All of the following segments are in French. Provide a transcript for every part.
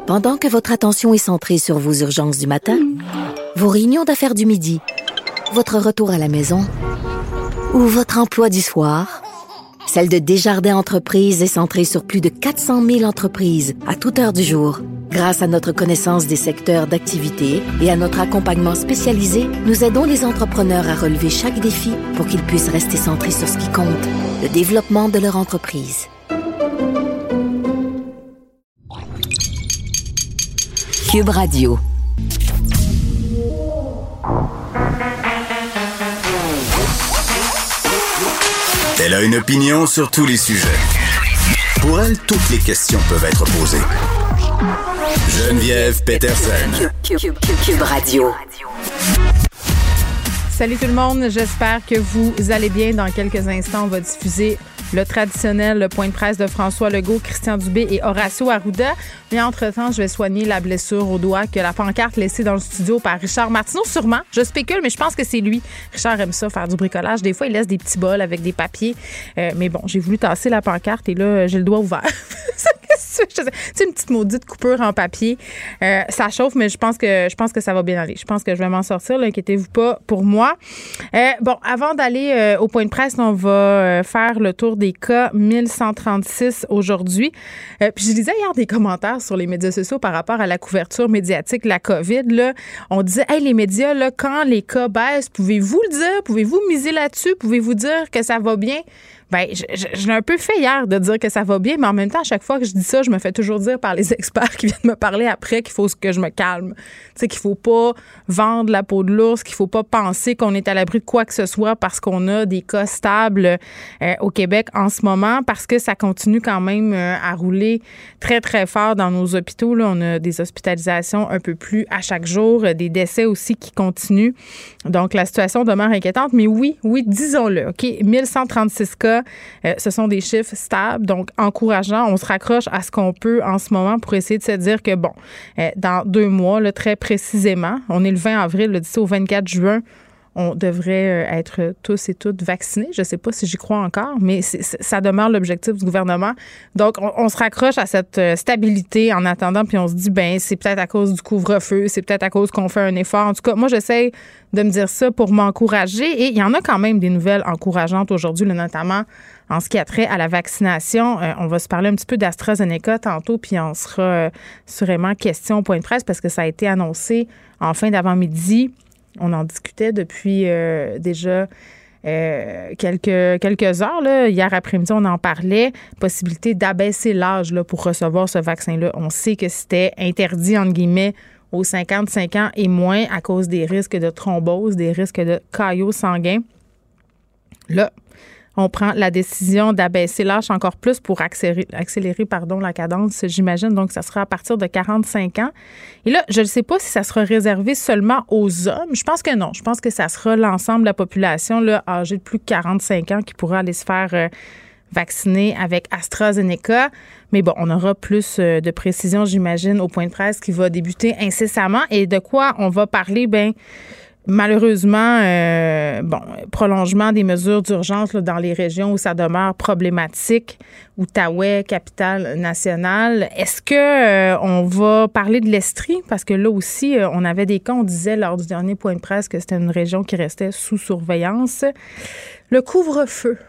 Pendant que votre attention est centrée sur vos urgences du matin, vos réunions d'affaires du midi, votre retour à la maison ou votre emploi du soir, celle de Desjardins Entreprises est centrée sur plus de 400 000 entreprises à toute heure du jour. Grâce à notre connaissance des secteurs d'activité et à notre accompagnement spécialisé, nous aidons les entrepreneurs à relever chaque défi pour qu'ils puissent rester centrés sur ce qui compte, le développement de leur entreprise. Cube Radio. Elle a une opinion sur tous les sujets. Pour elle, toutes les questions peuvent être posées. Geneviève Peterson. Cube Radio. Salut tout le monde, j'espère que vous allez bien. Dans quelques instants, on va diffuser le traditionnel point de presse de François Legault, Christian Dubé et Horacio Arruda. Mais entre-temps, je vais soigner la blessure au doigt que la pancarte laissée dans le studio par Richard Martineau, sûrement. Je spécule, mais je pense que c'est lui. Richard aime ça, faire du bricolage. Des fois, il laisse des petits bols avec des papiers. Mais bon, j'ai voulu tasser la pancarte et là, j'ai le doigt ouvert. C'est une petite maudite coupure en papier. Ça chauffe, mais je pense que ça va bien aller. Je pense que je vais m'en sortir. Là, inquiétez-vous pas pour moi. Bon, avant d'aller au point de presse, on va faire le tour des cas 1136 aujourd'hui. Puis je lisais hier des commentaires sur les médias sociaux par rapport à la couverture médiatique de la COVID. Là, on disait, hey, les médias, là, quand les cas baissent, pouvez-vous le dire? Pouvez-vous miser là-dessus? Pouvez-vous dire que ça va bien? Ben, je l'ai un peu fait hier de dire que ça va bien, mais en même temps, à chaque fois que je dis ça, je me fais toujours dire par les experts qui viennent me parler après qu'il faut que je me calme. Tu sais, qu'il faut pas vendre la peau de l'ours, qu'il faut pas penser qu'on est à l'abri de quoi que ce soit parce qu'on a des cas stables au Québec en ce moment, parce que ça continue quand même à rouler très, très fort dans nos hôpitaux. Là, on a des hospitalisations un peu plus à chaque jour, des décès aussi qui continuent. Donc, la situation demeure inquiétante, mais oui, disons-le, OK? 1136 cas. Ce sont des chiffres stables, donc encourageants. On se raccroche à ce qu'on peut en ce moment pour essayer de se dire que, bon, dans 2 mois, là, très précisément, on est le 20 avril, d'ici au 24 juin, on devrait être tous et toutes vaccinés. Je ne sais pas si j'y crois encore, mais ça demeure l'objectif du gouvernement. Donc, on se raccroche à cette stabilité en attendant, puis on se dit, ben c'est peut-être à cause du couvre-feu, c'est peut-être à cause qu'on fait un effort. En tout cas, moi, j'essaie de me dire ça pour m'encourager. Et il y en a quand même des nouvelles encourageantes aujourd'hui, là, notamment en ce qui a trait à la vaccination. On va se parler un petit peu d'AstraZeneca tantôt, puis on sera sûrement question au point de presse parce que ça a été annoncé en fin d'avant-midi. On en discutait depuis déjà quelques heures. Là. Hier après-midi, on en parlait. Possibilité d'abaisser l'âge là, pour recevoir ce vaccin-là. On sait que c'était interdit, entre guillemets, aux 55 ans et moins à cause des risques de thrombose, des risques de caillots sanguins. Là, on prend la décision d'abaisser l'âge encore plus pour accélérer la cadence, j'imagine. Donc, ça sera à partir de 45 ans. Et là, je ne sais pas si ça sera réservé seulement aux hommes. Je pense que non. Je pense que ça sera l'ensemble de la population là, âgée de plus de 45 ans qui pourra aller se faire vacciner avec AstraZeneca. Mais bon, on aura plus de précision, j'imagine, au point de presse qui va débuter incessamment. Et de quoi on va parler? Ben, malheureusement, prolongement des mesures d'urgence là, dans les régions où ça demeure problématique, Outaouais, capitale nationale. Est-ce que on va parler de l'Estrie? Parce que là aussi, on avait des cas, on disait lors du dernier point de presse que c'était une région qui restait sous surveillance. Le couvre-feu.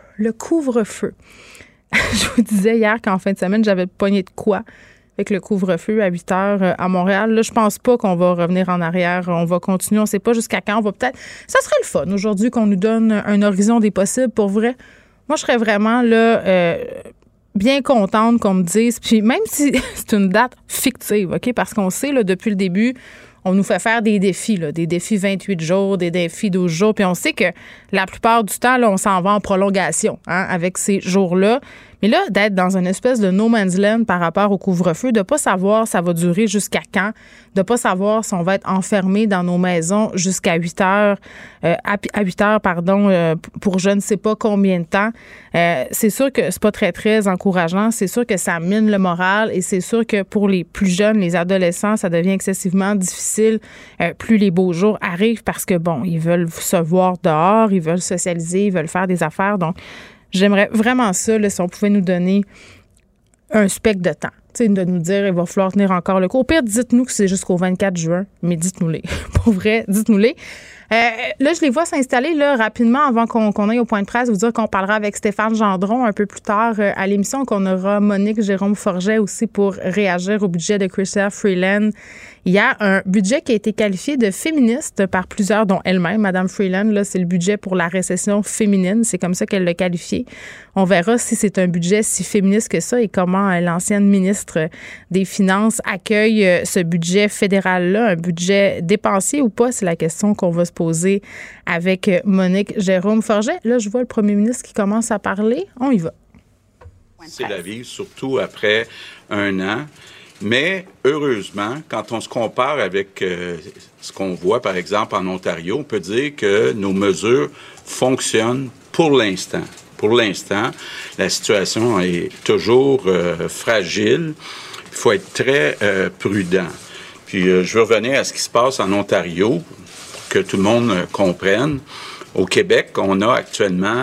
Je vous disais hier qu'en fin de semaine, j'avais pogné de quoi avec le couvre-feu à 8 heures à Montréal. Là, je pense pas qu'on va revenir en arrière. On va continuer. On sait pas jusqu'à quand. On va peut-être... Ça serait le fun aujourd'hui qu'on nous donne un horizon des possibles. Pour vrai, moi, je serais vraiment là bien contente qu'on me dise. Puis même si c'est une date fictive, OK? Parce qu'on sait, là, depuis le début, on nous fait faire des défis, là, des défis 28 jours, des défis 12 jours. Puis on sait que la plupart du temps, là, on s'en va en prolongation avec ces jours-là. Mais là, d'être dans une espèce de no man's land par rapport au couvre-feu, de pas savoir ça va durer jusqu'à quand, de pas savoir si on va être enfermé dans nos maisons jusqu'à 8 heures, pour je ne sais pas combien de temps. C'est sûr que c'est pas très, très encourageant. C'est sûr que ça mine le moral et c'est sûr que pour les plus jeunes, les adolescents, ça devient excessivement difficile plus les beaux jours arrivent parce que, bon, ils veulent se voir dehors, ils veulent socialiser, ils veulent faire des affaires. Donc, j'aimerais vraiment ça, là, si on pouvait nous donner un spectre de temps. De nous dire il va falloir tenir encore le coup. Au pire, dites-nous que c'est jusqu'au 24 juin, mais dites-nous-les. Pour vrai, dites-nous-les. Là, je les vois s'installer là, rapidement avant qu'on aille au point de presse. Vous dire qu'on parlera avec Stéphane Gendron un peu plus tard à l'émission, qu'on aura Monique Jérôme Forget aussi pour réagir au budget de Chrysler Freeland. Il y a un budget qui a été qualifié de féministe par plusieurs, dont elle-même, Mme Freeland. Là, c'est le budget pour la récession féminine. C'est comme ça qu'elle l'a qualifié. On verra si c'est un budget si féministe que ça et comment l'ancienne ministre des Finances accueille ce budget fédéral-là. Un budget dépensier ou pas, c'est la question qu'on va se poser avec Monique Jérôme Forget. Là, je vois le premier ministre qui commence à parler. On y va. C'est la vie, surtout après un an. Mais heureusement, quand on se compare avec ce qu'on voit, par exemple, en Ontario, on peut dire que nos mesures fonctionnent pour l'instant. Pour l'instant, la situation est toujours fragile. Il faut être très prudent. Puis, je veux revenir à ce qui se passe en Ontario pour que tout le monde comprenne. Au Québec, on a actuellement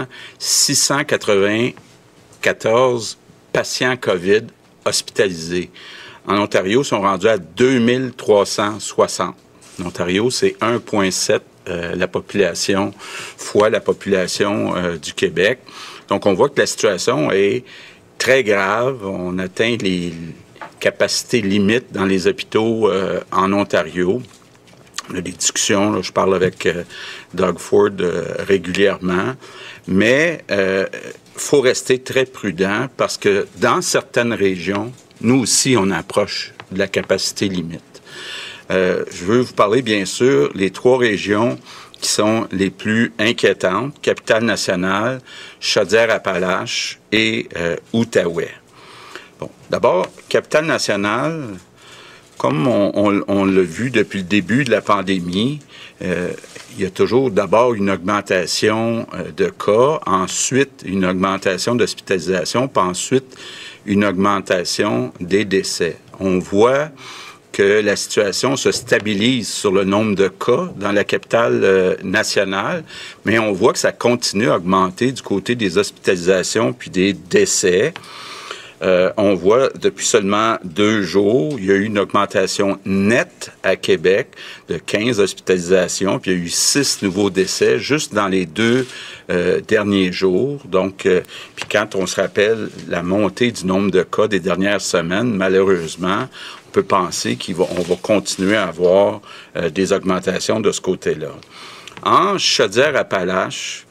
694 patients COVID hospitalisés. En Ontario, ils sont rendus à 2360. En Ontario, c'est 1,7 la population fois la population du Québec. Donc, on voit que la situation est très grave. On atteint les capacités limites dans les hôpitaux en Ontario. On a des discussions, là, je parle avec Doug Ford régulièrement, mais faut rester très prudent parce que dans certaines régions, nous aussi, on approche de la capacité limite. Je veux vous parler, bien sûr, les 3 régions qui sont les plus inquiétantes, Capitale-Nationale, Chaudière-Appalaches et Outaouais. Bon, d'abord, Capitale-Nationale, comme on l'a vu depuis le début de la pandémie, il y a toujours d'abord une augmentation de cas, ensuite une augmentation d'hospitalisation, puis ensuite une augmentation des décès. On voit que la situation se stabilise sur le nombre de cas dans la capitale nationale, mais on voit que ça continue à augmenter du côté des hospitalisations puis des décès. On voit depuis seulement 2 jours, il y a eu une augmentation nette à Québec de 15 hospitalisations, puis il y a eu 6 nouveaux décès juste dans les 2 derniers jours. Donc, puis quand on se rappelle la montée du nombre de cas des dernières semaines, malheureusement, on peut penser qu'on va continuer à avoir des augmentations de ce côté-là. En Chaudière-Appalaches,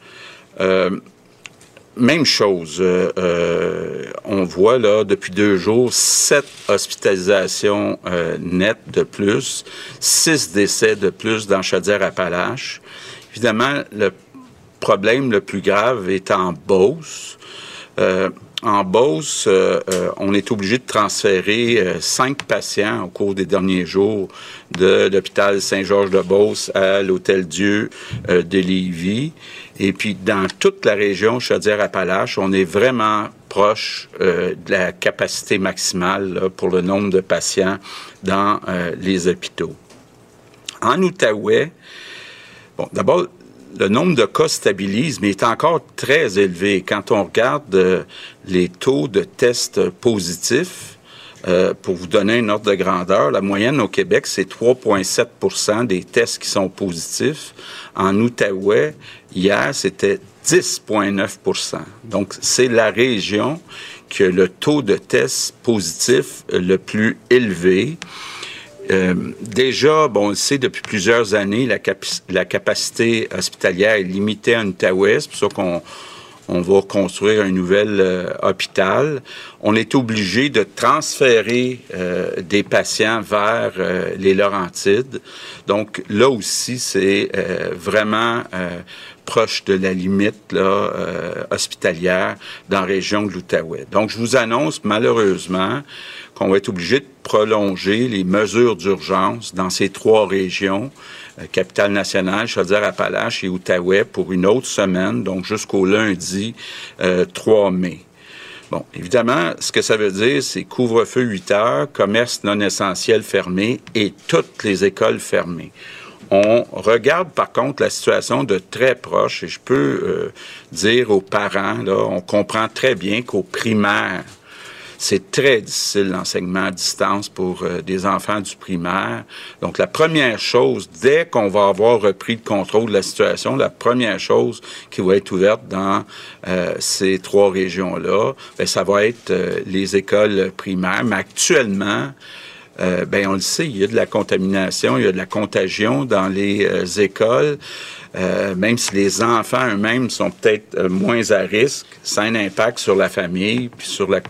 même chose. On voit là depuis 2 jours 7 hospitalisations nettes de plus, 6 décès de plus dans Chaudière-Appalaches. Évidemment, le problème le plus grave est en Beauce. En Beauce, on est obligé de transférer 5 patients au cours des derniers jours de l'hôpital Saint-Georges-de-Beauce à l'Hôtel-Dieu de Lévis. Et puis, dans toute la région Chaudière-Appalaches, on est vraiment proche de la capacité maximale là, pour le nombre de patients dans les hôpitaux. En Outaouais, bon, d'abord, le nombre de cas stabilise, mais est encore très élevé. Quand on regarde les taux de tests positifs, pour vous donner un ordre de grandeur, la moyenne au Québec, c'est 3,7 % des tests qui sont positifs. En Outaouais, hier, c'était 10,9 %. Donc, c'est la région qui a le taux de tests positifs le plus élevé. Déjà, bon, on le sait, depuis plusieurs années, la capacité hospitalière est limitée en Outaouais. C'est pour ça qu'on va construire un nouvel hôpital. On est obligé de transférer des patients vers les Laurentides. Donc, là aussi, c'est vraiment proche de la limite là, hospitalière dans la région de l'Outaouais. Donc, je vous annonce malheureusement qu'on va être obligé de prolonger les mesures d'urgence dans ces 3 régions, Capitale-Nationale, Chaudière-Appalaches et Outaouais, pour une autre semaine, donc jusqu'au lundi 3 mai. Bon, évidemment, ce que ça veut dire, c'est couvre-feu 8 heures, commerce non essentiel fermé et toutes les écoles fermées. On regarde, par contre, la situation de très proche, et je peux dire aux parents, là, on comprend très bien qu'au primaire, c'est très difficile l'enseignement à distance pour des enfants du primaire. Donc, la première chose, dès qu'on va avoir repris le contrôle de la situation, la première chose qui va être ouverte dans ces 3 régions-là, bien, ça va être les écoles primaires. Mais actuellement, on le sait, il y a de la contamination, il y a de la contagion dans les écoles. Même si les enfants eux-mêmes sont peut-être moins à risque, ça a un impact sur la famille puis sur la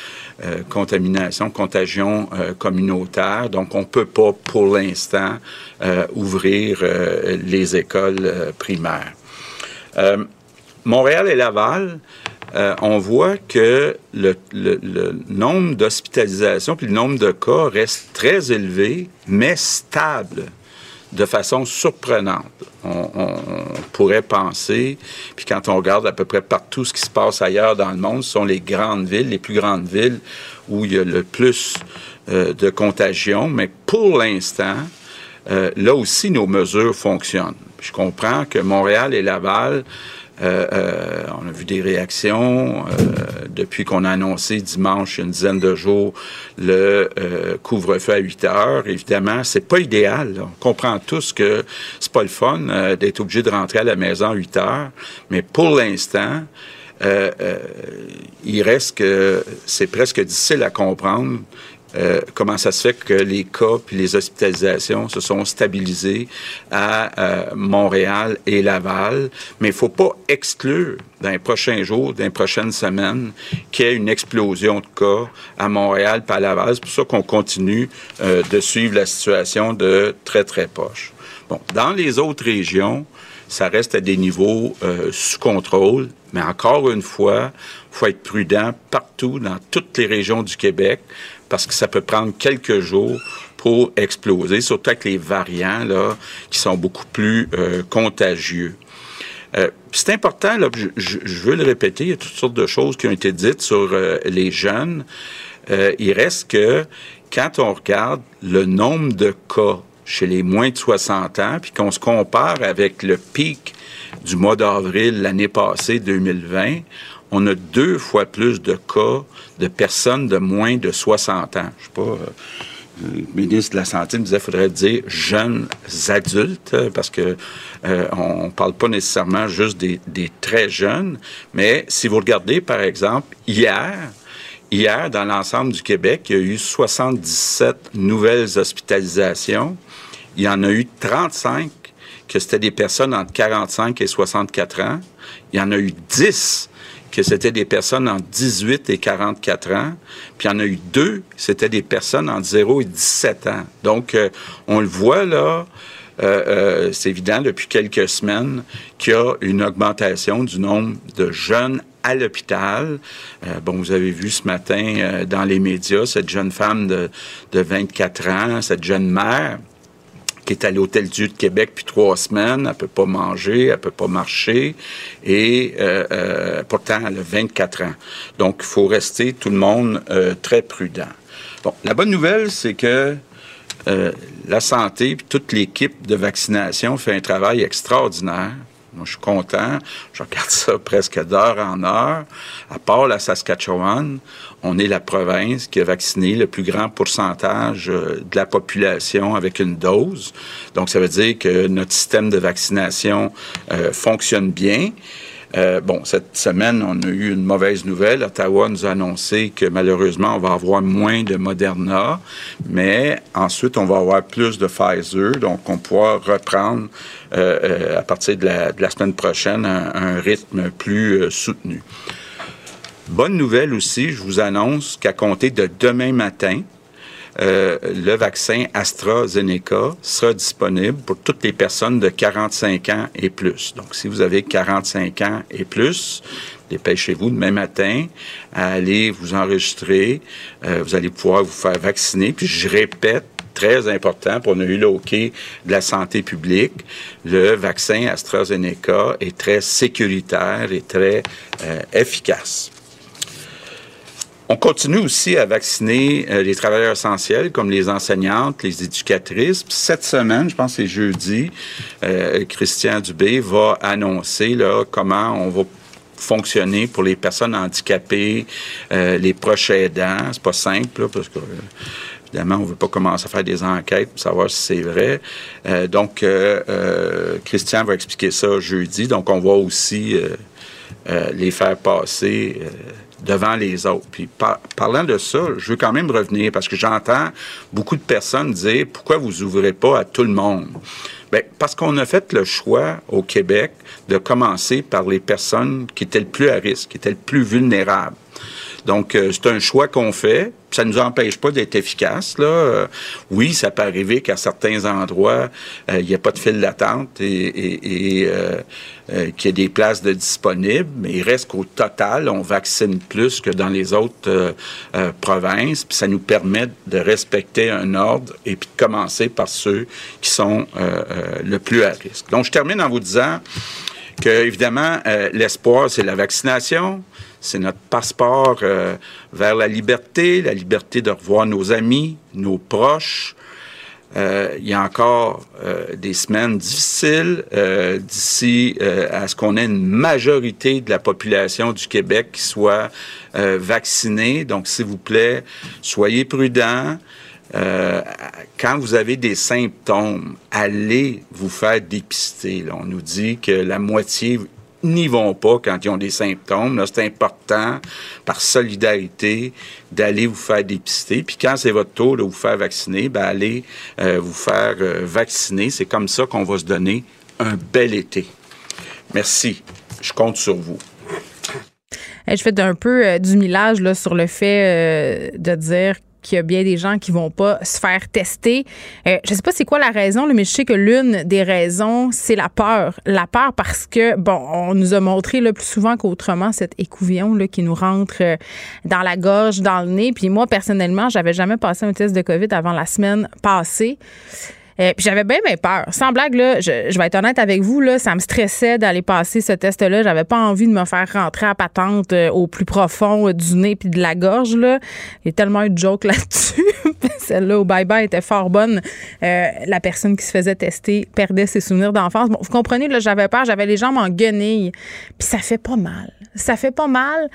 contagion communautaire. Donc, on ne peut pas, pour l'instant, ouvrir les écoles primaires. Montréal et Laval, on voit que le nombre d'hospitalisations puis le nombre de cas reste très élevé, mais stable de façon surprenante. On pourrait penser, puis quand on regarde à peu près partout ce qui se passe ailleurs dans le monde, ce sont les grandes villes, les plus grandes villes où il y a le plus de contagion, mais pour l'instant, là aussi, nos mesures fonctionnent. Je comprends que Montréal et Laval, on a vu des réactions depuis qu'on a annoncé dimanche, il y a une dizaine de jours, le couvre-feu à 8 heures. Évidemment, c'est pas idéal. Là. On comprend tous que c'est pas le fun d'être obligé de rentrer à la maison à 8 heures, mais pour l'instant, il reste que c'est presque difficile à comprendre comment ça se fait que les cas puis les hospitalisations se sont stabilisés à Montréal et Laval. Mais il ne faut pas exclure dans les prochains jours, dans les prochaines semaines, qu'il y ait une explosion de cas à Montréal et à Laval. C'est pour ça qu'on continue de suivre la situation de très, très proche. Bon, dans les autres régions, ça reste à des niveaux sous contrôle, mais encore une fois, il faut être prudent partout, dans toutes les régions du Québec, parce que ça peut prendre quelques jours pour exploser, surtout avec les variants là, qui sont beaucoup plus contagieux. C'est important, là, je veux le répéter, il y a toutes sortes de choses qui ont été dites sur les jeunes. Il reste que quand on regarde le nombre de cas chez les moins de 60 ans, puis qu'on se compare avec le pic du mois d'avril l'année passée, 2020, on a 2 fois plus de cas de personnes de moins de 60 ans. Je sais pas, le ministre de la Santé me disait qu'il faudrait dire jeunes adultes, parce que on parle pas nécessairement juste des très jeunes, mais si vous regardez, par exemple, hier, dans l'ensemble du Québec, il y a eu 77 nouvelles hospitalisations. Il y en a eu 35 que c'était des personnes entre 45 et 64 ans. Il y en a eu 10 que c'était des personnes entre 18 et 44 ans. Puis il y en a eu 2, c'était des personnes entre 0 et 17 ans. Donc, on le voit là, c'est évident depuis quelques semaines qu'il y a une augmentation du nombre de jeunes à l'hôpital. Vous avez vu ce matin dans les médias cette jeune femme de 24 ans, cette jeune mère qui est à l'Hôtel-Dieu de Québec depuis 3 semaines. Elle peut pas manger, elle peut pas marcher. Et pourtant, elle a 24 ans. Donc, il faut rester, tout le monde, très prudent. Bon, la bonne nouvelle, c'est que la santé et toute l'équipe de vaccination fait un travail extraordinaire. Moi, je suis content. Je regarde ça presque d'heure en heure. À part la Saskatchewan, on est la province qui a vacciné le plus grand pourcentage de la population avec une dose. Donc, ça veut dire que notre système de vaccination fonctionne bien. Cette semaine, on a eu une mauvaise nouvelle. Ottawa nous a annoncé que malheureusement, on va avoir moins de Moderna, mais ensuite, on va avoir plus de Pfizer. Donc, on pourra reprendre à partir de la semaine prochaine un rythme plus soutenu. Bonne nouvelle aussi, je vous annonce qu'à compter de demain matin, le vaccin AstraZeneca sera disponible pour toutes les personnes de 45 ans et plus. Donc, si vous avez 45 ans et plus, dépêchez-vous demain matin à aller vous enregistrer. Vous allez pouvoir vous faire vacciner. Puis, je répète, très important, pour on a eu le OK de la santé publique, le vaccin AstraZeneca est très sécuritaire et très efficace. On continue aussi à vacciner les travailleurs essentiels, comme les enseignantes, les éducatrices. Puis cette semaine, je pense que c'est jeudi, Christian Dubé va annoncer là, comment on va fonctionner pour les personnes handicapées, les proches aidants. C'est pas simple, là, parce que évidemment, on ne veut pas commencer à faire des enquêtes pour savoir si c'est vrai. Donc, Christian va expliquer ça jeudi. Donc, on va aussi les faire passer devant les autres. Puis, parlant de ça, je veux quand même revenir parce que j'entends beaucoup de personnes dire « Pourquoi vous ouvrez pas à tout le monde? » Bien, parce qu'on a fait le choix au Québec de commencer par les personnes qui étaient le plus à risque, qui étaient le plus vulnérables. Donc, c'est un choix qu'on fait. Ça ne nous empêche pas d'être efficace, là. Oui, ça peut arriver qu'à certains endroits, il n'y a pas de file d'attente et qu'il y ait des places de disponibles, mais il reste qu'au total, on vaccine plus que dans les autres provinces, puis ça nous permet de respecter un ordre et puis de commencer par ceux qui sont le plus à risque. Donc, je termine en vous disant que, évidemment, l'espoir, c'est la vaccination. C'est notre passeport vers la liberté de revoir nos amis, nos proches. Il y a encore des semaines difficiles d'ici à ce qu'on ait une majorité de la population du Québec qui soit vaccinée. Donc, s'il vous plaît, soyez prudents. Quand vous avez des symptômes, allez vous faire dépister. Là, on nous dit que la moitié n'y vont pas quand ils ont des symptômes. Là, c'est important, par solidarité, d'aller vous faire dépister. Puis quand c'est votre tour de vous faire vacciner, ben allez vous faire vacciner. C'est comme ça qu'on va se donner un bel été. Merci. Je compte sur vous. Je fais un peu du millage là, sur le fait de dire qu'il y a bien des gens qui vont pas se faire tester. Je sais pas c'est quoi la raison, mais je sais que l'une des raisons, c'est la peur. La peur parce que, bon, on nous a montré là, plus souvent qu'autrement cet écouvillon là, qui nous rentre dans la gorge, dans le nez. Puis moi, personnellement, j'avais jamais passé un test de COVID avant la semaine passée. Puis j'avais bien peur. Sans blague, là, je vais être honnête avec vous, là, ça me stressait d'aller passer ce test-là. J'avais pas envie de me faire rentrer à patente au plus profond du nez puis de la gorge. Là. Il y a tellement eu de jokes là-dessus. Celle-là au bye-bye était fort bonne. La personne qui se faisait tester perdait ses souvenirs d'enfance. Bon, vous comprenez, là, j'avais peur, j'avais les jambes en guenilles. Puis ça fait pas mal. Ça fait pas mal.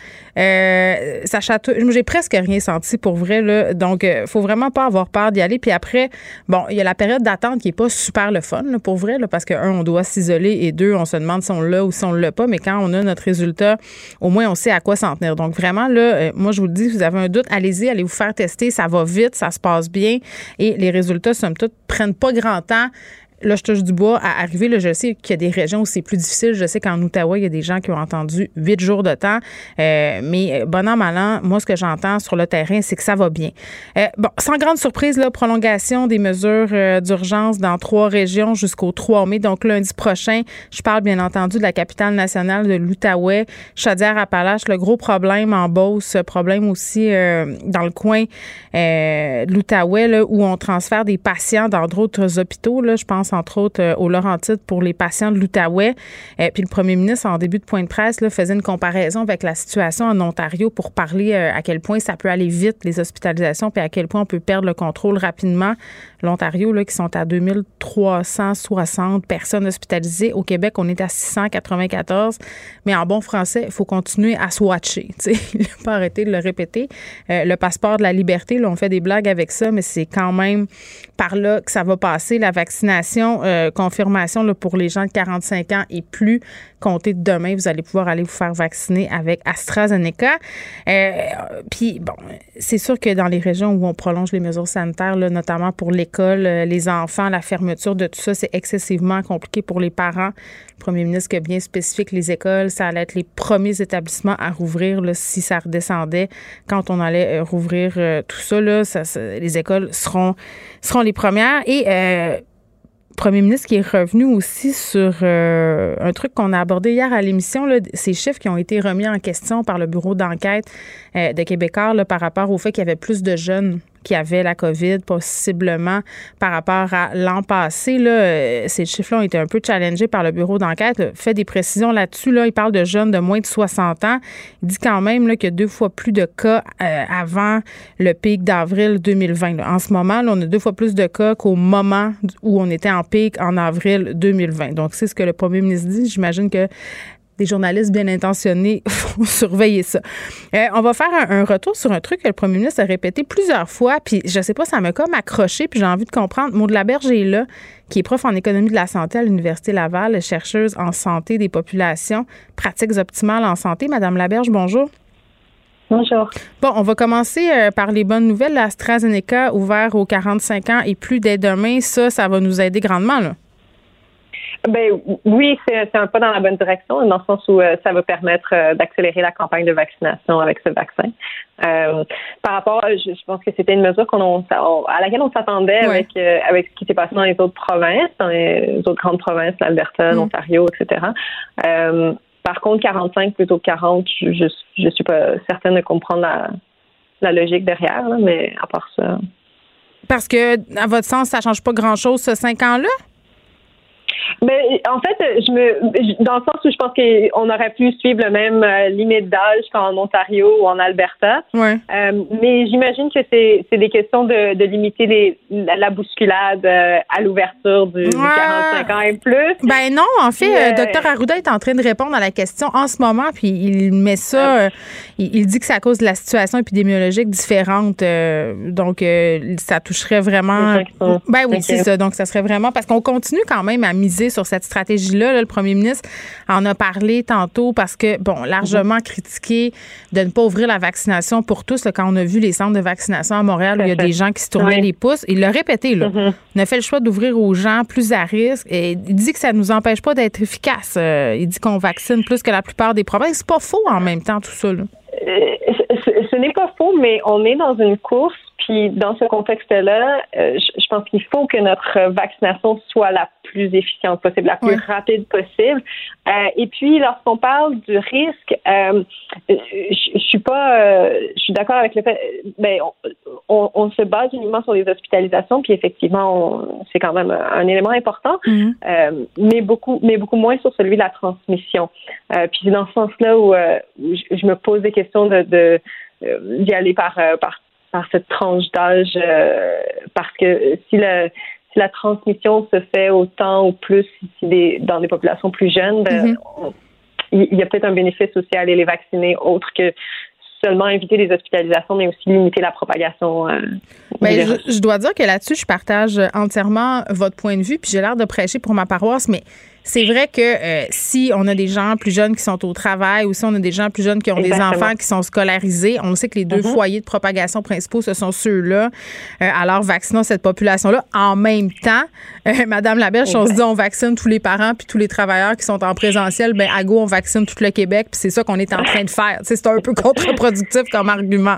Ça chatouille. J'ai presque rien senti pour vrai, là. Donc, faut vraiment pas avoir peur d'y aller. Puis après, bon, il y a la période d'attente qui est pas super le fun, là, pour vrai, là, parce que, un, on doit s'isoler et deux, on se demande si on l'a ou si on l'a pas. Mais quand on a notre résultat, au moins, on sait à quoi s'en tenir. Donc, vraiment, là, moi, je vous le dis, si vous avez un doute, allez-y, allez vous faire tester. Ça va vite, ça se passe bien et les résultats, somme toute, prennent pas grand temps. Là, je touche du bois à arriver. Là, je sais qu'il y a des régions où c'est plus difficile. Je sais qu'en Outaouais, il y a des gens qui ont entendu 8 jours de temps. Mais bon an, mal an, moi, ce que j'entends sur le terrain, c'est que ça va bien. Bon, sans grande surprise, là, prolongation des mesures d'urgence dans 3 régions jusqu'au 3 mai. Donc, lundi prochain, je parle bien entendu de la capitale nationale de l'Outaouais, Chaudière-Appalaches. Le gros problème en Beauce, problème aussi dans le coin de l'Outaouais, là, où on transfère des patients dans d'autres hôpitaux. Là, je pense entre autres aux Laurentides pour les patients de l'Outaouais. Puis le premier ministre, en début de point de presse, là, faisait une comparaison avec la situation en Ontario pour parler à quel point ça peut aller vite, les hospitalisations, puis à quel point on peut perdre le contrôle rapidement. L'Ontario, là, qui sont à 2360 personnes hospitalisées. Au Québec, on est à 694. Mais en bon français, il faut continuer à se watcher. Il ne faut pas arrêter de le répéter. Le passeport de la liberté, là, on fait des blagues avec ça, mais c'est quand même par là que ça va passer. La vaccination, confirmation là, pour les gens de 45 ans et plus. Comptez de demain, vous allez pouvoir aller vous faire vacciner avec AstraZeneca. Puis, bon, c'est sûr que dans les régions où on prolonge les mesures sanitaires, là, notamment pour l'école, les enfants, la fermeture de tout ça, c'est excessivement compliqué pour les parents. Le premier ministre qui a bien spécifié que les écoles, ça allait être les premiers établissements à rouvrir là, si ça redescendait. Quand on allait rouvrir tout ça, là, les écoles seront les premières. Et premier ministre qui est revenu aussi sur un truc qu'on a abordé hier à l'émission, là, ces chiffres qui ont été remis en question par le bureau d'enquête de Québécois là, par rapport au fait qu'il y avait plus de jeunes qui avaient la COVID, possiblement par rapport à l'an passé. Là, ces chiffres-là ont été un peu challengés par le bureau d'enquête. Fait des précisions là-dessus. Là, il parle de jeunes de moins de 60 ans. Il dit quand même là, qu'il y a 2 fois plus de cas avant le pic d'avril 2020. Là. En ce moment, là, on a 2 fois plus de cas qu'au moment où on était en pic en avril 2020. Donc, c'est ce que le premier ministre dit. J'imagine que des journalistes bien intentionnés vont surveiller ça. On va faire un retour sur un truc que le premier ministre a répété plusieurs fois, puis je sais pas, ça m'a comme accroché, puis j'ai envie de comprendre. Maud Laberge est là, qui est prof en économie de la santé à l'Université Laval, chercheuse en santé des populations, pratiques optimales en santé. Madame Laberge, bonjour. Bonjour. Bon, on va commencer par les bonnes nouvelles. L'AstraZeneca ouvert aux 45 ans et plus dès demain. Ça va nous aider grandement, là. Ben oui, c'est un pas dans la bonne direction, dans le sens où ça va permettre d'accélérer la campagne de vaccination avec ce vaccin. Par rapport, je pense que c'était une mesure à laquelle on s'attendait avec ce qui s'est passé dans les autres provinces, dans les autres grandes provinces, l'Alberta, l'Ontario, etc. Par contre, 45 plutôt que 40, je suis pas certaine de comprendre la logique derrière, là, mais à part ça. Parce que, à votre sens, ça change pas grand-chose, ce 5 ans-là? Mais en fait, dans le sens où je pense qu'on aurait pu suivre le même limite d'âge qu'en Ontario ou en Alberta. Ouais. Mais j'imagine que c'est des questions de limiter la bousculade à l'ouverture du 45 ans et plus. Ben non, en fait, Dr Arruda est en train de répondre à la question en ce moment, puis il met ça, il dit que c'est à cause de la situation épidémiologique différente. Donc, ça toucherait vraiment... Ben oui, c'est ça. Donc, ça serait vraiment... Parce qu'on continue quand même à miser sur cette stratégie-là. Là, le premier ministre en a parlé tantôt parce que, largement critiqué de ne pas ouvrir la vaccination pour tous. Là, quand on a vu les centres de vaccination à Montréal où il y a des gens qui se tournaient les pouces, il l'a répété. Là. On a fait le choix d'ouvrir aux gens plus à risque et il dit que ça ne nous empêche pas d'être efficace. Il dit qu'on vaccine plus que la plupart des provinces. C'est pas faux en même temps, tout ça. Là. Ce n'est pas faux, mais on est dans une course. Puis dans ce contexte-là, je pense qu'il faut que notre vaccination soit la plus efficiente possible, la plus rapide possible. Et puis, lorsqu'on parle du risque, je suis d'accord avec le fait. On se base uniquement sur les hospitalisations, puis effectivement, c'est quand même un élément important, mais beaucoup moins sur celui de la transmission. Puis c'est dans ce sens-là où je me pose des questions d'y aller par cette tranche d'âge, parce que si la transmission se fait autant ou plus dans des populations plus jeunes, il y a peut-être un bénéfice aussi à aller les vacciner autre que seulement éviter les hospitalisations, mais aussi limiter la propagation. Je dois dire que là-dessus, je partage entièrement votre point de vue, puis j'ai l'air de prêcher pour ma paroisse, mais c'est vrai que si on a des gens plus jeunes qui sont au travail ou si on a des gens plus jeunes qui ont des enfants qui sont scolarisés, on sait que les deux foyers de propagation principaux, ce sont ceux-là. Alors, vaccinons cette population-là. En même temps, Madame Laberge, on se dit on vaccine tous les parents puis tous les travailleurs qui sont en présentiel, à go, on vaccine tout le Québec, puis c'est ça qu'on est en train de faire. C'est un peu contre-productif comme argument.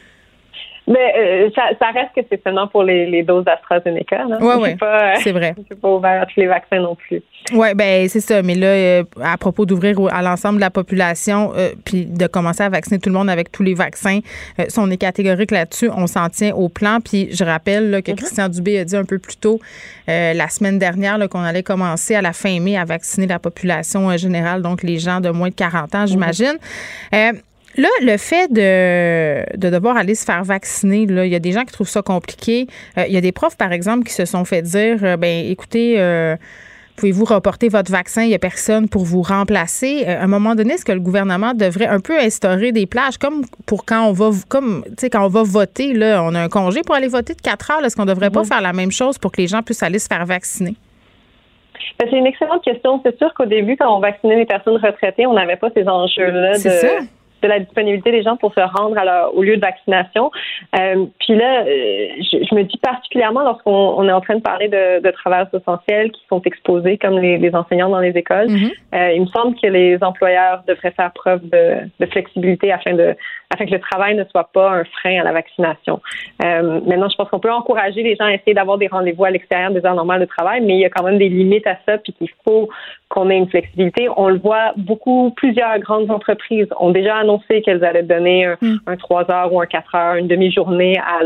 Mais ça reste que c'est seulement pour les doses d'AstraZeneca. Oui, c'est vrai. C'est pas ouvert à tous les vaccins non plus. Oui, c'est ça. Mais là, à propos d'ouvrir à l'ensemble de la population, puis de commencer à vacciner tout le monde avec tous les vaccins, si on est catégorique là-dessus, on s'en tient au plan. Puis je rappelle là, que Christian Dubé a dit un peu plus tôt, la semaine dernière, là, qu'on allait commencer à la fin mai à vacciner la population générale, donc les gens de moins de 40 ans, j'imagine. Là, le fait de devoir aller se faire vacciner, là, il y a des gens qui trouvent ça compliqué. Il y a des profs, par exemple, qui se sont fait dire, écoutez, pouvez-vous reporter votre vaccin? Il n'y a personne pour vous remplacer. À un moment donné, est-ce que le gouvernement devrait un peu instaurer des plages comme pour quand on va, quand on va voter, là, on a un congé pour aller voter de 4 heures. Là, est-ce qu'on ne devrait pas faire la même chose pour que les gens puissent aller se faire vacciner? C'est une excellente question. C'est sûr qu'au début, quand on vaccinait les personnes retraitées, on n'avait pas ces enjeux-là de la disponibilité des gens pour se rendre au lieu de vaccination. Puis là, je me dis particulièrement lorsqu'on est en train de parler de travailleurs essentiels qui sont exposés comme les enseignants dans les écoles, il me semble que les employeurs devraient faire preuve de flexibilité afin que le travail ne soit pas un frein à la vaccination. Maintenant, je pense qu'on peut encourager les gens à essayer d'avoir des rendez-vous à l'extérieur des heures normales de travail, mais il y a quand même des limites à ça, puis qu'il faut qu'on ait une flexibilité. On le voit plusieurs grandes entreprises ont déjà annoncé qu'elles allaient donner un 3 heures ou un 4 heures, une demi-journée à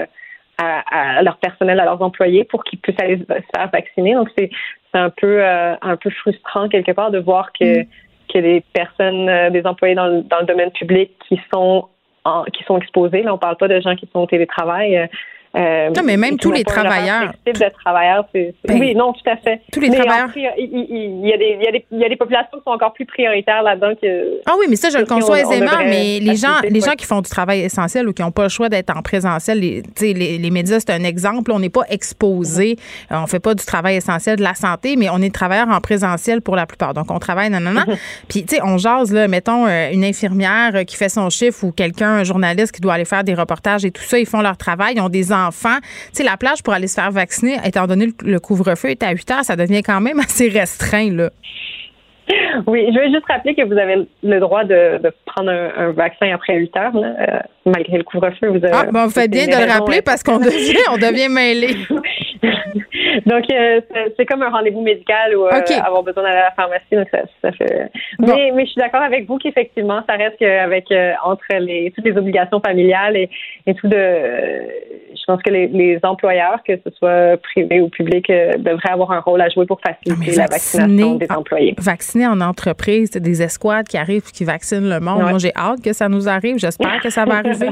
leur personnel, à leurs employés pour qu'ils puissent aller se faire vacciner. Donc, c'est un peu frustrant quelque part de voir que les personnes, des employés dans le domaine public qui sont exposés, là, on parle pas de gens qui sont au télétravail, Non, mais même tous les travailleurs. De travailleurs, oui, non, tout à fait. Tous les travailleurs. Il y a des populations qui sont encore plus prioritaires là-dedans que. Ah oui, mais ça, je le conçois aisément, mais les gens qui font du travail essentiel ou qui n'ont pas le choix d'être en présentiel, les médias, c'est un exemple. On n'est pas exposé. On fait pas du travail essentiel de la santé, mais on est travailleurs en présentiel pour la plupart. Donc, on travaille, Puis, tu sais, on jase, là, mettons, une infirmière qui fait son chiffre ou quelqu'un, un journaliste qui doit aller faire des reportages et tout ça, ils font leur travail, ils ont des enfants. Tu sais, la plage pour aller se faire vacciner, étant donné le couvre-feu est à 8 heures, ça devient quand même assez restreint, là. Oui, je veux juste rappeler que vous avez le droit de prendre un vaccin après 8 heures, là, malgré le couvre-feu. Vous faites bien de le rappeler parce qu'on devient mêlés. Donc, c'est comme un rendez-vous médical ou avoir besoin d'aller à la pharmacie. Donc ça fait. Bon. Mais je suis d'accord avec vous qu'effectivement, ça reste qu'avec entre toutes les obligations familiales et tout je pense que les employeurs, que ce soit privés ou publics, devraient avoir un rôle à jouer pour faciliter la vaccination des employés. Vacciner en entreprise, c'est des escouades qui arrivent et qui vaccinent le monde. Ouais. Moi, j'ai hâte que ça nous arrive. J'espère que ça va arriver.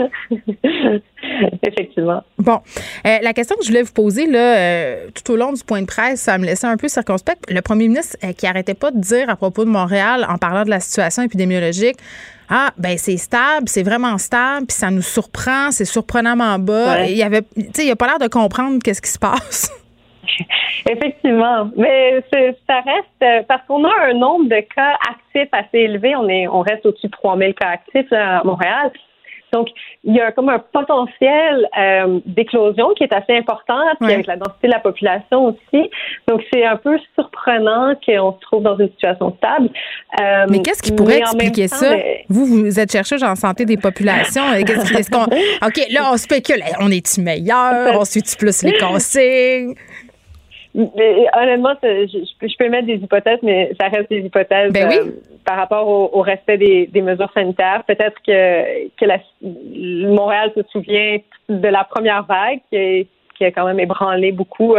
Effectivement. Bon, la question que je voulais vous poser là, tout au long du point de presse, ça me laissait un peu circonspect. Le premier ministre qui arrêtait pas de dire à propos de Montréal, en parlant de la situation épidémiologique, c'est stable, c'est vraiment stable, puis ça nous surprend, c'est surprenamment bas. Ouais. Il a pas l'air de comprendre qu'est-ce qui se passe. Effectivement, mais ça reste parce qu'on a un nombre de cas actifs assez élevé. On reste au-dessus de 3000 cas actifs là, à Montréal. Donc, il y a comme un potentiel d'éclosion qui est assez important, puis avec la densité de la population aussi. Donc, c'est un peu surprenant qu'on se trouve dans une situation stable. Mais qu'est-ce qui pourrait expliquer ça? Vous êtes chercheuse en santé des populations. OK, là, on spécule. On est-tu meilleur? On suit-tu plus les consignes? Mais, honnêtement, je peux mettre des hypothèses, mais ça reste des hypothèses par rapport au respect des mesures sanitaires. Peut-être que Montréal se souvient de la première vague qui a quand même ébranlé beaucoup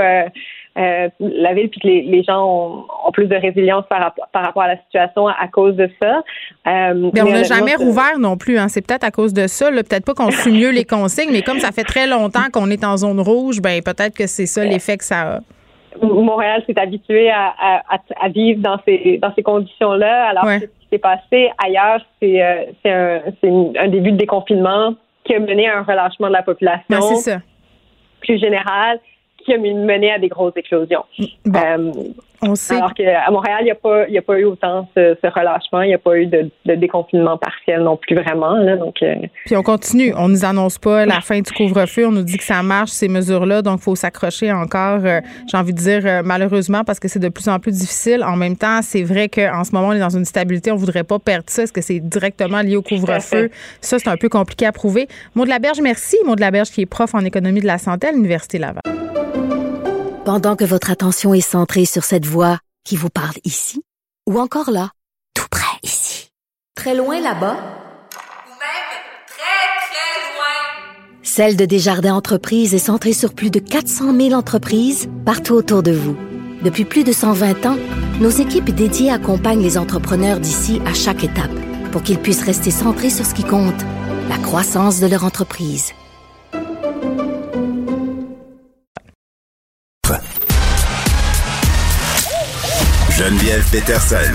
la ville, puis que les gens ont plus de résilience par rapport à la situation à cause de ça. Mais on n'a jamais rouvert non plus. Hein. C'est peut-être à cause de ça. Là. Peut-être pas qu'on suit mieux les consignes, mais comme ça fait très longtemps qu'on est en zone rouge, peut-être que c'est ça l'effet que ça a. Montréal s'est habitué à vivre dans ces conditions-là, alors que ce qui s'est passé ailleurs, c'est un début de déconfinement qui a mené à un relâchement de la population c'est ça. Plus général, qui a mené à des grosses éclosions. On sait. Alors qu'à Montréal, il n'y a pas eu autant ce relâchement, il n'y a pas eu de déconfinement partiel non plus vraiment. Là, donc, Puis on continue, on nous annonce pas la fin du couvre-feu, on nous dit que ça marche, ces mesures-là, donc il faut s'accrocher encore, j'ai envie de dire malheureusement, parce que c'est de plus en plus difficile. En même temps, c'est vrai qu'en ce moment, on est dans une stabilité, on voudrait pas perdre ça. Est-ce que c'est directement lié au couvre-feu? Ça, c'est un peu compliqué à prouver. Maud Laberge, merci. Maud Laberge qui est prof en économie de la santé à l'Université Laval. Pendant que votre attention est centrée sur cette voix qui vous parle ici, ou encore là, tout près ici, très loin là-bas, ou même très, très loin, Celle de Desjardins Entreprises est centrée sur plus de 400 000 entreprises partout autour de vous. Depuis plus de 120 ans, nos équipes dédiées accompagnent les entrepreneurs d'ici à chaque étape pour qu'ils puissent rester centrés sur ce qui compte, la croissance de leur entreprise. Geneviève Peterson.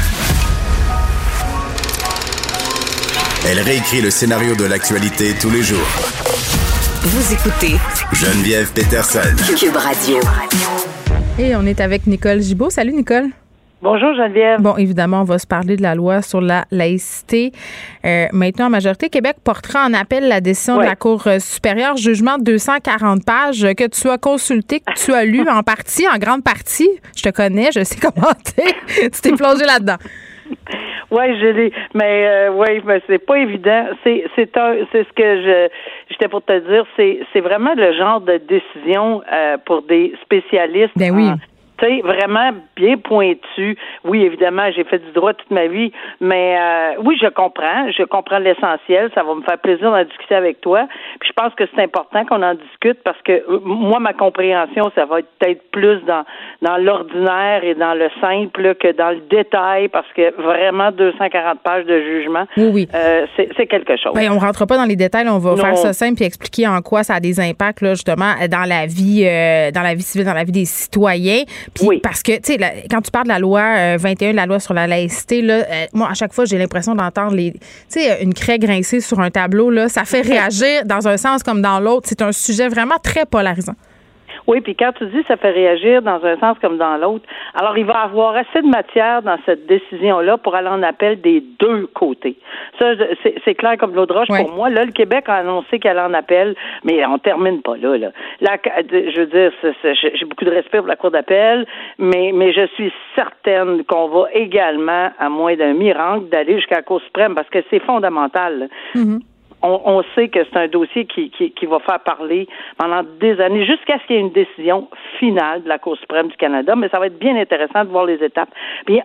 Elle réécrit le scénario de l'actualité tous les jours. Vous écoutez Geneviève Peterson. Cube Radio. Et on est avec Nicole Gibault. Salut Nicole. Bonjour Geneviève. Bon, évidemment, on va se parler de la loi sur la laïcité. Maintenant, en majorité, Québec portera en appel la décision de la Cour supérieure, jugement de 240 pages que tu as consulté, que tu as lu en partie, en grande partie. Je te connais, je sais comment tu t'es plongé là-dedans. Oui, je l'ai. Mais c'est pas évident. C'est ce que j'étais pour te dire. C'est vraiment le genre de décision pour des spécialistes tu sais, vraiment bien pointu. Oui, évidemment, j'ai fait du droit toute ma vie, mais oui, je comprends l'essentiel. Ça va me faire plaisir d'en discuter avec toi. Puis je pense que c'est important qu'on en discute parce que moi, ma compréhension, ça va être peut-être plus dans l'ordinaire et dans le simple que dans le détail, parce que vraiment 240 pages de jugement, c'est quelque chose. Ben, on rentre pas dans les détails, on va faire ça simple puis expliquer en quoi ça a des impacts là, justement dans la vie civile, dans la vie des citoyens. Puis parce que tu sais, quand tu parles de la loi 21, de la loi sur la laïcité là, moi à chaque fois j'ai l'impression d'entendre une craie grincer sur un tableau là, ça fait réagir dans un sens comme dans l'autre. C'est un sujet vraiment très polarisant. Oui, puis quand tu dis ça fait réagir dans un sens comme dans l'autre, alors il va y avoir assez de matière dans cette décision-là pour aller en appel des deux côtés. Ça, c'est clair comme de l'eau de roche pour moi. Là, le Québec a annoncé qu'elle en appel, mais on termine pas là. Je veux dire, j'ai beaucoup de respect pour la Cour d'appel, mais je suis certaine qu'on va également, à moins d'un miracle, d'aller jusqu'à la Cour suprême parce que c'est fondamental. Mm-hmm. On sait que c'est un dossier qui va faire parler pendant des années jusqu'à ce qu'il y ait une décision finale de la Cour suprême du Canada, mais ça va être bien intéressant de voir les étapes. Puis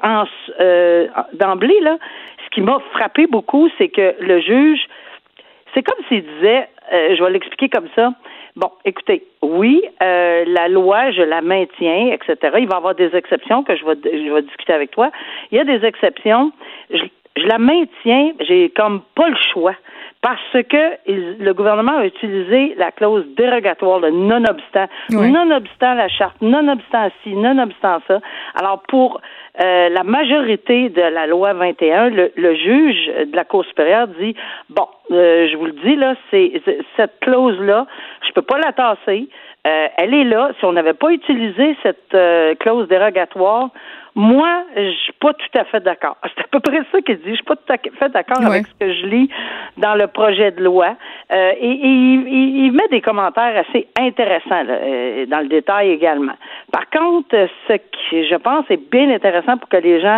d'emblée, là, ce qui m'a frappé beaucoup, c'est que le juge, c'est comme s'il disait, je vais l'expliquer comme ça, bon, écoutez, oui, la loi, je la maintiens, etc. Il va y avoir des exceptions que je vais discuter avec toi. Il y a des exceptions, je la maintiens, j'ai comme pas le choix. Parce que le gouvernement a utilisé la clause dérogatoire, le nonobstant, nonobstant la charte, nonobstant ci, nonobstant ça. Alors, pour la majorité de la loi 21, le juge de la Cour supérieure dit, bon, je vous le dis, là, c'est cette clause-là, je peux pas la tasser. Elle est là. Si on n'avait pas utilisé cette clause dérogatoire, moi, je suis pas tout à fait d'accord. C'est à peu près ça qu'il dit. Je suis pas tout à fait d'accord avec ce que je lis dans le projet de loi. Et il met des commentaires assez intéressants là, dans le détail également. Par contre, ce qui, je pense, est bien intéressant pour que les gens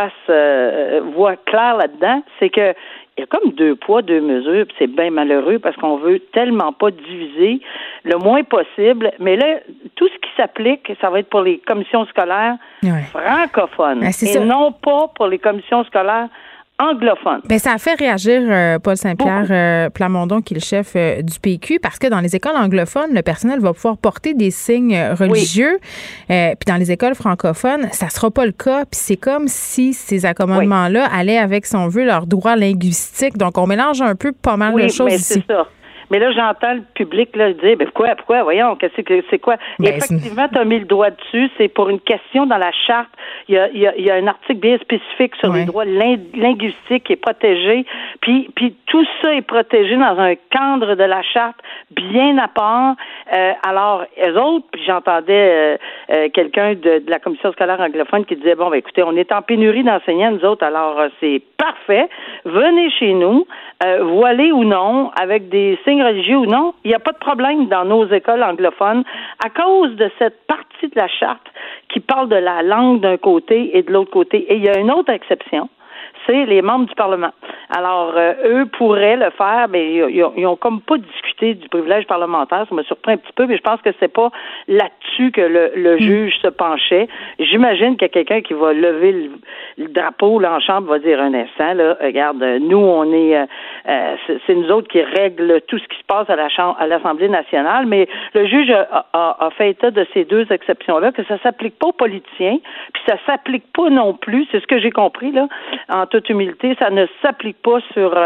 voient clair là-dedans, c'est que il y a comme 2 poids, 2 mesures, puis c'est bien malheureux parce qu'on veut tellement pas diviser le moins possible. Mais là, tout ce qui s'applique, ça va être pour les commissions scolaires francophones et non pas pour les commissions scolaires anglophone. Bien, ça a fait réagir Paul Saint-Pierre Plamondon, qui est le chef du PQ, parce que dans les écoles anglophones, le personnel va pouvoir porter des signes religieux. Puis dans les écoles francophones, ça sera pas le cas. Puis c'est comme si ces accommodements-là allaient avec, si on veut, leur droit linguistique. Donc, on mélange un peu pas mal de choses ici. C'est ça. Mais là, j'entends le public là dire, ben pourquoi, voyons, c'est quoi? Ben, effectivement, tu as mis le doigt dessus, c'est pour une question dans la charte. Il y a un article bien spécifique sur les droits linguistiques qui est protégé, puis tout ça est protégé dans un cadre de la charte bien à part. Alors, eux autres, puis j'entendais quelqu'un de la commission scolaire anglophone qui disait, bon, ben écoutez, on est en pénurie d'enseignants, nous autres, alors c'est parfait, venez chez nous, voilés ou non, avec des signes religieux ou non, il n'y a pas de problème dans nos écoles anglophones à cause de cette partie de la charte qui parle de la langue d'un côté et de l'autre côté. Et il y a une autre exception, c'est les membres du Parlement. Alors, eux pourraient le faire, mais ils ont comme pas discuté du privilège parlementaire. Ça me surprend un petit peu, mais je pense que c'est pas là-dessus que le juge se penchait. J'imagine qu'il y a quelqu'un qui va lever le drapeau là en chambre, va dire un instant, là, regarde, nous, on est, c'est nous autres qui règlent tout ce qui se passe à l'Assemblée nationale, mais le juge a fait état de ces 2 exceptions-là, que ça s'applique pas aux politiciens, puis ça s'applique pas non plus, c'est ce que j'ai compris, là, en toute humilité, ça ne s'applique pas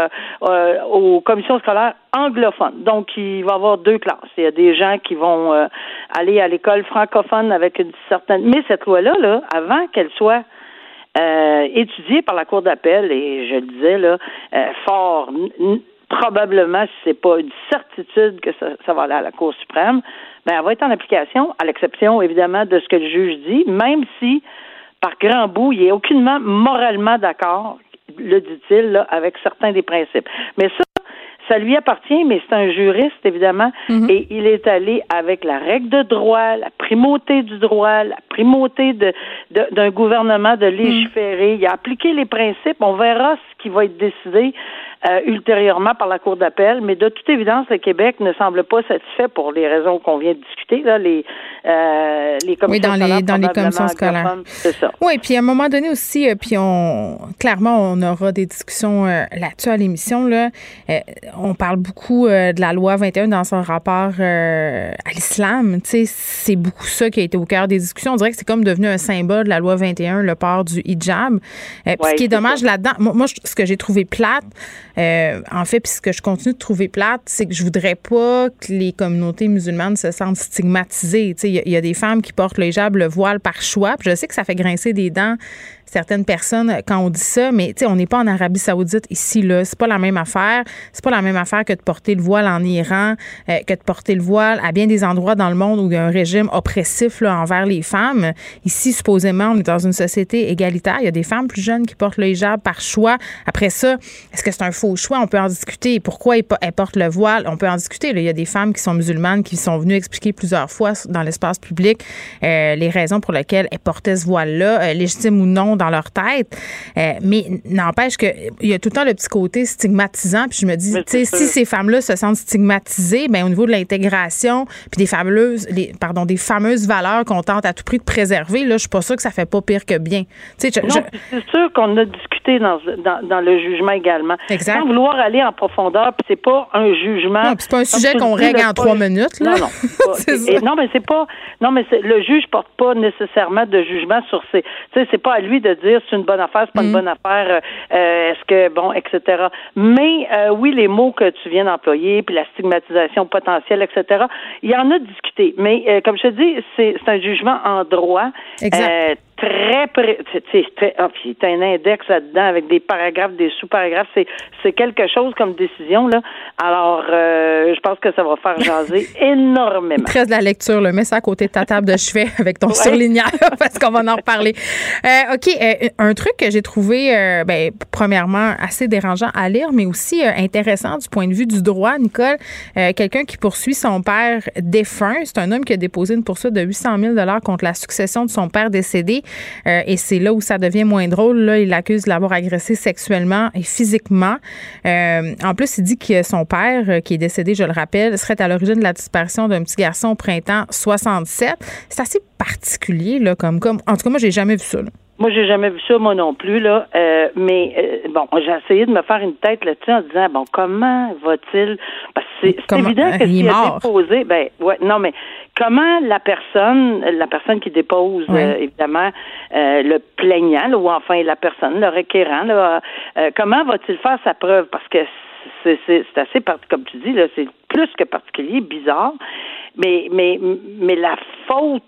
aux commissions scolaires anglophones. Donc, il va y avoir 2 classes. Il y a des gens qui vont aller à l'école francophone avec une certaine... Mais cette loi-là, là, avant qu'elle soit étudiée par la Cour d'appel, et je le disais, là, fort... probablement, si c'est pas une certitude que ça va aller à la Cour suprême, ben elle va être en application, à l'exception, évidemment, de ce que le juge dit, même si, par grand bout, il est aucunement moralement d'accord, le dit-il, là, avec certains des principes. Mais ça lui appartient, mais c'est un juriste, évidemment, et il est allé avec la règle de droit, la primauté du droit, la primauté d'un gouvernement de légiférer. Il a appliqué les principes. On verra ce qui va être décidé ultérieurement par la Cour d'appel, mais de toute évidence, le Québec ne semble pas satisfait pour les raisons qu'on vient de discuter, là, les commissions scolaires. Dans les commissions scolaires. C'est ça. Oui, puis à un moment donné aussi, clairement, on aura des discussions là-dessus à l'émission, là. On parle beaucoup de la loi 21 dans son rapport à l'islam. Tu sais, c'est beaucoup ça qui a été au cœur des discussions. On dirait que c'est comme devenu un symbole de la loi 21, le port du hijab. Puis ce qui est dommage là-dedans, moi, ce que j'ai trouvé plate, en fait, puis ce que je continue de trouver plate, c'est que je voudrais pas que les communautés musulmanes se sentent stigmatisées. Tu sais, il y a des femmes qui portent le hijab, le voile par choix. Puis je sais que ça fait grincer des dents certaines personnes quand on dit ça, mais tu sais, on n'est pas en Arabie Saoudite ici, là. C'est pas la même affaire. C'est pas la même affaire que de porter le voile en Iran, que de porter le voile à bien des endroits dans le monde où il y a un régime oppressif là, envers les femmes. Ici, supposément, on est dans une société égalitaire. Il y a des femmes plus jeunes qui portent le hijab par choix. Après ça, est-ce que c'est un faux choix? On peut en discuter. Pourquoi elles portent le voile? On peut en discuter. Là. Il y a des femmes qui sont musulmanes qui sont venues expliquer plusieurs fois dans l'espace public les raisons pour lesquelles elles portaient ce voile-là, légitime ou non dans leur tête. Mais n'empêche qu'il y a tout le temps le petit côté stigmatisant. Puis je me dis, tu sais, si ces femmes-là se sentent stigmatisées, bien, au niveau de l'intégration, puis des fameuses valeurs qu'on tente à tout prix de préserver, là, je suis pas sûre que ça fait pas pire que bien. C'est sûr qu'on a discuté dans le jugement également. Exact. Sans vouloir aller en profondeur, puis c'est pas un jugement. Non, puis c'est pas un sujet qu'on règle en 3 minutes, là. Non. Le juge porte pas nécessairement de jugement sur ces. Tu sais, c'est pas à lui de dire c'est une bonne affaire, c'est pas une bonne affaire, est-ce que, etc. Mais oui, les mots que tu viens d'employer, puis la stigmatisation potentielle, etc., il y en a discuté. Mais comme je te dis, c'est un jugement en droit. Exact. Puis t'as un index là-dedans avec des paragraphes, des sous-paragraphes. C'est quelque chose comme décision, là. Alors, je pense que ça va faire jaser énormément. Très de la lecture, là. Mets ça à côté de ta table de chevet avec ton surligneur parce qu'on va en reparler. OK. Un truc que j'ai trouvé, premièrement, assez dérangeant à lire, mais aussi intéressant du point de vue du droit, Nicole. Quelqu'un qui poursuit son père défunt. C'est un homme qui a déposé une poursuite de 800 000 $ contre la succession de son père décédé. Et c'est là où ça devient moins drôle. Là, il l'accuse de l'avoir agressé sexuellement et physiquement. En plus, il dit que son père, qui est décédé, je le rappelle, serait à l'origine de la disparition d'un petit garçon au printemps 67. C'est assez particulier, là, comme. En tout cas, moi, j'ai jamais vu ça, là. Moi, j'ai jamais vu ça, moi non plus, là. Mais j'ai essayé de me faire une tête là-dessus en disant, comment va-t-il? Parce que c'est évident que s'il a déposé, mais comment la personne qui dépose, évidemment, le plaignant, là, ou enfin la personne, le requérant, là, comment va-t-il faire sa preuve? Parce que c'est assez, comme tu dis, là, c'est plus que particulier, bizarre. Mais la faute,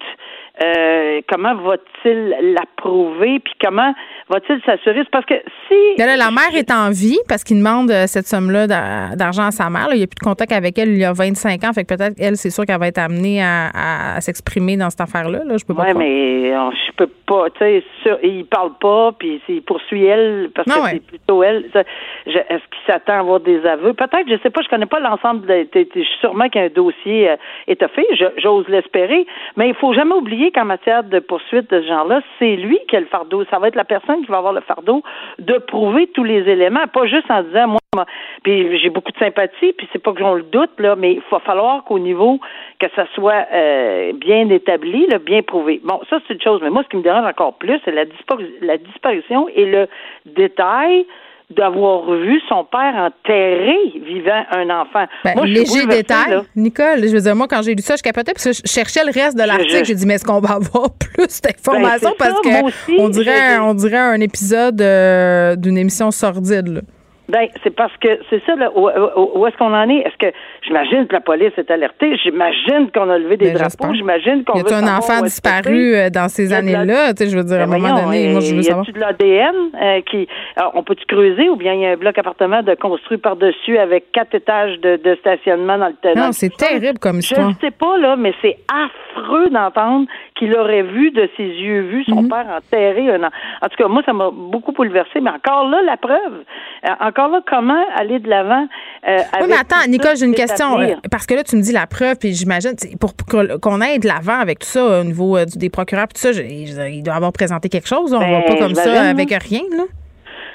comment va-t-il la prouver, puis comment va-t-il s'assurer? C'est parce que si... Là, la mère est en vie parce qu'il demande cette somme-là d'argent à sa mère. Là. Il n'y a plus de contact avec elle il y a 25 ans. Fait que peut-être, elle, c'est sûr qu'elle va être amenée à s'exprimer dans cette affaire-là. Là. Je peux pas croire. Mais je peux pas. Tu sais, il parle pas, puis il poursuit elle, parce que c'est plutôt elle. Est-ce qu'il s'attend à avoir des aveux? Peut-être, je sais pas, je connais pas l'ensemble. Sûrement qu'il y a un dossier étoffé, j'ose l'espérer, mais il faut jamais oublier qu'en matière de poursuite de ce genre-là, c'est lui qui a le fardeau. Ça va être la personne qui va avoir le fardeau de prouver tous les éléments, pas juste en disant, moi, puis j'ai beaucoup de sympathie, puis c'est pas que j'en le doute, là, mais il va falloir qu'au niveau, que ça soit bien établi, là, bien prouvé. Bon, ça, c'est une chose, mais moi, ce qui me dérange encore plus, c'est la disparition et le détail d'avoir vu son père enterrer vivant un enfant. Moi, léger détail, là. Nicole, je veux dire, moi, quand j'ai lu ça, je capotais parce que je cherchais le reste de l'article. J'ai dit, mais est-ce qu'on va avoir plus d'informations? Parce que on dirait un épisode d'une émission sordide, là. C'est parce que c'est ça, là, où est-ce qu'on en est? Est-ce que j'imagine que la police est alertée? J'imagine qu'on a levé des drapeaux? J'imagine qu'on veut savoir. Y a un enfant disparu dans ces années-là? Tu sais, je veux dire, à un moment donné, moi, je veux savoir. Y a-tu de l'ADN on peut-tu creuser ou bien il y a un bloc appartement de construit par-dessus avec 4 étages de stationnement dans le terrain? Non, c'est terrible comme histoire. Je ne sais pas, là, mais c'est affreux d'entendre qu'il aurait vu de ses yeux vus son père enterrer un enfant. En tout cas, moi, ça m'a beaucoup bouleversé, mais encore là, la preuve. Encore là, comment aller de l'avant avec... mais attends, Nicole, j'ai une question. Parce que là, tu me dis la preuve, puis j'imagine, pour qu'on aille de l'avant avec tout ça au niveau des procureurs, tout ça, il doit avoir présenté quelque chose. On va pas comme ça avec rien, là.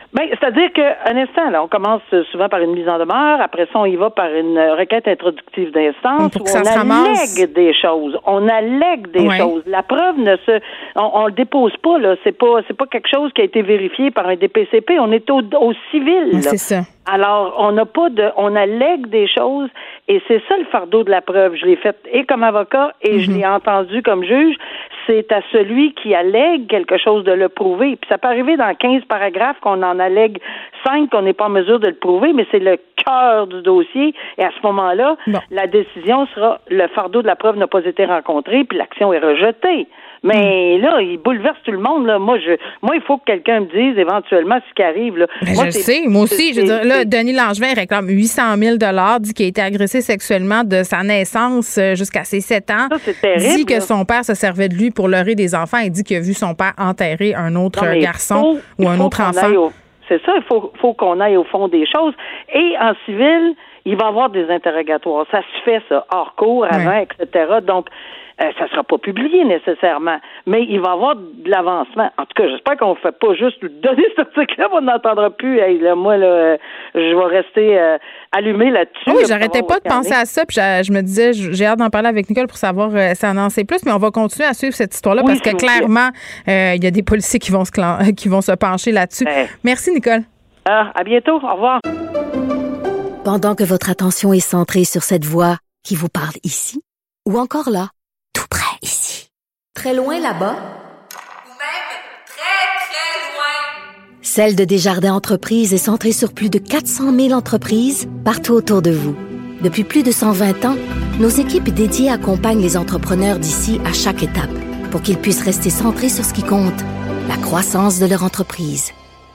Ben, c'est-à-dire qu'un instant, là, on commence souvent par une mise en demeure, après ça, on y va par une requête introductive d'instance où on allègue des choses. On allègue des choses. La preuve on le dépose pas, là. C'est pas quelque chose qui a été vérifié par un DPCP. On est au civil, là. C'est ça. Alors, on allègue des choses et c'est ça le fardeau de la preuve. Je l'ai fait et comme avocat et je l'ai entendu comme juge. C'est à celui qui allègue quelque chose de le prouver. Puis ça peut arriver dans 15 paragraphes qu'on en allègue 5 qu'on n'est pas en mesure de le prouver, mais c'est le cœur du dossier. Et à ce moment-là, la décision sera le fardeau de la preuve n'a pas été rencontré, puis l'action est rejetée. Mais là, il bouleverse tout le monde. Là. Moi, il faut que quelqu'un me dise éventuellement ce qui arrive. Là. Moi aussi. Je veux dire, là, Denis Langevin réclame 800 000 $, dit qu'il a été agressé sexuellement de sa naissance jusqu'à ses 7 ans. Ça, c'est terrible. Dit que son père se servait de lui pour leurrer des enfants et dit qu'il a vu son père enterrer un autre garçon ou un autre enfant. C'est ça, il faut qu'on aille au fond des choses. Et en civil, il va y avoir des interrogatoires. Ça se fait, ça, hors cours, avant, etc. Donc, ça sera pas publié nécessairement, mais il va y avoir de l'avancement. En tout cas, j'espère qu'on ne fait pas juste donner cet article-là, on n'entendra plus. Hey, là, moi, là, je vais rester allumé là-dessus. Oui, j'arrêtais pas de penser à ça, puis je me disais, j'ai hâte d'en parler avec Nicole pour savoir si on en sait plus, mais on va continuer à suivre cette histoire-là parce que clairement, il y a des policiers qui vont se pencher là-dessus. Merci, Nicole. À bientôt. Au revoir. Pendant que votre attention est centrée sur cette voix qui vous parle ici ou encore là, tout près ici, très loin là-bas, ou même très, très loin. Celle de Desjardins Entreprises est centrée sur plus de 400 000 entreprises partout autour de vous. Depuis plus de 120 ans, nos équipes dédiées accompagnent les entrepreneurs d'ici à chaque étape pour qu'ils puissent rester centrés sur ce qui compte, la croissance de leur entreprise.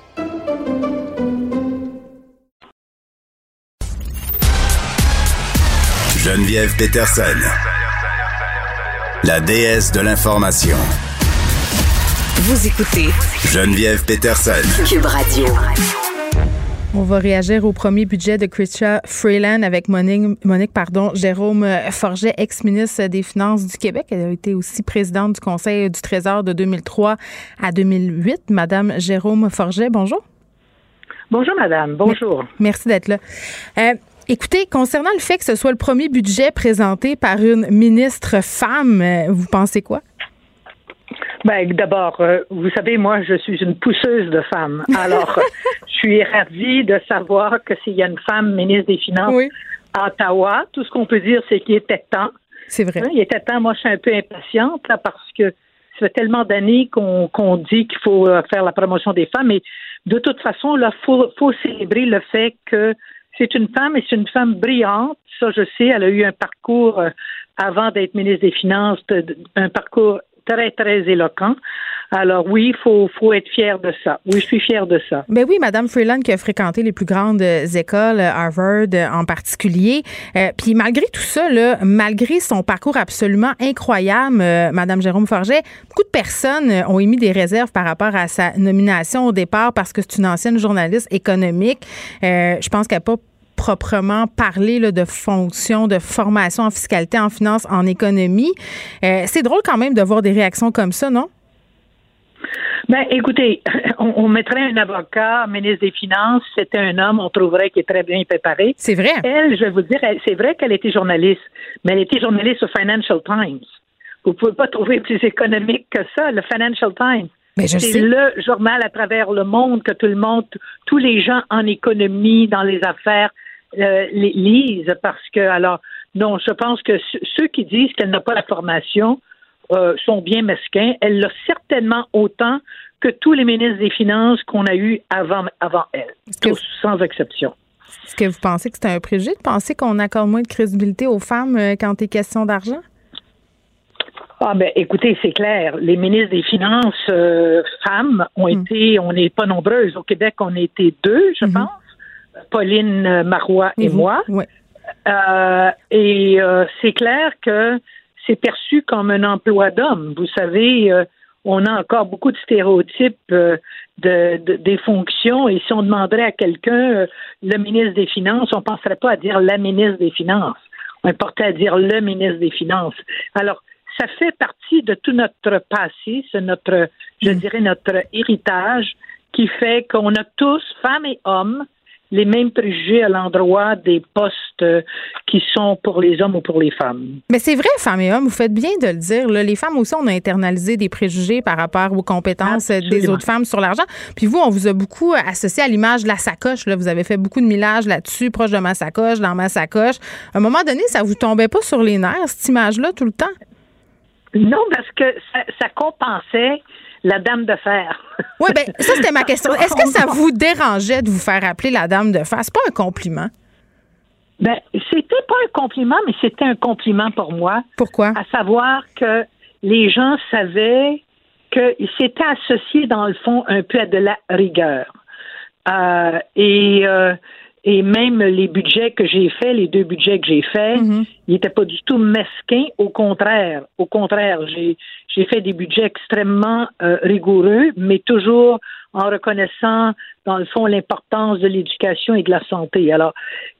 Geneviève Peterson, la déesse de l'information. Vous écoutez Geneviève Peterson, Cube Radio. On va réagir au premier budget de Chrystia Freeland avec Monique Jérôme Forget, ex-ministre des Finances du Québec. Elle a été aussi présidente du Conseil du Trésor de 2003 à 2008. Madame Jérôme Forget, bonjour. Bonjour, madame. Bonjour. Merci d'être là. Écoutez, concernant le fait que ce soit le premier budget présenté par une ministre femme, vous pensez quoi? Ben, d'abord, vous savez, moi, je suis une pousseuse de femmes. Alors, je suis ravie de savoir que s'il y a une femme ministre des Finances à Ottawa, tout ce qu'on peut dire, c'est qu'il était temps. C'est vrai. Il était temps. Moi, je suis un peu impatiente là, parce que ça fait tellement d'années qu'on dit qu'il faut faire la promotion des femmes. Mais de toute façon, là, faut célébrer le fait que c'est une femme et c'est une femme brillante. Ça, je sais, elle a eu un parcours avant d'être ministre des Finances, un parcours très, très éloquent. Alors oui, il faut être fier de ça. Oui, je suis fière de ça. Ben oui, Mme Freeland qui a fréquenté les plus grandes écoles, Harvard en particulier. Puis malgré tout ça, là, malgré son parcours absolument incroyable, Mme Jérôme Forget, beaucoup de personnes ont émis des réserves par rapport à sa nomination au départ parce que c'est une ancienne journaliste économique. Je pense qu'elle n'a pas proprement parler là, de fonction, de formation en fiscalité, en finance, en économie. C'est drôle quand même de voir des réactions comme ça, non? Ben, écoutez, on mettrait un avocat, ministre des Finances, c'était un homme, on trouverait qu'il est très bien préparé. C'est vrai. Elle, je vais vous dire, c'est vrai qu'elle était journaliste, mais elle était journaliste au Financial Times. Vous pouvez pas trouver plus économique que ça, le Financial Times. Mais c'est le journal à travers le monde que tous les gens en économie, dans les affaires, lisent parce que, alors, non, je pense que ceux qui disent qu'elle n'a pas la formation sont bien mesquins. Elle l'a certainement autant que tous les ministres des Finances qu'on a eus avant elle, tous, sans exception. Est-ce que vous pensez que c'est un préjugé de penser qu'on accorde moins de crédibilité aux femmes quand il est question d'argent? Ah ben, écoutez, c'est clair. Les ministres des Finances femmes ont été, on n'est pas nombreuses. Au Québec, on a été 2, je pense. Pauline Marois et moi. Oui. C'est clair que c'est perçu comme un emploi d'homme. Vous savez, on a encore beaucoup de stéréotypes des fonctions et si on demanderait à quelqu'un le ministre des Finances, on ne penserait pas à dire la ministre des Finances. On portait à dire le ministre des Finances. Alors, ça fait partie de tout notre passé, c'est notre héritage qui fait qu'on a tous, femmes et hommes, les mêmes préjugés à l'endroit des postes qui sont pour les hommes ou pour les femmes. Mais c'est vrai, femmes et hommes, vous faites bien de le dire. Là. Les femmes aussi, on a internalisé des préjugés par rapport aux compétences des autres femmes sur l'argent. Puis vous, on vous a beaucoup associé à l'image de la sacoche. Là. Vous avez fait beaucoup de millage là-dessus, proche de ma sacoche, dans ma sacoche. À un moment donné, ça vous tombait pas sur les nerfs, cette image-là, tout le temps? Non, parce que ça compensait la dame de fer. Oui, bien, ça, c'était ma question. Est-ce que ça vous dérangeait de vous faire appeler la dame de fer? C'est pas un compliment. Ben, c'était pas un compliment, mais c'était un compliment pour moi. Pourquoi? À savoir que les gens savaient qu'ils s'étaient associés, dans le fond, un peu à de la rigueur. Et même les budgets que j'ai faits, les 2 budgets que j'ai faits, ils n'étaient pas du tout mesquins. Au contraire, j'ai fait des budgets extrêmement rigoureux, mais toujours en reconnaissant, dans le fond, l'importance de l'éducation et de la santé. Alors,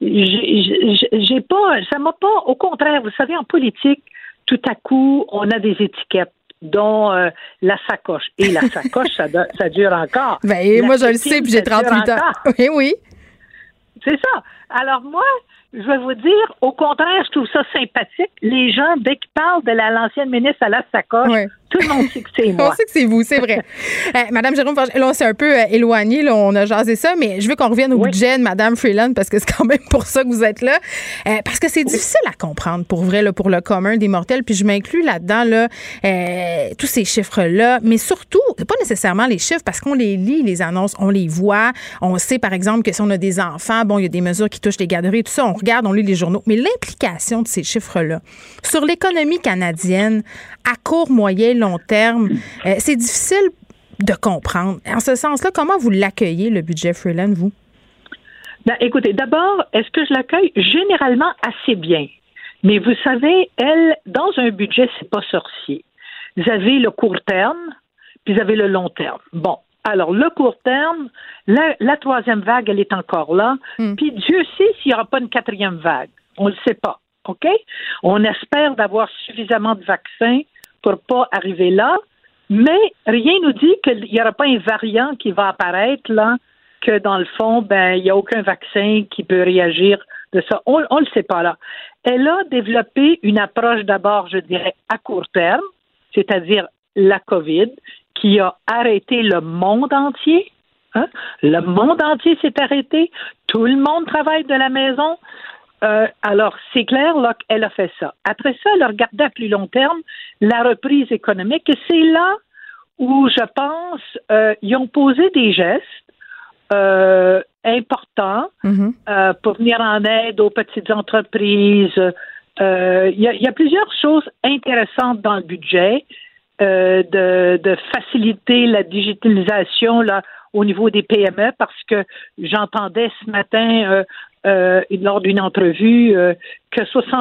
ça m'a pas, au contraire, vous savez, en politique, tout à coup, on a des étiquettes, dont la sacoche. Et la sacoche, ça dure encore. Ben, moi, je le sais, puis j'ai 38 ans. Oui, oui. C'est ça. Alors moi, je vais vous dire, au contraire, je trouve ça sympathique. Les gens, dès qu'ils parlent de l'ancienne ministre à la sacoche, tout le monde sait que c'est moi. On sait que c'est vous, c'est vrai. Madame Jérôme, là, on s'est un peu éloigné, là, on a jasé ça, mais je veux qu'on revienne au budget de Madame Freeland, parce que c'est quand même pour ça que vous êtes là. Parce que c'est difficile à comprendre, pour vrai, là, pour le commun des mortels, puis je m'inclus là-dedans, là, tous ces chiffres-là, mais surtout, c'est pas nécessairement les chiffres, parce qu'on les lit, les annonces, on les voit, on sait, par exemple, que si on a des enfants, bon, il y a des mesures qui touchent les garderies, tout ça, on regarde, on lit les journaux, mais l'implication de ces chiffres-là sur l'économie canadienne, à court, moyen, long terme, c'est difficile de comprendre. En ce sens-là, comment vous l'accueillez, le budget Freeland, vous? Ben, écoutez, d'abord, est-ce que je l'accueille généralement assez bien? Mais vous savez, dans un budget, c'est pas sorcier. Vous avez le court terme, puis vous avez le long terme. Bon, alors, le court terme, la troisième vague, elle est encore là. Puis Dieu sait s'il n'y aura pas une 4e vague. On ne le sait pas, OK? On espère d'avoir suffisamment de vaccins pour pas arriver là, mais rien nous dit qu'il n'y aura pas un variant qui va apparaître là, que dans le fond, ben il n'y a aucun vaccin qui peut réagir de ça. On le sait pas là. Elle a développé une approche d'abord, je dirais, à court terme, c'est-à-dire la COVID, qui a arrêté le monde entier. Hein? Le monde entier s'est arrêté. Tout le monde travaille de la maison. Alors, c'est clair là qu'elle a fait ça. Après ça, elle a regardé à plus long terme la reprise économique. Et c'est là où, je pense, ils ont posé des gestes importants pour venir en aide aux petites entreprises. Il y a plusieurs choses intéressantes dans le budget. De faciliter la digitalisation là, au niveau des PME, parce que j'entendais ce matin lors d'une entrevue que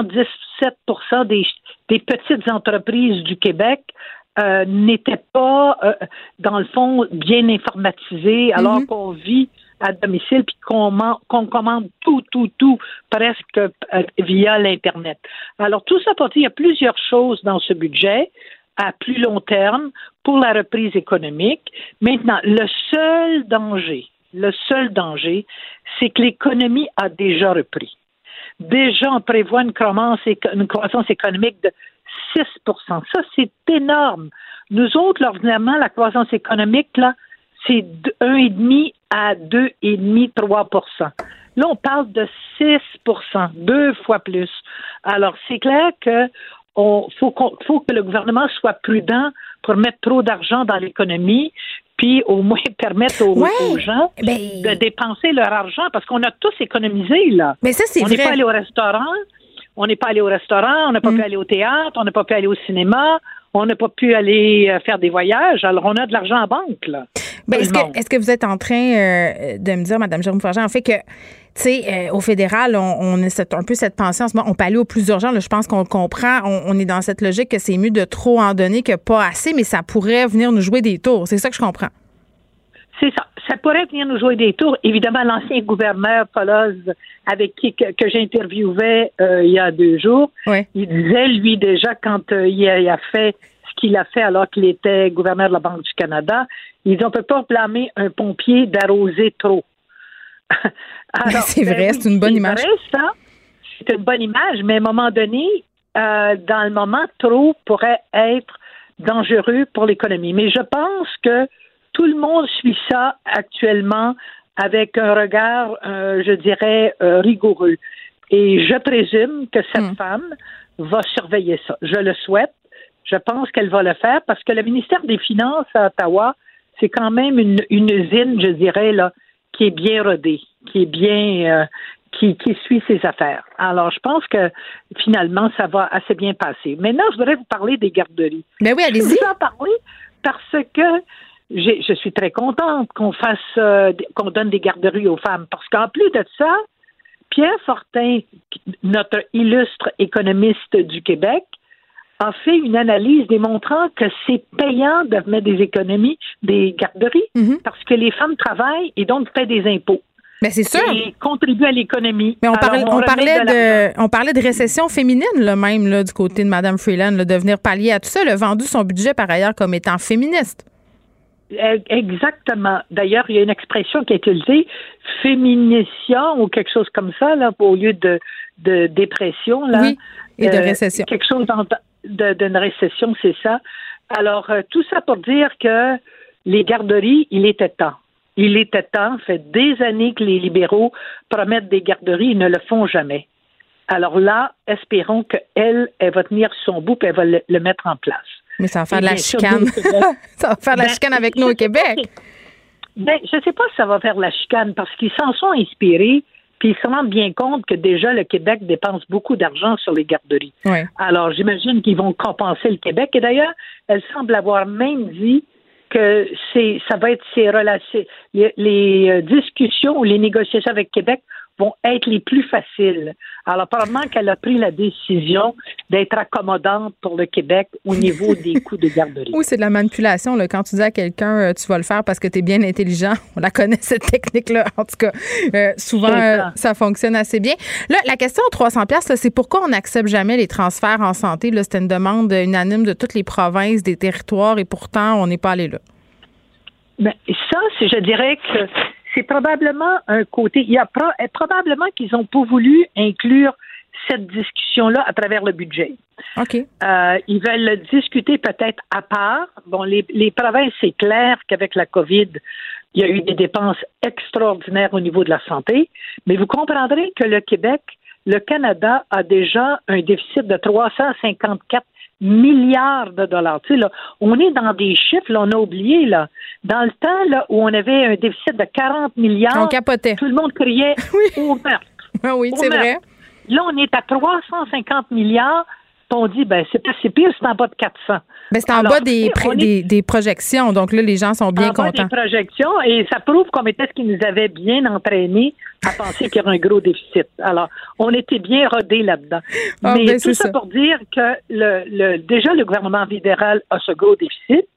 77% des petites entreprises du Québec n'étaient pas, dans le fond, bien informatisées, alors qu'on vit à domicile puis qu'on commande tout presque via l'Internet. Alors, tout ça pour dire, il y a plusieurs choses dans ce budget à plus long terme pour la reprise économique. Maintenant, le seul danger, c'est que l'économie a déjà repris. Déjà, on prévoit une croissance économique de 6 %. Ça, c'est énorme. Nous autres, ordinairement, la croissance économique, là, c'est 1,5 à 2,5, 3 %. Là, on parle de 6 %, 2 fois plus. Alors, c'est clair que faut que le gouvernement soit prudent pour mettre trop d'argent dans l'économie, puis au moins permettre aux gens de dépenser leur argent, parce qu'on a tous économisé, là. Mais ça, c'est vrai. On n'est pas allé au restaurant, on n'a pas pu aller au théâtre, on n'a pas pu aller au cinéma, on n'a pas pu aller faire des voyages, alors on a de l'argent en banque, là. Ben, est-ce que vous êtes en train de me dire, Mme Jérôme Forget, en fait que, tu sais, au fédéral, on a un peu cette pensée en ce moment, on peut aller au plus urgent, là, je pense qu'on le comprend, on est dans cette logique que c'est mieux de trop en donner que pas assez, mais ça pourrait venir nous jouer des tours, c'est ça que je comprends. C'est ça. Ça pourrait venir nous jouer des tours. Évidemment, l'ancien gouverneur Poloz, avec qui que j'interviewais il y a 2 jours, il disait, lui, déjà, quand il a fait ce qu'il a fait alors qu'il était gouverneur de la Banque du Canada. Il dit on ne peut pas blâmer un pompier d'arroser trop. Alors, c'est vrai, c'est une bonne image. Vrai, ça, c'est une bonne image, mais à un moment donné, dans le moment, trop pourrait être dangereux pour l'économie. Mais je pense que tout le monde suit ça actuellement avec un regard, je dirais, rigoureux. Et je présume que cette femme va surveiller ça. Je le souhaite. Je pense qu'elle va le faire parce que le ministère des Finances à Ottawa, c'est quand même une usine, je dirais, là, qui est bien rodée, qui est bien, qui suit ses affaires. Alors, je pense que finalement, ça va assez bien passer. Maintenant, je voudrais vous parler des garderies. Ben oui, allez-y. Je vais vous en parler parce que je suis très contente qu'on donne des garderies aux femmes. Parce qu'en plus de ça, Pierre Fortin, notre illustre économiste du Québec, a fait une analyse démontrant que c'est payant de mettre des économies, des garderies, parce que les femmes travaillent et donc paient des impôts. Mais c'est sûr. Et contribuent à l'économie. Mais on parlait de récession féminine, là, même là, du côté de Mme Freeland, là, de venir pallier à tout ça. Elle a vendu son budget, par ailleurs, comme étant féministe. Exactement. D'ailleurs, il y a une expression qui a été utilisée, féminisation ou quelque chose comme ça, là, au lieu de dépression. Là. Oui, et de récession. Quelque chose d'une récession, c'est ça. Alors, tout ça pour dire que les garderies, il était temps. Il était temps. Ça fait des années que les libéraux promettent des garderies, ils ne le font jamais. Alors là, espérons qu'elle va tenir son bout et elle va le mettre en place. Mais ça va faire de la chicane. Ça va faire de la chicane avec nous au Québec. Je ne sais pas si ça va faire de la chicane parce qu'ils s'en sont inspirés puis ils se rendent bien compte que déjà le Québec dépense beaucoup d'argent sur les garderies. Oui. Alors, j'imagine qu'ils vont compenser le Québec. Et d'ailleurs, elle semble avoir même dit que ça va être ses relations, les discussions ou les négociations avec Québec vont être les plus faciles. Alors, probablement qu'elle a pris la décision d'être accommodante pour le Québec au niveau des coûts de garderie. Oui, c'est de la manipulation. Là. Quand tu dis à quelqu'un, tu vas le faire parce que tu es bien intelligent, on la connaît, cette technique-là. En tout cas, souvent, ça fonctionne assez bien. Là, la question aux 300$, là, c'est pourquoi on n'accepte jamais les transferts en santé. Là, c'était une demande unanime de toutes les provinces, des territoires, et pourtant, on n'est pas allé là. Bien, ça, je dirais que c'est probablement un côté. Il y a probablement qu'ils n'ont pas voulu inclure cette discussion-là à travers le budget. OK. Ils veulent le discuter peut-être à part. Bon, les provinces, c'est clair qu'avec la COVID, il y a eu des dépenses extraordinaires au niveau de la santé, mais vous comprendrez que le Québec, le Canada a déjà un déficit de 354 milliards de dollars. Tu sais, là, on est dans des chiffres, là, on a oublié, là. Dans le temps, là, où on avait un déficit de 40 milliards, on capotait. Tout le monde criait au meurtre. Oui, c'est vrai. Là, on est à 350 milliards, puis on dit, ben, c'est pas si pire, c'est en bas de 400. Mais c'est en bas des projections, donc là, les gens sont bien contents. En bas des projections, et ça prouve qu'on était ce qui nous avait bien entraînés à penser qu'il y aurait un gros déficit. Alors, on était bien rodés là-dedans. Mais tout ça pour dire que déjà, le gouvernement fédéral a ce gros déficit.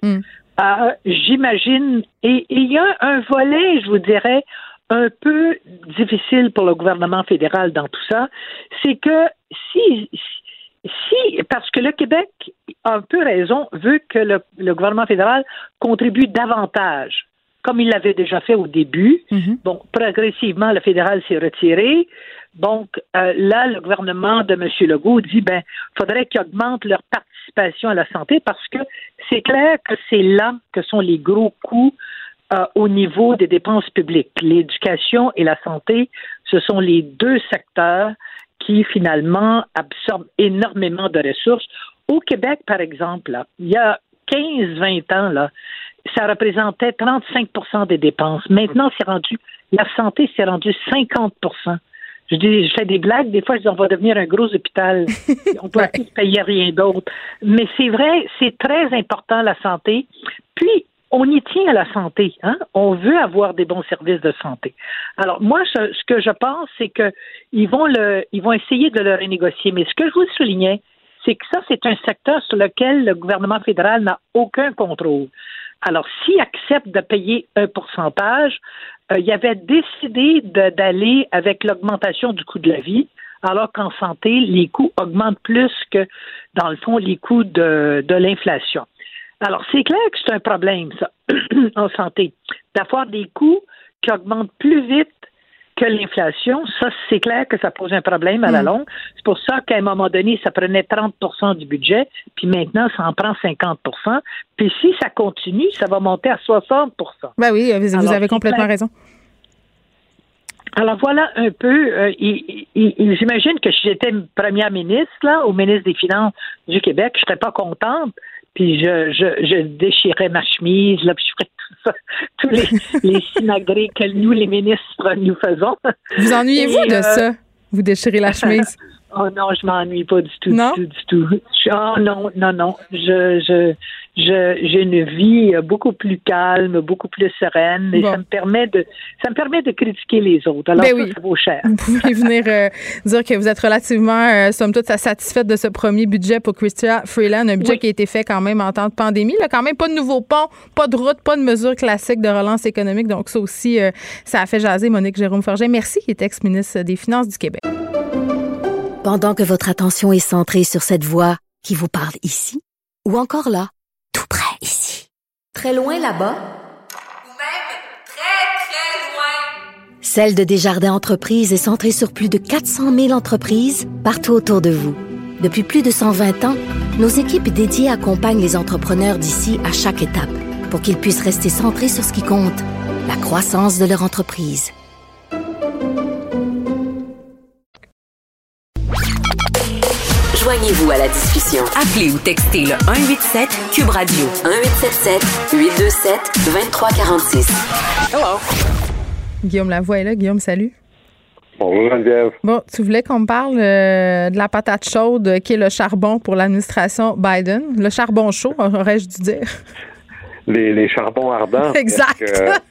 J'imagine, et il y a un volet, je vous dirais, un peu difficile pour le gouvernement fédéral dans tout ça, c'est que si parce que le Québec a un peu raison, veut que le gouvernement fédéral contribue davantage, comme il l'avait déjà fait au début. Bon, progressivement, le fédéral s'est retiré. Donc, là, le gouvernement de M. Legault dit, ben, faudrait qu'ils augmentent leur participation à la santé parce que c'est clair que c'est là que sont les gros coûts au niveau des dépenses publiques. L'éducation et la santé, ce sont les deux secteurs qui, finalement, absorbent énormément de ressources. Au Québec, par exemple, là, il y a 15-20 ans, là, ça représentait 35% des dépenses. Maintenant, la santé s'est rendue 50%. Je fais des blagues, des fois, je dis on va devenir un gros hôpital. On ne peut plus payer rien d'autre. Mais c'est vrai, c'est très important, la santé. Puis, on y tient à la santé, hein? On veut avoir des bons services de santé. Alors, moi, ce que je pense, c'est que ils vont essayer de le renégocier. Mais ce que je vous soulignais, c'est que ça, c'est un secteur sur lequel le gouvernement fédéral n'a aucun contrôle. Alors, s'il accepte de payer un pourcentage, il avait décidé d'aller avec l'augmentation du coût de la vie. alors qu'en santé, les coûts augmentent plus que, dans le fond, les coûts de l'inflation. Alors, c'est clair que c'est un problème, ça, en santé, d'avoir des coûts qui augmentent plus vite que l'inflation. Ça, c'est clair que ça pose un problème à la longue. C'est pour ça qu'à un moment donné, ça prenait 30% du budget, puis maintenant, ça en prend 50%. Puis si ça continue, ça va monter à 60%. Ben oui, vous avez complètement raison. Alors voilà un peu, j'imagine que si j'étais première ministre, là, ou ministre des Finances du Québec, je serais pas contente, puis je déchirais ma chemise, là, puis je ferais tout ça, tous les simagrées que nous, les ministres, nous faisons. Vous ennuyez-vous de ça? Vous déchirez la chemise? Oh non, je m'ennuie pas du tout, non? du tout. Oh non. J'ai une vie beaucoup plus calme, beaucoup plus sereine, et ça me permet de critiquer les autres. Alors ça vaut cher. Vous pouvez venir dire que vous êtes relativement, somme toute, satisfaite de ce premier budget pour Chrystia Freeland, un budget qui a été fait quand même en temps de pandémie. Là, quand même pas de nouveaux ponts, pas de route, pas de mesures classiques de relance économique. Donc ça aussi, ça a fait jaser Monique Jérôme-Forget. Merci, qui est ex-ministre des Finances du Québec. Pendant que votre attention est centrée sur cette voix qui vous parle ici, ou encore là, tout près ici, très loin là-bas, ou même très, très loin, Celle de Desjardins Entreprises est centrée sur plus de 400 000 entreprises partout autour de vous. Depuis plus de 120 ans, nos équipes dédiées accompagnent les entrepreneurs d'ici à chaque étape pour qu'ils puissent rester centrés sur ce qui compte, la croissance de leur entreprise. Joignez-vous à la discussion. Appelez ou textez le 187-CUBE Radio. 1877-827-2346. Hello. Guillaume Lavoie est là. Guillaume, salut. Bonjour Geneviève. Bon, tu voulais qu'on me parle de la patate chaude qui est le charbon pour l'administration Biden. Le charbon chaud, aurais-je dû dire. Les charbons ardents. Exact.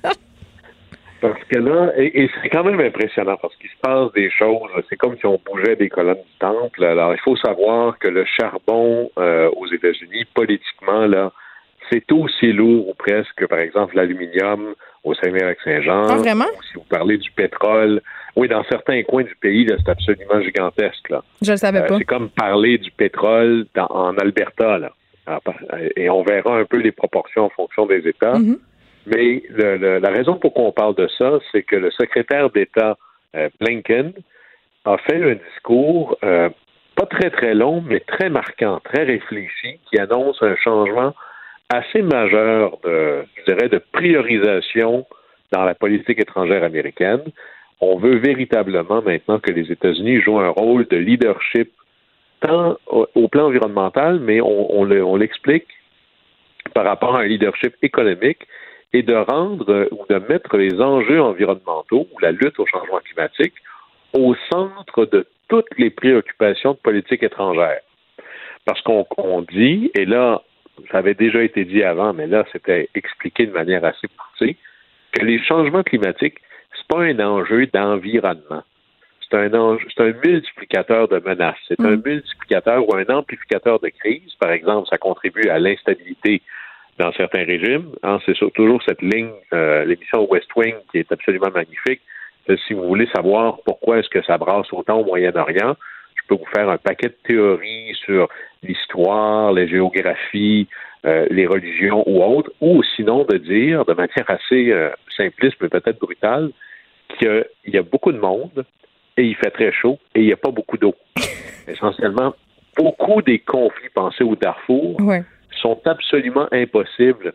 Parce que là, et c'est quand même impressionnant parce qu'il se passe des choses, c'est comme si on bougeait des colonnes du temple. Alors, il faut savoir que le charbon aux États-Unis, politiquement, là, c'est aussi lourd ou presque que, par exemple, l'aluminium au Saguenay-Lac-Saint-Jean. Ah, vraiment? Ou si vous parlez du pétrole. Oui, dans certains coins du pays, là, c'est absolument gigantesque. Là. Je le savais pas. C'est comme parler du pétrole en Alberta. Là. Et on verra un peu les proportions en fonction des États. Mm-hmm. Mais la raison pour qu'on parle de ça, c'est que le secrétaire d'État Blinken a fait un discours pas très, très long, mais très marquant, très réfléchi, qui annonce un changement assez majeur de priorisation dans la politique étrangère américaine. On veut véritablement maintenant que les États-Unis jouent un rôle de leadership tant au plan environnemental, mais on l'explique par rapport à un leadership économique et de rendre ou de mettre les enjeux environnementaux ou la lutte au changement climatique au centre de toutes les préoccupations de politique étrangère. Parce qu'on dit, et là, ça avait déjà été dit avant, mais là, c'était expliqué de manière assez poussée, que les changements climatiques, c'est pas un enjeu d'environnement. C'est un multiplicateur de menaces. C'est un multiplicateur ou un amplificateur de crise. Par exemple, ça contribue à l'instabilité dans certains régimes. C'est toujours cette ligne, l'émission West Wing, qui est absolument magnifique. Si vous voulez savoir pourquoi est-ce que ça brasse autant au Moyen-Orient, je peux vous faire un paquet de théories sur l'histoire, la géographie, les religions ou autres, ou sinon de dire, de manière assez simpliste, mais peut-être brutale, qu'il y a beaucoup de monde, et il fait très chaud, et il n'y a pas beaucoup d'eau. Essentiellement, beaucoup des conflits, pensez au Darfour, sont absolument impossibles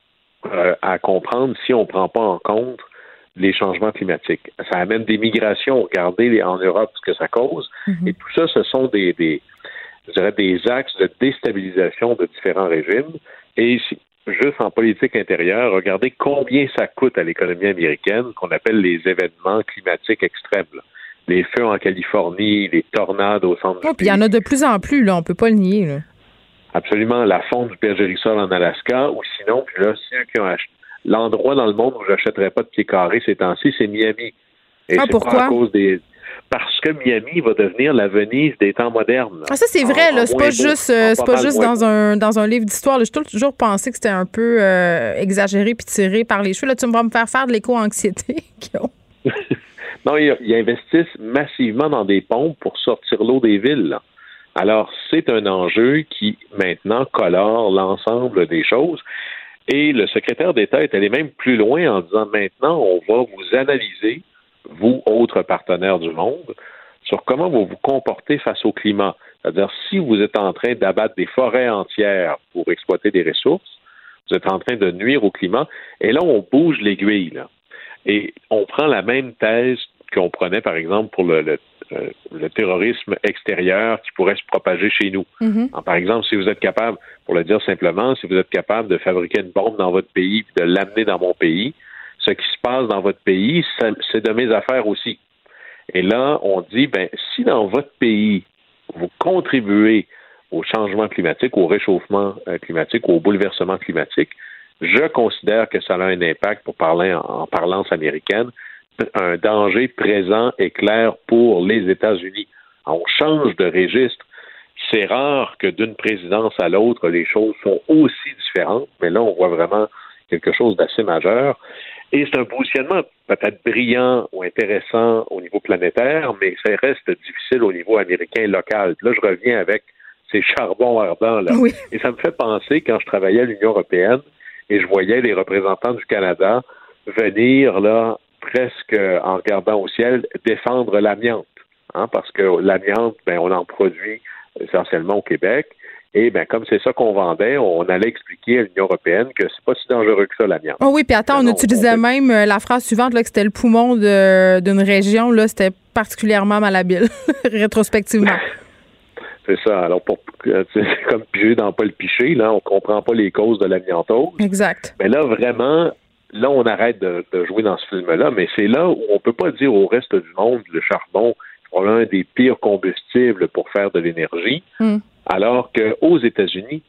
à comprendre si on ne prend pas en compte les changements climatiques. Ça amène des migrations. Regardez en Europe ce que ça cause. Mm-hmm. Et tout ça, ce sont des axes de déstabilisation de différents régimes. Et juste en politique intérieure, regardez combien ça coûte à l'économie américaine, qu'on appelle les événements climatiques extrêmes. Là. Les feux en Californie, les tornades au centre du pays. Puis il y en a de plus en plus, là, on peut pas le nier. Là. Absolument, la fonte du Pergérisol en Alaska, ou sinon, puis là, ceux qui ont acheté l'endroit dans le monde où j'achèterais pas de pieds carrés ces temps-ci, c'est Miami. Et c'est pourquoi? Pas à cause parce que Miami va devenir la Venise des temps modernes. Là. Ah, ça, c'est vrai, là. C'est pas juste dans un livre d'histoire. J'ai toujours pensé que c'était un peu exagéré puis tiré par les cheveux. Là, tu vas me faire de l'éco-anxiété, Guillaume. Non, ils investissent massivement dans des pompes pour sortir l'eau des villes, là. Alors, c'est un enjeu qui, maintenant, colore l'ensemble des choses. Et le secrétaire d'État est allé même plus loin en disant, maintenant, on va vous analyser, vous, autres partenaires du monde, sur comment vous vous comportez face au climat. C'est-à-dire, si vous êtes en train d'abattre des forêts entières pour exploiter des ressources, vous êtes en train de nuire au climat, et là, on bouge l'aiguille, là. Et on prend la même thèse qu'on prenait, par exemple, pour le terrorisme extérieur qui pourrait se propager chez nous. Alors, par exemple, si vous êtes capable, pour le dire simplement, si vous êtes capable de fabriquer une bombe dans votre pays et de l'amener dans mon pays, ce qui se passe dans votre pays, c'est de mes affaires aussi. Et là, on dit, si dans votre pays, vous contribuez au changement climatique, au réchauffement climatique, au bouleversement climatique, je considère que ça a un impact, pour parler en parlance américaine, un danger présent et clair pour les États-Unis. On change de registre. C'est rare que d'une présidence à l'autre, les choses sont aussi différentes, mais là, on voit vraiment quelque chose d'assez majeur. Et c'est un positionnement peut-être brillant ou intéressant au niveau planétaire, mais ça reste difficile au niveau américain local. Là, je reviens avec ces charbons ardents, là. Oui. Et ça me fait penser, quand je travaillais à l'Union européenne, et je voyais les représentants du Canada venir, là, presque en regardant au ciel, défendre l'amiante. Parce que l'amiante, on en produit essentiellement au Québec. Et comme c'est ça qu'on vendait, on allait expliquer à l'Union européenne que c'est pas si dangereux que ça, l'amiante. Oh oui, puis attends, on utilisait même la phrase suivante, là, que c'était le poumon d'une région. Là, c'était particulièrement malhabile, rétrospectivement. C'est ça. Alors, c'est comme piger dans Paul Piché, là, on comprend pas les causes de l'amiantose. Exact. Mais là, vraiment, là, on arrête de jouer dans ce film-là, mais c'est là où on peut pas dire au reste du monde, le charbon, c'est probablement un des pires combustibles pour faire de l'énergie, alors qu'aux États-Unis,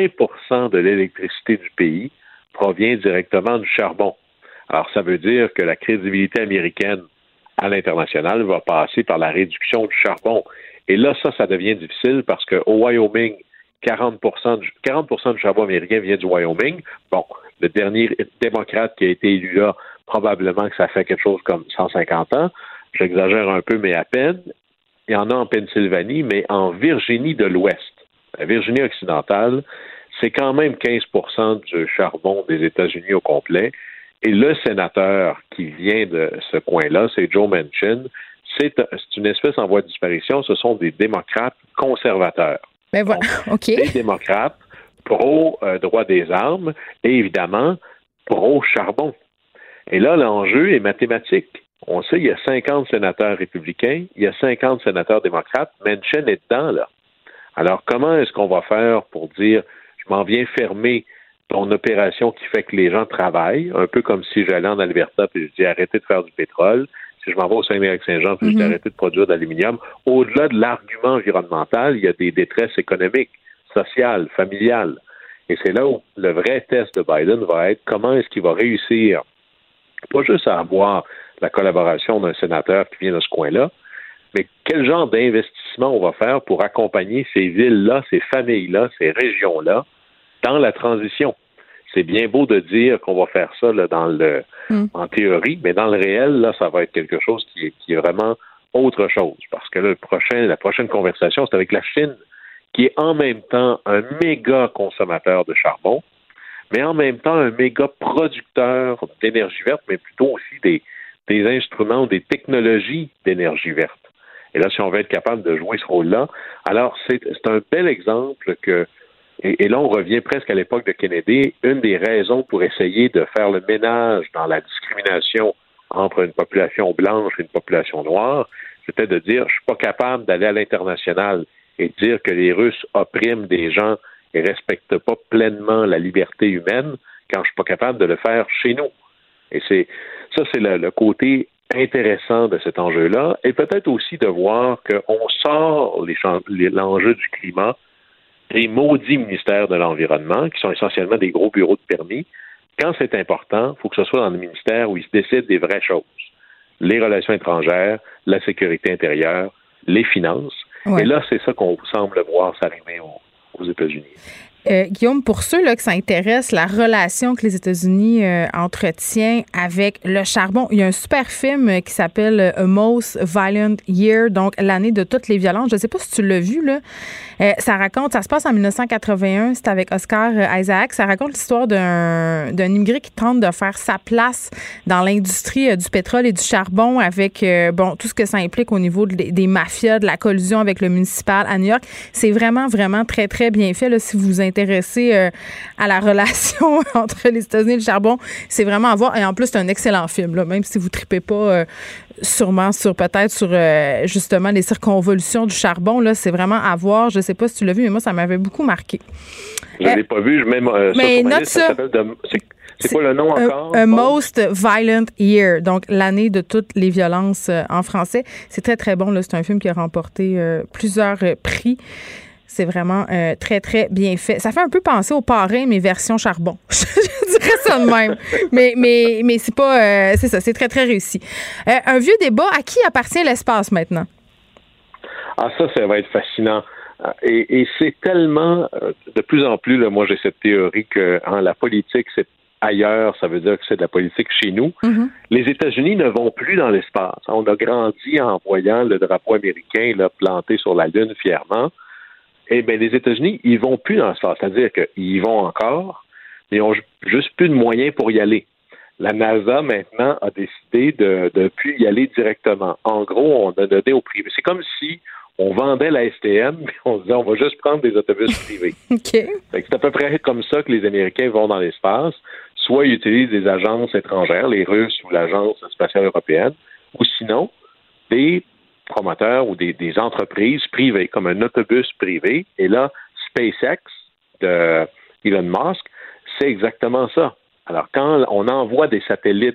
20% de l'électricité du pays provient directement du charbon. Alors, ça veut dire que la crédibilité américaine à l'international va passer par la réduction du charbon. Et là, ça devient difficile parce qu'au Wyoming, 40% du charbon américain vient du Wyoming. Bon, le dernier démocrate qui a été élu là, probablement que ça fait quelque chose comme 150 ans. J'exagère un peu, mais à peine. Il y en a en Pennsylvanie, mais en Virginie de l'Ouest, la Virginie occidentale, c'est quand même 15% du charbon des États-Unis au complet. Et le sénateur qui vient de ce coin-là, c'est Joe Manchin. C'est une espèce en voie de disparition. Ce sont des démocrates conservateurs. Ben voilà, OK. Des démocrates pro-droit des armes et évidemment pro-charbon. Et là, l'enjeu est mathématique. On sait qu'il y a 50 sénateurs républicains, il y a 50 sénateurs démocrates. Manchin est dedans, là. Alors, comment est-ce qu'on va faire pour dire, je m'en viens fermer ton opération qui fait que les gens travaillent, un peu comme si j'allais en Alberta et je dis arrêtez de faire du pétrole. Si je m'en vais au Saguenay-Lac-Saint-Jean puis je dis arrêtez de produire de l'aluminium. Au-delà de l'argument environnemental, il y a des détresses économiques, sociales, familiales. Et c'est là où le vrai test de Biden va être comment est-ce qu'il va réussir, pas juste à avoir la collaboration d'un sénateur qui vient de ce coin-là, mais quel genre d'investissement on va faire pour accompagner ces villes-là, ces familles-là, ces régions-là dans la transition. C'est bien beau de dire qu'on va faire ça là, en théorie, mais dans le réel, là, ça va être quelque chose qui est vraiment autre chose. Parce que là, la prochaine conversation, c'est avec la Chine, qui est en même temps un méga consommateur de charbon, mais en même temps un méga producteur d'énergie verte, mais plutôt aussi des instruments, des technologies d'énergie verte. Et là, si on veut être capable de jouer ce rôle-là, alors c'est un bel exemple que, et là on revient presque à l'époque de Kennedy, une des raisons pour essayer de faire le ménage dans la discrimination entre une population blanche et une population noire, c'était de dire, je suis pas capable d'aller à l'international et dire que les Russes oppriment des gens et respectent pas pleinement la liberté humaine quand je suis pas capable de le faire chez nous. Et c'est le côté intéressant de cet enjeu-là, et peut-être aussi de voir qu'on sort l'enjeu du climat des maudits ministères de l'Environnement, qui sont essentiellement des gros bureaux de permis. Quand c'est important, il faut que ce soit dans le ministère où ils se décident des vraies choses. Les relations étrangères, la sécurité intérieure, les finances. Ouais. Et là, c'est ça qu'on semble voir s'arriver aux États-Unis. Guillaume, pour ceux là, que ça intéresse, la relation que les États-Unis entretiennent avec le charbon, il y a un super film qui s'appelle A Most Violent Year, donc l'année de toutes les violences. Je ne sais pas si tu l'as vu, là. Ça se passe en 1981, c'est avec Oscar Isaac. Ça raconte l'histoire d'un immigré qui tente de faire sa place dans l'industrie du pétrole et du charbon avec tout ce que ça implique au niveau des mafias, de la collusion avec le municipal à New York. C'est vraiment, vraiment très, très bien fait. Là, si vous vous intéressez à la relation entre les États-Unis et le charbon, c'est vraiment à voir. Et en plus, c'est un excellent film, là, même si vous ne tripez pas sûrement sur justement les circonvolutions du charbon. Là, c'est vraiment à voir. Je ne sais pas si tu l'as vu, mais moi, ça m'avait beaucoup marqué. Je ne l'ai pas vu. Mais note ça. C'est quoi le nom encore? A Most Violent Year, donc l'année de toutes les violences en français. C'est très, très bon. Là. C'est un film qui a remporté plusieurs prix. C'est vraiment très, très bien fait. Ça fait un peu penser au Parrain, mais version charbon. Je dirais ça de même. mais c'est pas... c'est ça, c'est très, très réussi. Un vieux débat, à qui appartient l'espace maintenant? Ah, ça va être fascinant. Et c'est tellement... de plus en plus, là, moi, j'ai cette théorie que la politique, c'est ailleurs, ça veut dire que c'est de la politique chez nous. Mm-hmm. Les États-Unis ne vont plus dans l'espace. On a grandi en voyant le drapeau américain là, planté sur la Lune fièrement. Eh bien, les États-Unis, ils vont plus dans l'espace. C'est-à-dire qu'ils y vont encore, mais ils n'ont juste plus de moyens pour y aller. La NASA, maintenant, a décidé de plus y aller directement. En gros, on a donné au privé. C'est comme si on vendait la STM, puis on se disait, on va juste prendre des autobus privés. Okay. C'est à peu près comme ça que les Américains vont dans l'espace. Soit ils utilisent des agences étrangères, les Russes ou l'Agence spatiale européenne, ou sinon, des promoteurs ou des entreprises privées, comme un autobus privé. Et là, SpaceX de Elon Musk, c'est exactement ça. Alors, quand on envoie des satellites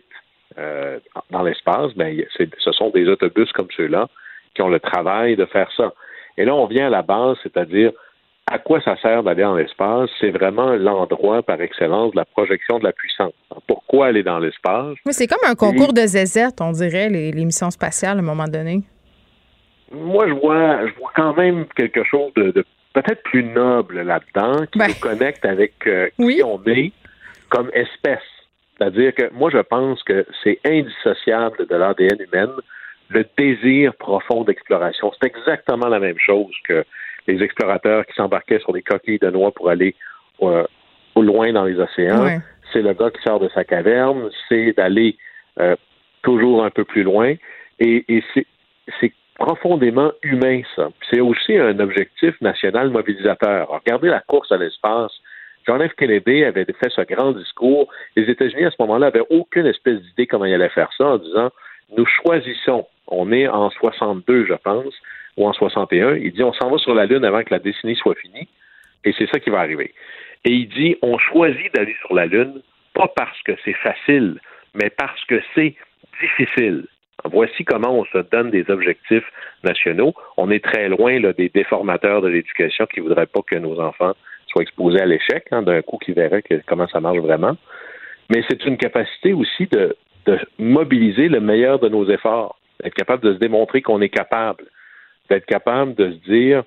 dans l'espace, ce sont des autobus comme ceux-là qui ont le travail de faire ça. Et là, on vient à la base, c'est-à-dire à quoi ça sert d'aller dans l'espace? C'est vraiment l'endroit par excellence de la projection de la puissance. Alors, pourquoi aller dans l'espace? Oui, c'est comme un concours de zézette, on dirait, les missions spatiales à un moment donné. Moi, je vois quand même quelque chose de peut-être plus noble là-dedans, qui nous connecte avec qui on est comme espèce. C'est-à-dire que moi, je pense que c'est indissociable de l'ADN humain, le désir profond d'exploration. C'est exactement la même chose que les explorateurs qui s'embarquaient sur des coquilles de noix pour aller au loin dans les océans. Ouais. C'est le gars qui sort de sa caverne, c'est d'aller toujours un peu plus loin. Et c'est profondément humain, ça. C'est aussi un objectif national mobilisateur. Alors, regardez la course à l'espace. John F. Kennedy avait fait ce grand discours. Les États-Unis, à ce moment-là, n'avaient aucune espèce d'idée comment ils allaient faire ça en disant, nous choisissons, on est en 62, je pense, ou en 61, il dit, on s'en va sur la Lune avant que la décennie soit finie, et c'est ça qui va arriver. Et il dit, on choisit d'aller sur la Lune, pas parce que c'est facile, mais parce que c'est difficile. Voici comment on se donne des objectifs nationaux. On est très loin là, des déformateurs de l'éducation qui ne voudraient pas que nos enfants soient exposés à l'échec, d'un coup qui verraient comment ça marche vraiment. Mais c'est une capacité aussi de mobiliser le meilleur de nos efforts, d'être capable de se démontrer qu'on est capable, d'être capable de se dire,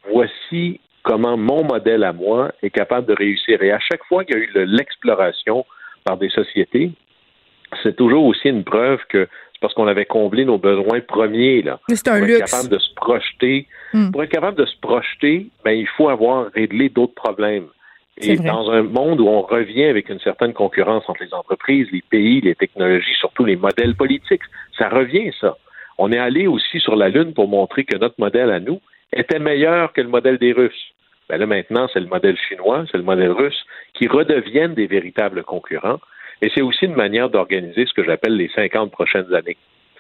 voici comment mon modèle à moi est capable de réussir. Et à chaque fois qu'il y a eu l'exploration par des sociétés, c'est toujours aussi une preuve que c'est parce qu'on avait comblé nos besoins premiers. Là. C'est un luxe. Pour être capable de se projeter, Pour être capable de se projeter, il faut avoir réglé d'autres problèmes. Et dans un monde où on revient avec une certaine concurrence entre les entreprises, les pays, les technologies, surtout les modèles politiques, ça revient, ça. On est allé aussi sur la Lune pour montrer que notre modèle à nous était meilleur que le modèle des Russes. Là, maintenant, c'est le modèle chinois, c'est le modèle russe qui redeviennent des véritables concurrents. Et c'est aussi une manière d'organiser ce que j'appelle les 50 prochaines années.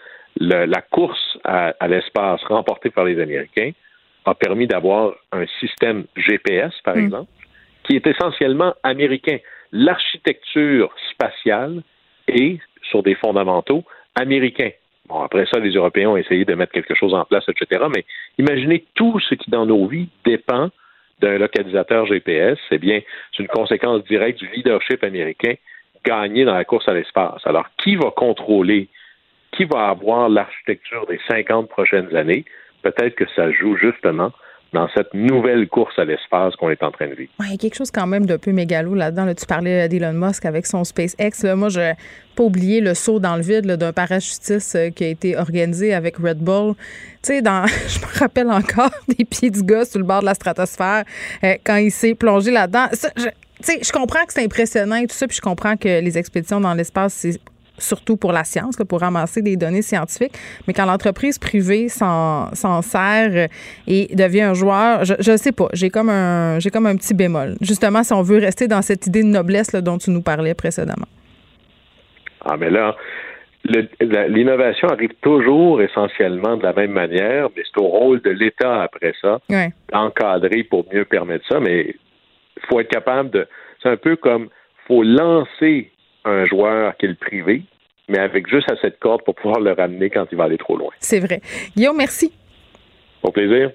La course à l'espace remportée par les Américains a permis d'avoir un système GPS, par exemple, qui est essentiellement américain. L'architecture spatiale est sur des fondamentaux américains. Bon, après ça, les Européens ont essayé de mettre quelque chose en place, etc. Mais imaginez tout ce qui, dans nos vies, dépend d'un localisateur GPS. Eh bien, c'est une conséquence directe du leadership américain gagné dans la course à l'espace. Alors, qui va contrôler, qui va avoir l'architecture des 50 prochaines années? Peut-être que ça joue justement dans cette nouvelle course à l'espace qu'on est en train de vivre. Ouais, il y a quelque chose quand même d'un peu mégalo là-dedans. Là, tu parlais d'Elon Musk avec son SpaceX. Là. Moi, je n'ai pas oublié le saut dans le vide là, d'un parachutiste qui a été organisé avec Red Bull. Tu sais, je me rappelle encore des pieds du gars sur le bord de la stratosphère quand il s'est plongé là-dedans. Je comprends que c'est impressionnant et tout ça, puis je comprends que les expéditions dans l'espace, c'est surtout pour la science, là, pour ramasser des données scientifiques. Mais quand l'entreprise privée s'en sert et devient un joueur, je sais pas, j'ai comme un petit bémol. Justement, si on veut rester dans cette idée de noblesse là, dont tu nous parlais précédemment. Ah, mais là, l'innovation arrive toujours essentiellement de la même manière, mais c'est au rôle de l'État après ça d'encadrer pour mieux permettre ça. Mais il faut être capable de... C'est un peu comme, faut lancer un joueur qui est le privé, mais avec juste assez de cordes pour pouvoir le ramener quand il va aller trop loin. C'est vrai. Guillaume, merci. Au plaisir.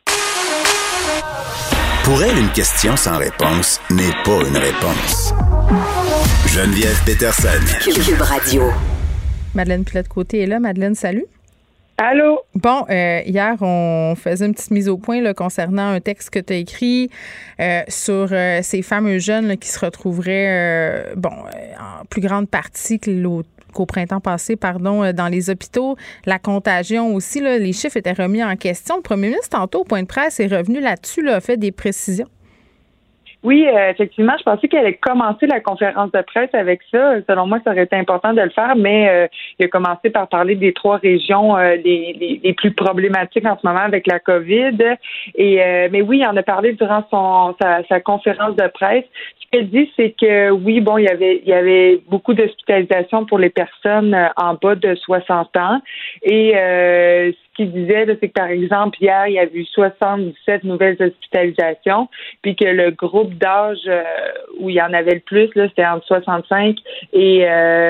Pour elle, une question sans réponse n'est pas une réponse. Geneviève Peterson. Cube Radio. Madeleine Pilote-Côté est là. Madeleine, salut. Allô? Bon, hier, on faisait une petite mise au point là, concernant un texte que tu as écrit sur ces fameux jeunes là, qui se retrouveraient, en plus grande partie qu'au printemps passé, dans les hôpitaux. La contagion aussi, là, les chiffres étaient remis en question. Le premier ministre, tantôt, au point de presse, est revenu là-dessus, là, a fait des précisions. Oui, effectivement, je pensais qu'elle allait commencer la conférence de presse avec ça. Selon moi, ça aurait été important de le faire, mais il a commencé par parler des 3 régions les plus problématiques en ce moment avec la COVID. Mais oui, il en a parlé durant sa conférence de presse. Ce qu'elle dit, c'est que oui, bon, il y avait beaucoup d'hospitalisations pour les personnes en bas de 60 ans. Et ce qu'il disait, là, c'est que, par exemple, hier, il y a eu 77 nouvelles hospitalisations, puis que le groupe d'âge où il y en avait le plus, là, c'était entre 65 et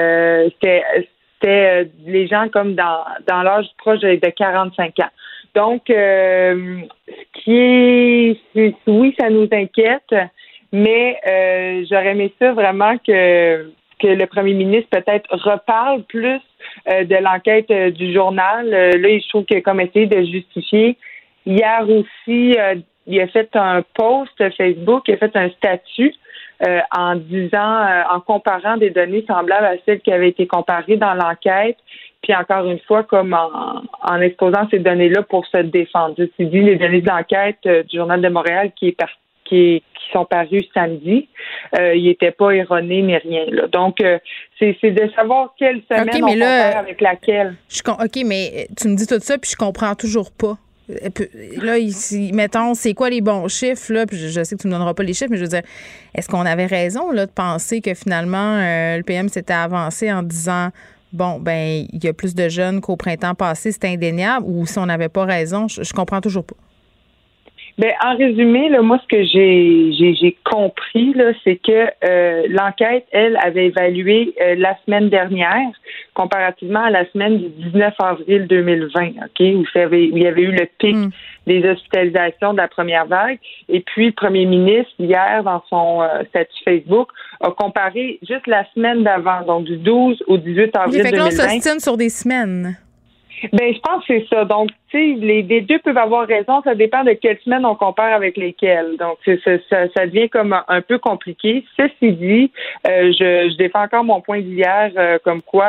c'était les gens comme dans l'âge proche de 45 ans. Donc, ce qui est... Oui, ça nous inquiète, mais j'aurais aimé ça vraiment que le premier ministre peut-être reparle plus de l'enquête du journal. Là, je trouve qu'il a comme essayé de justifier. Hier aussi, il a fait un post Facebook, il a fait un statut en disant, en comparant des données semblables à celles qui avaient été comparées dans l'enquête, puis encore une fois, comme en exposant ces données-là pour se défendre. Ceci dit, les données de l'enquête du Journal de Montréal qui sont parus samedi, ils n'étaient pas erronés ni rien. Là. Donc, c'est de savoir quelle semaine on compare avec laquelle. OK, mais tu me dis tout ça, puis je comprends toujours pas. Là, ici, mettons, c'est quoi les bons chiffres? Là? Puis je sais que tu ne me donneras pas les chiffres, mais je veux dire, est-ce qu'on avait raison là, de penser que finalement, le PM s'était avancé en disant, bon, ben il y a plus de jeunes qu'au printemps passé, c'est indéniable, ou si on n'avait pas raison, je comprends toujours pas. Ben, en résumé, là, moi, ce que j'ai compris, là, c'est que l'enquête, elle, avait évalué la semaine dernière, comparativement à la semaine du 19 avril 2020, OK, où il y avait eu le pic des hospitalisations de la première vague. Et puis, le premier ministre, hier, dans son statut Facebook, a comparé juste la semaine d'avant, donc du 12 au 18 avril 2020. Fait que là, on s'ostine sur des semaines. Ben, je pense que c'est ça. Donc, tu sais, les deux peuvent avoir raison. Ça dépend de quelle semaine on compare avec lesquelles. Donc, ça devient comme un peu compliqué. Ceci dit, je défends encore mon point d'hier, comme quoi,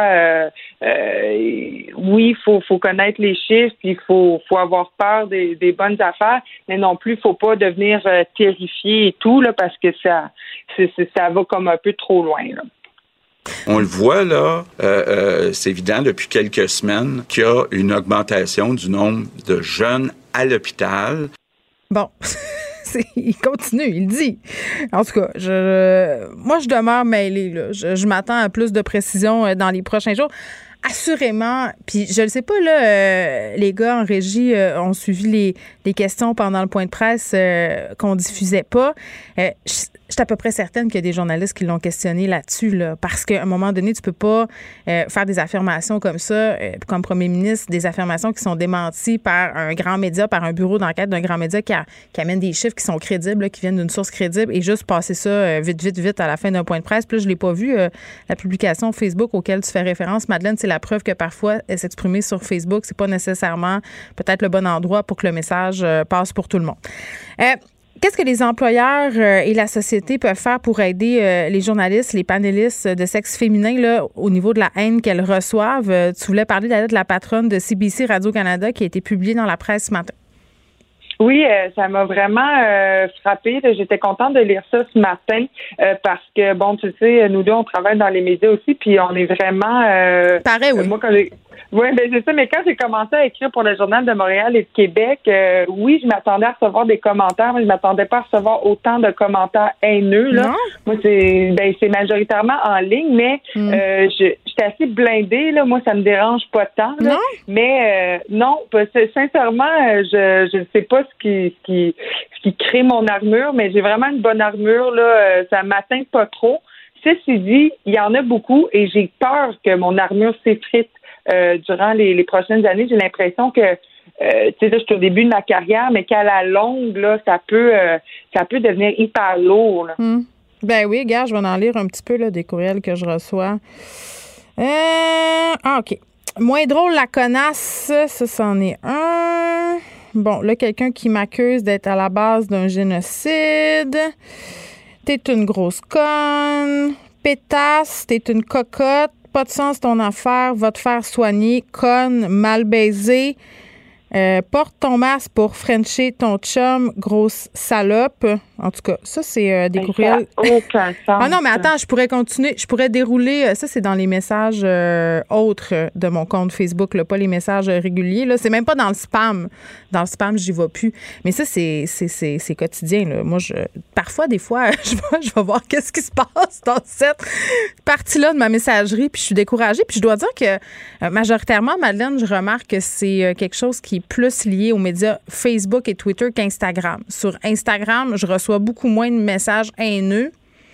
oui, faut connaître les chiffres, puis faut avoir peur des bonnes affaires, mais non plus, faut pas devenir terrifié et tout là, parce que ça va comme un peu trop loin là. On le voit, là, c'est évident depuis quelques semaines qu'il y a une augmentation du nombre de jeunes à l'hôpital. Bon, il continue, il dit. En tout cas, moi, je demeure mêlée, là. Je m'attends à plus de précision dans les prochains jours. Assurément, puis je le sais pas, là, les gars en régie ont suivi les questions pendant le point de presse qu'on diffusait pas. Je suis à peu près certaine qu'il y a des journalistes qui l'ont questionné là-dessus, là, parce qu'à un moment donné, tu peux pas faire des affirmations comme ça, comme premier ministre, des affirmations qui sont démenties par un grand média, par un bureau d'enquête d'un grand média qui amène des chiffres qui sont crédibles, là, qui viennent d'une source crédible, et juste passer ça vite à la fin d'un point de presse. Puis là, je l'ai pas vu, la publication Facebook auquel tu fais référence, Madeleine, c'est la la preuve que parfois, s'exprimer sur Facebook, c'est pas nécessairement peut-être le bon endroit pour que le message passe pour tout le monde. Qu'est-ce que les employeurs et la société peuvent faire pour aider les journalistes, les panélistes de sexe féminin là, au niveau de la haine qu'elles reçoivent? Tu voulais parler de la patronne de CBC Radio-Canada qui a été publiée dans la presse ce matin. Oui, ça m'a vraiment frappée. J'étais contente de lire ça ce matin parce que, bon, tu sais, nous deux, on travaille dans les médias aussi, puis on est vraiment... Pareil, oui. Moi, oui, ben c'est ça. Mais quand j'ai commencé à écrire pour le Journal de Montréal et de Québec, oui, je m'attendais à recevoir des commentaires, mais je m'attendais pas à recevoir autant de commentaires haineux. Là. Non. Moi, c'est majoritairement en ligne, mais j'étais assez blindée. Là. Moi, ça me dérange pas tant. Là. Non. Mais non, sincèrement, je ne sais pas ce qui crée mon armure, mais j'ai vraiment une bonne armure. Là. Ça m'atteint pas trop. Ceci dit, il y en a beaucoup et j'ai peur que mon armure s'effrite. Durant les prochaines années, j'ai l'impression que tu sais, là, je suis au début de ma carrière, mais qu'à la longue, là, ça peut devenir hyper lourd. Là. Ben oui, gars, je vais en lire un petit peu là, des courriels que je reçois. OK. Moins drôle, la connasse, ça, c'en est un. Bon, là, quelqu'un qui m'accuse d'être à la base d'un génocide. T'es une grosse conne. Pétasse, t'es une cocotte. Pas de sens ton affaire, va te faire soigner, conne, mal baisée. Porte ton masque pour frencher ton chum, grosse salope. En tout cas, ça, c'est des courriels. Aucun sens. Ah non, mais attends, je pourrais continuer. Je pourrais dérouler. Ça, c'est dans les messages autres de mon compte Facebook, là, pas les messages réguliers. Là. C'est même pas dans le spam. Dans le spam, j'y vais plus. Mais ça, c'est quotidien. Là. Moi, parfois, des fois, je vais voir qu'est-ce qui se passe dans cette partie-là de ma messagerie, puis je suis découragée. Puis je dois dire que majoritairement, Madeleine, je remarque que c'est quelque chose qui est plus lié aux médias Facebook et Twitter qu'Instagram. Sur Instagram, je reçois beaucoup moins de messages haineux.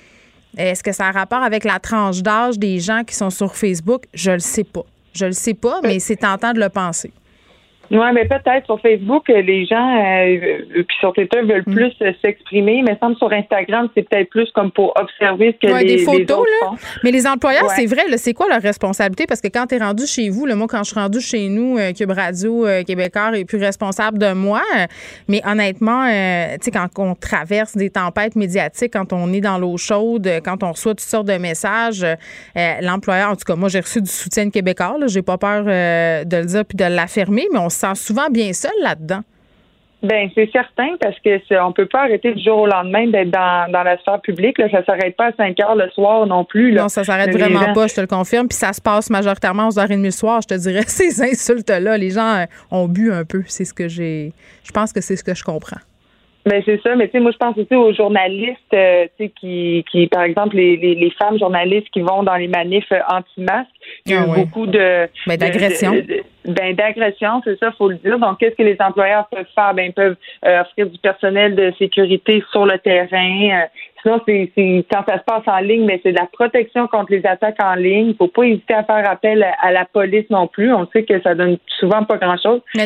Est-ce que ça a un rapport avec la tranche d'âge des gens qui sont sur Facebook? Je le sais pas. Je le sais pas, mais c'est tentant de le penser. Oui, mais peut-être sur Facebook, les gens, puis sur Twitter, veulent plus s'exprimer. Mais semble sur Instagram, c'est peut-être plus comme pour observer ce que les des photos, les autres là. font. Mais les employeurs, c'est vrai, là, c'est quoi leur responsabilité? Parce que quand tu es rendu chez vous, là, moi, quand je suis rendu chez nous, Cube Radio, Québécois est plus responsable de moi. Mais honnêtement, tu sais, quand on traverse des tempêtes médiatiques, quand on est dans l'eau chaude, quand on reçoit toutes sortes de messages, l'employeur, en tout cas, moi, j'ai reçu du soutien de Québécois, là, j'ai pas peur de le dire puis de l'affirmer, mais on se sent souvent bien seul là-dedans. Ben c'est certain parce que on peut pas arrêter du jour au lendemain d'être dans la sphère publique. Là, ça s'arrête pas à 5 heures le soir non plus. Là. Non, ça s'arrête vraiment pas, je te le confirme. Puis ça se passe majoritairement aux 11h30 le soir, je te dirais. Ces insultes-là, les gens ont bu un peu. C'est ce que j'ai. Je pense que c'est ce que je comprends. Ben c'est ça, mais tu sais, moi je pense aussi aux journalistes, tu sais, qui par exemple les femmes journalistes qui vont dans les manifs anti-masques, il y a beaucoup d'agression. D'agression, c'est ça, faut le dire. Donc, qu'est-ce que les employeurs peuvent faire? Ben, ils peuvent offrir du personnel de sécurité sur le terrain. Sinon, c'est quand ça se passe en ligne, mais c'est de la protection contre les attaques en ligne. Il faut pas hésiter à faire appel à la police non plus. On sait que ça donne souvent pas grand-chose. Mais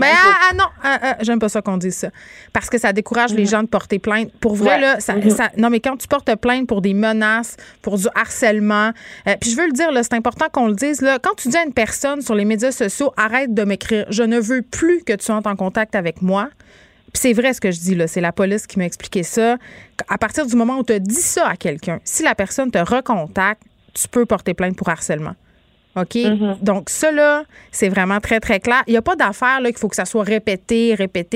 j'aime pas ça qu'on dise ça. Parce que ça décourage les gens de porter plainte. Pour vrai, là, non, mais quand tu portes plainte pour des menaces, pour du harcèlement, puis je veux le dire, là, c'est important qu'on le dise, là, quand tu dis à une personne sur les médias sociaux, arrête de m'écrire, je ne veux plus que tu entres en contact avec moi. Puis c'est vrai ce que je dis là, c'est la police qui m'a expliqué ça. À partir du moment où tu as dit ça à quelqu'un, si la personne te recontacte, tu peux porter plainte pour harcèlement. OK? Donc, ça, là, c'est vraiment très, très clair. Il n'y a pas d'affaire là qu'il faut que ça soit répété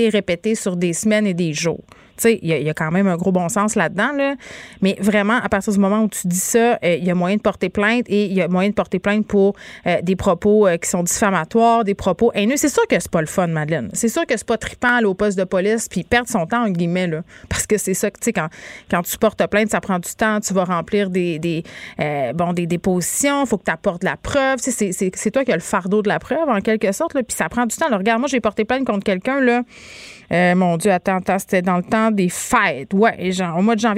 sur des semaines et des jours. Tu sais, il y a quand même un gros bon sens là-dedans, là. Mais vraiment, à partir du moment où tu dis ça, il y a moyen de porter plainte et il y a moyen de porter plainte pour des propos qui sont diffamatoires, des propos haineux. C'est sûr que c'est pas le fun, Madeleine. C'est sûr que c'est pas trippant aller au poste de police puis perdre son temps, en guillemets, là. Parce que c'est ça que, tu sais, quand tu portes plainte, ça prend du temps. Tu vas remplir des dépositions. Il faut que tu apportes de la preuve. Tu sais, c'est toi qui as le fardeau de la preuve, en quelque sorte, là. Puis ça prend du temps. Alors, regarde, moi, j'ai porté plainte contre quelqu'un, là. Mon Dieu, attends, c'était dans le temps des fêtes. Ouais, genre, au mois de janvier.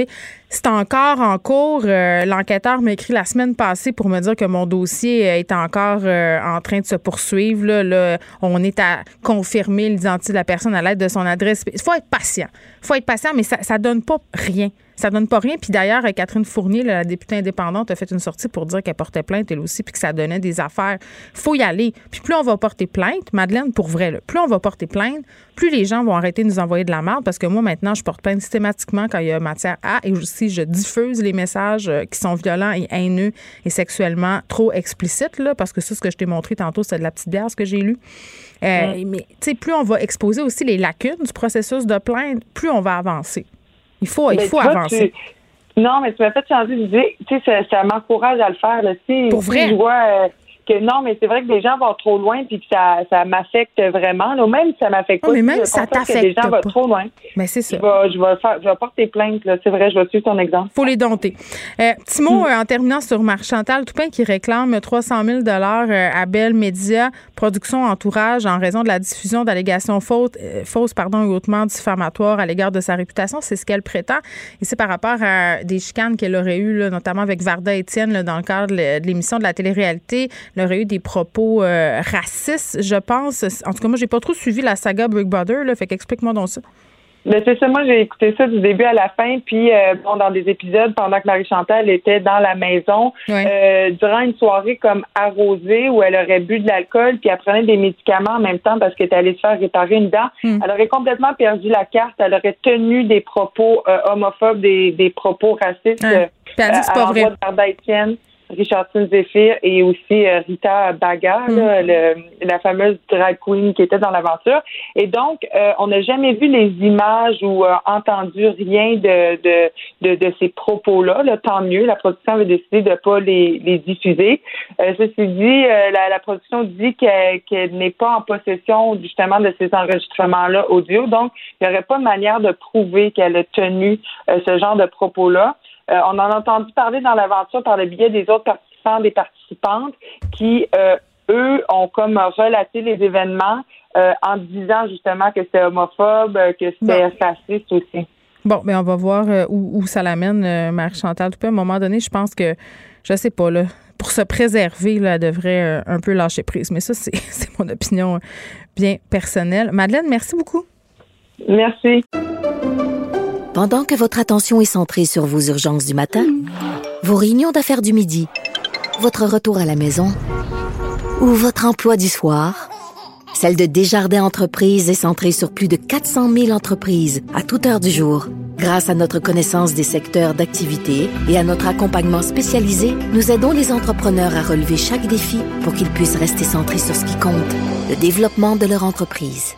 c'est encore en cours. L'enquêteur m'a écrit la semaine passée pour me dire que mon dossier est encore en train de se poursuivre. Là, on est à confirmer l'identité de la personne à l'aide de son adresse. Il faut être patient. Mais ça donne pas rien. Ça donne pas rien. Puis d'ailleurs, Catherine Fournier, la députée indépendante, a fait une sortie pour dire qu'elle portait plainte elle aussi, puis que ça donnait des affaires. Il faut y aller. Puis plus on va porter plainte, Madeleine, pour vrai, là, plus on va porter plainte, plus les gens vont arrêter de nous envoyer de la merde, parce que moi, maintenant, je porte plainte systématiquement quand il y a matière à, et aussi, je diffuse les messages qui sont violents et haineux et sexuellement trop explicites, là, parce que ça, ce que je t'ai montré tantôt, c'est de la petite bière, ce que j'ai lu. Mais, tu sais, plus on va exposer aussi les lacunes du processus de plainte, plus on va avancer. Il faut avancer. Non, mais tu m'as fait changer d'idée. Tu sais, ça m'encourage à le faire. Là. Pour vrai? Si je vois que non, mais c'est vrai que les gens vont trop loin puis que ça m'affecte vraiment. Là. Même si ça m'affecte pas. Mais même si ça t'affecte que les gens vont trop loin. Mais c'est ça. Je vais porter plainte. Là. C'est vrai, je vais suivre ton exemple. Faut les dompter. Petit mot en terminant sur Marie-Chantal Toupin qui réclame 300 000 $ à Bell Media, production entourage, en raison de la diffusion d'allégations fausses et hautement diffamatoires à l'égard de sa réputation. C'est ce qu'elle prétend. Et c'est par rapport à des chicanes qu'elle aurait eues, là, notamment avec Varda Étienne, là, dans le cadre de l'émission de la télé-réalité. Elle aurait eu des propos racistes, je pense. En tout cas, moi, j'ai pas trop suivi la saga Big Brother, là, fait qu'explique-moi donc ça. Ben c'est ça, moi j'ai écouté ça du début à la fin, puis dans des épisodes, pendant que Marie-Chantal était dans la maison, durant une soirée comme arrosée, où elle aurait bu de l'alcool, puis elle prenait des médicaments en même temps parce qu'elle était allée se faire réparer une dent, elle aurait complètement perdu la carte, elle aurait tenu des propos homophobes, des propos racistes à l'endroit de Varda Étienne, Richardson Zephyr et aussi Rita Baga, la fameuse drag queen qui était dans l'aventure. Et donc, on n'a jamais vu les images ou entendu rien de ces propos-là. Là, tant mieux, la production avait décidé de ne pas les diffuser. Ceci dit, la production dit qu'elle n'est pas en possession justement de ces enregistrements-là audio. Donc, il n'y aurait pas de manière de prouver qu'elle a tenu ce genre de propos-là. On en a entendu parler dans l'aventure par le biais des autres participants, des participantes qui, eux, ont comme relaté les événements en disant justement que c'était homophobe, que c'était raciste aussi. Bon, mais on va voir où ça l'amène, Marie-Chantal Toupin. À un moment donné, je pense que, je sais pas, là, pour se préserver, là, elle devrait un peu lâcher prise. Mais ça, c'est mon opinion bien personnelle. Madeleine, merci beaucoup. Merci. Pendant que votre attention est centrée sur vos urgences du matin, vos réunions d'affaires du midi, votre retour à la maison ou votre emploi du soir, celle de Desjardins Entreprises est centrée sur plus de 400 000 entreprises à toute heure du jour. Grâce à notre connaissance des secteurs d'activité et à notre accompagnement spécialisé, nous aidons les entrepreneurs à relever chaque défi pour qu'ils puissent rester centrés sur ce qui compte, le développement de leur entreprise.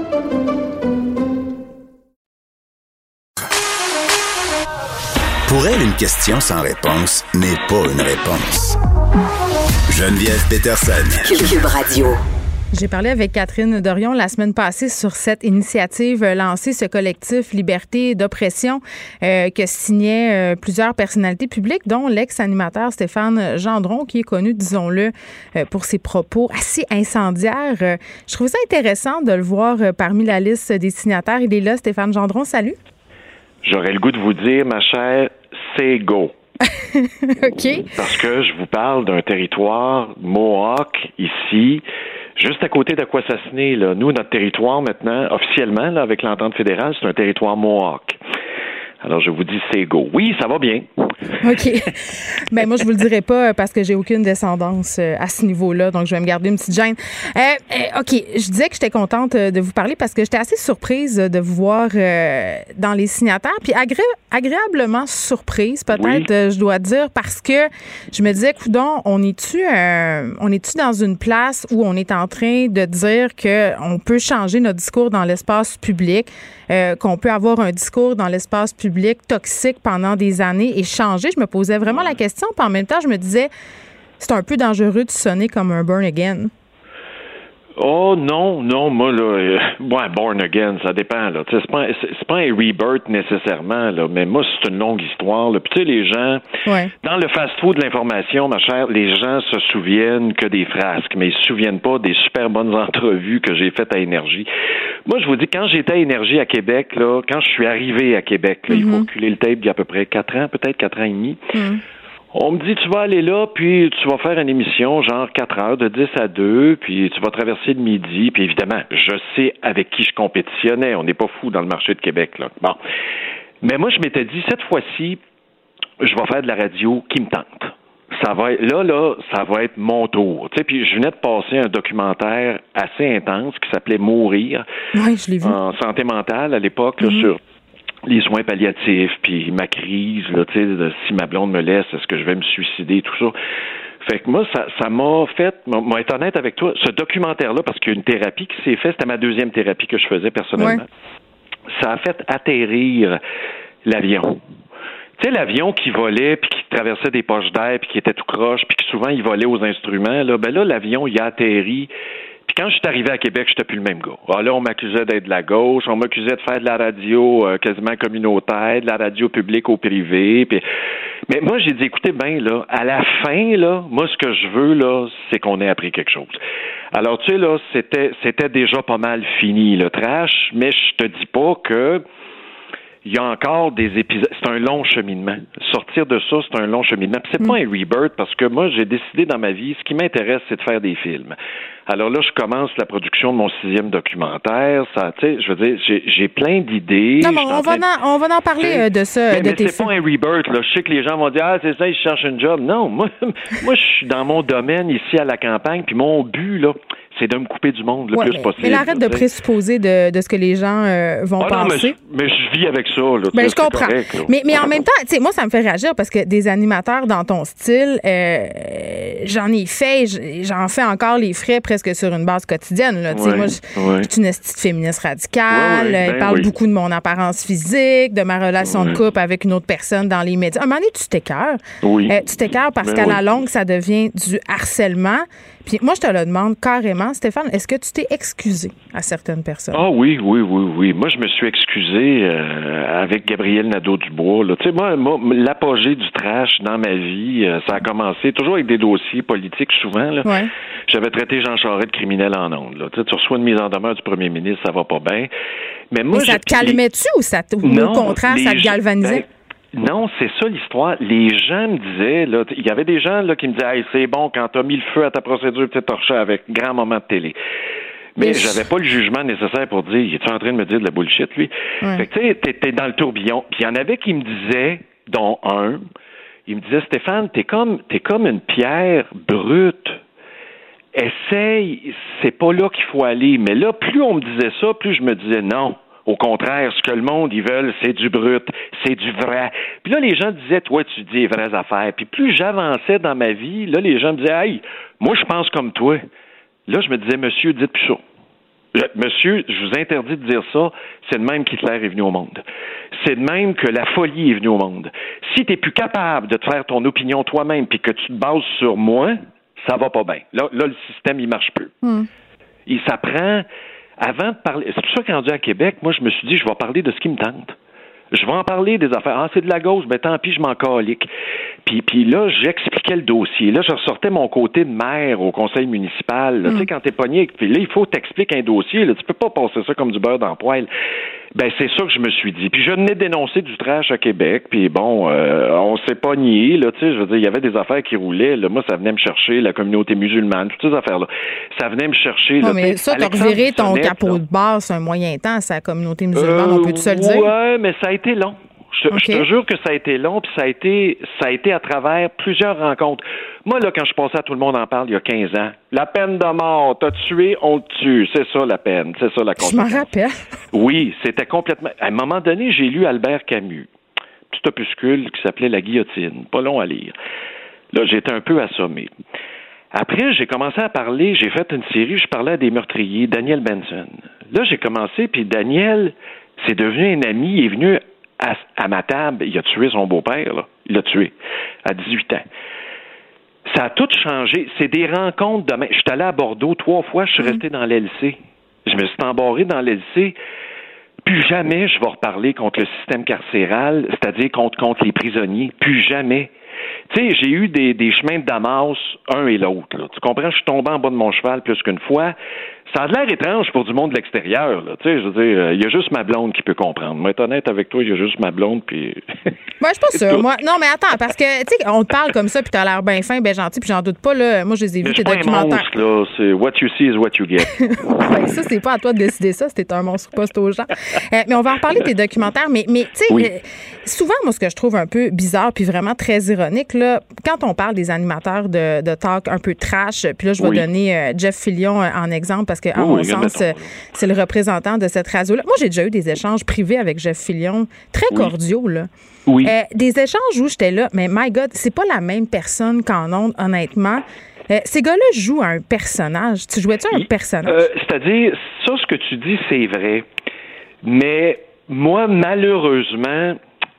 Pour elle, une question sans réponse n'est pas une réponse. Geneviève Peterson. Cube Radio. J'ai parlé avec Catherine Dorion la semaine passée sur cette initiative lancée, ce collectif Liberté d'oppression que signaient plusieurs personnalités publiques, dont l'ex-animateur Stéphane Gendron, qui est connu, disons-le, pour ses propos assez incendiaires. Je trouve ça intéressant de le voir parmi la liste des signataires. Il est là, Stéphane Gendron. Salut. J'aurais le goût de vous dire, ma chère, c'est go. OK. Parce que je vous parle d'un territoire Mohawk ici, juste à côté d'Akwesasne. Là. Nous, notre territoire maintenant, officiellement, là, avec l'entente fédérale, c'est un territoire Mohawk. Alors, je vous dis, c'est go. Oui, ça va bien. OK. Ben moi, je vous le dirai pas parce que j'ai aucune descendance à ce niveau-là, donc je vais me garder une petite gêne. OK, je disais que j'étais contente de vous parler parce que j'étais assez surprise de vous voir dans les signataires, puis agréablement surprise, peut-être, je dois dire, parce que je me disais, coudonc, on est-tu dans une place où on est en train de dire qu'on peut changer notre discours dans l'espace public, qu'on peut avoir un discours dans l'espace public toxique pendant des années et changer? Je me posais vraiment la question, puis en même temps, je me disais, c'est un peu dangereux de sonner comme un burn again. Oh non, moi là, born again, ça dépend là. C'est pas un rebirth nécessairement là, mais moi c'est une longue histoire. Là. Puis tu sais les gens, dans le fast-food de l'information, ma chère, les gens se souviennent que des frasques, mais ils se souviennent pas des super bonnes entrevues que j'ai faites à Énergie. Moi je vous dis, quand j'étais à Énergie à Québec là, quand je suis arrivé à Québec, là, il faut reculer le tape d'il y a à peu près 4 ans, peut-être 4 ans et demi. On me dit, tu vas aller là, puis tu vas faire une émission, genre 4 heures, de 10 à 2, puis tu vas traverser le midi, puis évidemment, je sais avec qui je compétitionnais. On n'est pas fou dans le marché de Québec, là. Bon. Mais moi, je m'étais dit, cette fois-ci, je vais faire de la radio qui me tente. Ça va être, là, ça va être mon tour. Tu sais, puis je venais de passer un documentaire assez intense qui s'appelait Mourir. Oui, je l'ai vu. En santé mentale, à l'époque, là, sur les soins palliatifs, puis ma crise, là, tu sais, si ma blonde me laisse, est-ce que je vais me suicider, tout ça. Fait que moi, ça m'a fait, moi, être honnête avec toi, ce documentaire-là, parce qu'il y a une thérapie qui s'est faite, c'était ma deuxième thérapie que je faisais personnellement, ça a fait atterrir l'avion. Tu sais, l'avion qui volait, puis qui traversait des poches d'air, puis qui était tout croche, puis qui souvent, il volait aux instruments, là, ben là, l'avion, il a atterri. Puis quand je suis arrivé à Québec, j'étais plus le même gars. Alors là, on m'accusait d'être de la gauche, on m'accusait de faire de la radio quasiment communautaire, de la radio publique au privé. Puis... Mais moi, j'ai dit, écoutez bien, là, à la fin, là, moi, ce que je veux, là, c'est qu'on ait appris quelque chose. Alors, tu sais, là, c'était déjà pas mal fini, le trash, mais je te dis pas que il y a encore des épisodes. C'est un long cheminement. Sortir de ça, c'est un long cheminement. Puis c'est pas un rebirth, parce que moi, j'ai décidé dans ma vie, ce qui m'intéresse, c'est de faire des films. Alors là, je commence la production de mon 6e documentaire. Ça, tu sais, je veux dire, j'ai plein d'idées. Non, mais on va en parler de ça, de tes films. C'est pas un rebirth, là. Je sais que les gens vont dire, ah, c'est ça, ils cherchent un job. Non, moi, je suis dans mon domaine ici à la campagne, puis mon but, là, c'est de me couper du monde le plus possible. Mais arrête de présupposer de ce que les gens vont penser. Mais je vis avec ça. Là, je comprends. Correct, mais en même temps, tu sais, moi, ça me fait réagir parce que des animateurs dans ton style, j'en ai fait, j'en fais encore les frais presque sur une base quotidienne. Là. Moi, je suis une petite féministe radicale. Je parle beaucoup de mon apparence physique, de ma relation de couple avec une autre personne dans les médias. À un moment donné, tu t'écœures. Tu t'écœures parce qu'à la longue, ça devient du harcèlement. Puis moi, je te le demande carrément, Stéphane, est-ce que tu t'es excusé à certaines personnes? Ah oui. Moi, je me suis excusé avec Gabriel Nadeau-Dubois. Tu sais, moi, l'apogée du trash dans ma vie, ça a commencé toujours avec des dossiers politiques souvent. Là. J'avais traité Jean Charest de criminel en ondes. Là. Tu reçois une mise en demeure du premier ministre, ça va pas bien. Mais moi, ça te calmait-tu ou au contraire, ça te galvanisait? Non, c'est ça l'histoire. Les gens me disaient, là, il y avait des gens là qui me disaient, hey, c'est bon quand t'as mis le feu à ta procédure, tu t'es torché avec grand moment de télé. Mais j'avais pas le jugement nécessaire pour dire, il est en train de me dire de la bullshit, lui? Fait que tu sais, t'es dans le tourbillon. Puis il y en avait qui me disaient, dont un, il me disait, Stéphane, t'es comme une pierre brute. Essaye, c'est pas là qu'il faut aller. Mais là, plus on me disait ça, plus je me disais non. Au contraire, ce que le monde, ils veulent, c'est du brut, c'est du vrai. Puis là, les gens disaient, toi, tu dis les vraies affaires. Puis plus j'avançais dans ma vie, là, les gens me disaient, hey, moi, je pense comme toi. Là, je me disais, monsieur, dites plus ça. Monsieur, je vous interdis de dire ça. C'est de même qu'Hitler est venu au monde. C'est de même que la folie est venue au monde. Si tu n'es plus capable de te faire ton opinion toi-même puis que tu te bases sur moi, ça va pas bien. Là, le système, il marche plus. Et ça prend... Avant de parler... C'est pour ça que, rendu à Québec, moi, je me suis dit, je vais parler de ce qui me tente. Je vais en parler des affaires. Ah, c'est de la gauche, ben tant pis, je m'en calique. Puis là, j'expliquais le dossier. Là, je ressortais mon côté de maire au conseil municipal. Tu sais, quand t'es pogné, puis là, il faut t'expliquer un dossier. Là, tu peux pas passer ça comme du beurre dans le poêle. Ben, c'est ça que je me suis dit. Puis je venais dénoncer du trash à Québec. Puis bon, on s'est pas nié, là, tu sais, je veux dire, il y avait des affaires qui roulaient. Là, moi, ça venait me chercher, la communauté musulmane, toutes ces affaires-là. Ça venait me chercher. Non, mais ça, t'as reviré ton capot de base un moyen temps, c'est la communauté musulmane, on peut tout se le dire? Ouais, mais ça a été long. Je te jure que ça a été long, puis ça a été à travers plusieurs rencontres. Moi, là, quand je passais à Tout le monde en parle il y a 15 ans, la peine de mort, t'as tué, on te tue. C'est ça la peine, c'est ça la conséquence. Je m'en rappelle. Oui, c'était complètement... À un moment donné, j'ai lu Albert Camus, petit opuscule qui s'appelait La guillotine, pas long à lire. Là, j'étais un peu assommé. Après, j'ai commencé à parler, j'ai fait une série, je parlais à des meurtriers, Daniel Benson. Là, j'ai commencé, puis Daniel, c'est devenu un ami, il est venu à ma table, il a tué son beau-père, là. Il l'a tué à 18 ans. Ça a tout changé. C'est des rencontres demain. Je suis allé à Bordeaux 3 fois, je suis resté dans l'LC. Je me suis embarré dans l'LC. Plus jamais je vais reparler contre le système carcéral, c'est-à-dire contre les prisonniers. Plus jamais. Tu sais, j'ai eu des chemins de Damas, un et l'autre. Là. Tu comprends? Je suis tombé en bas de mon cheval plus qu'une fois. Ça a l'air étrange pour du monde de l'extérieur. Là. Tu sais, je veux dire, il y a juste ma blonde qui peut comprendre. Moi, être honnête avec toi, il y a juste ma blonde, puis... Moi, je suis pas sûre. Moi, non, mais attends, parce que, tu sais, on te parle comme ça, puis t'as l'air bien fin, bien gentil, puis j'en doute pas, là. Moi, je les ai vus, tes documentaires. Monstre, là. C'est what you see is what you get. Ben, ça, c'est pas à toi de décider ça, c'était un monstre poste aux gens. Mais on va en reparler de tes documentaires, mais tu sais, souvent, moi, ce que je trouve un peu bizarre, puis vraiment très ironique, là, quand on parle des animateurs de talk un peu trash, puis là, je vais donner Jeff Fillion en exemple, parce que, à mon sens, c'est le représentant de cette radio-là. Moi, j'ai déjà eu des échanges privés avec Jeff Fillion, très cordiaux, là. Oui. Des échanges où j'étais là, mais my God, c'est pas la même personne qu'en ondes, honnêtement. Ces gars-là jouent un personnage. Tu jouais-tu un personnage? C'est-à-dire, ça, ce que tu dis, c'est vrai. Mais moi, malheureusement,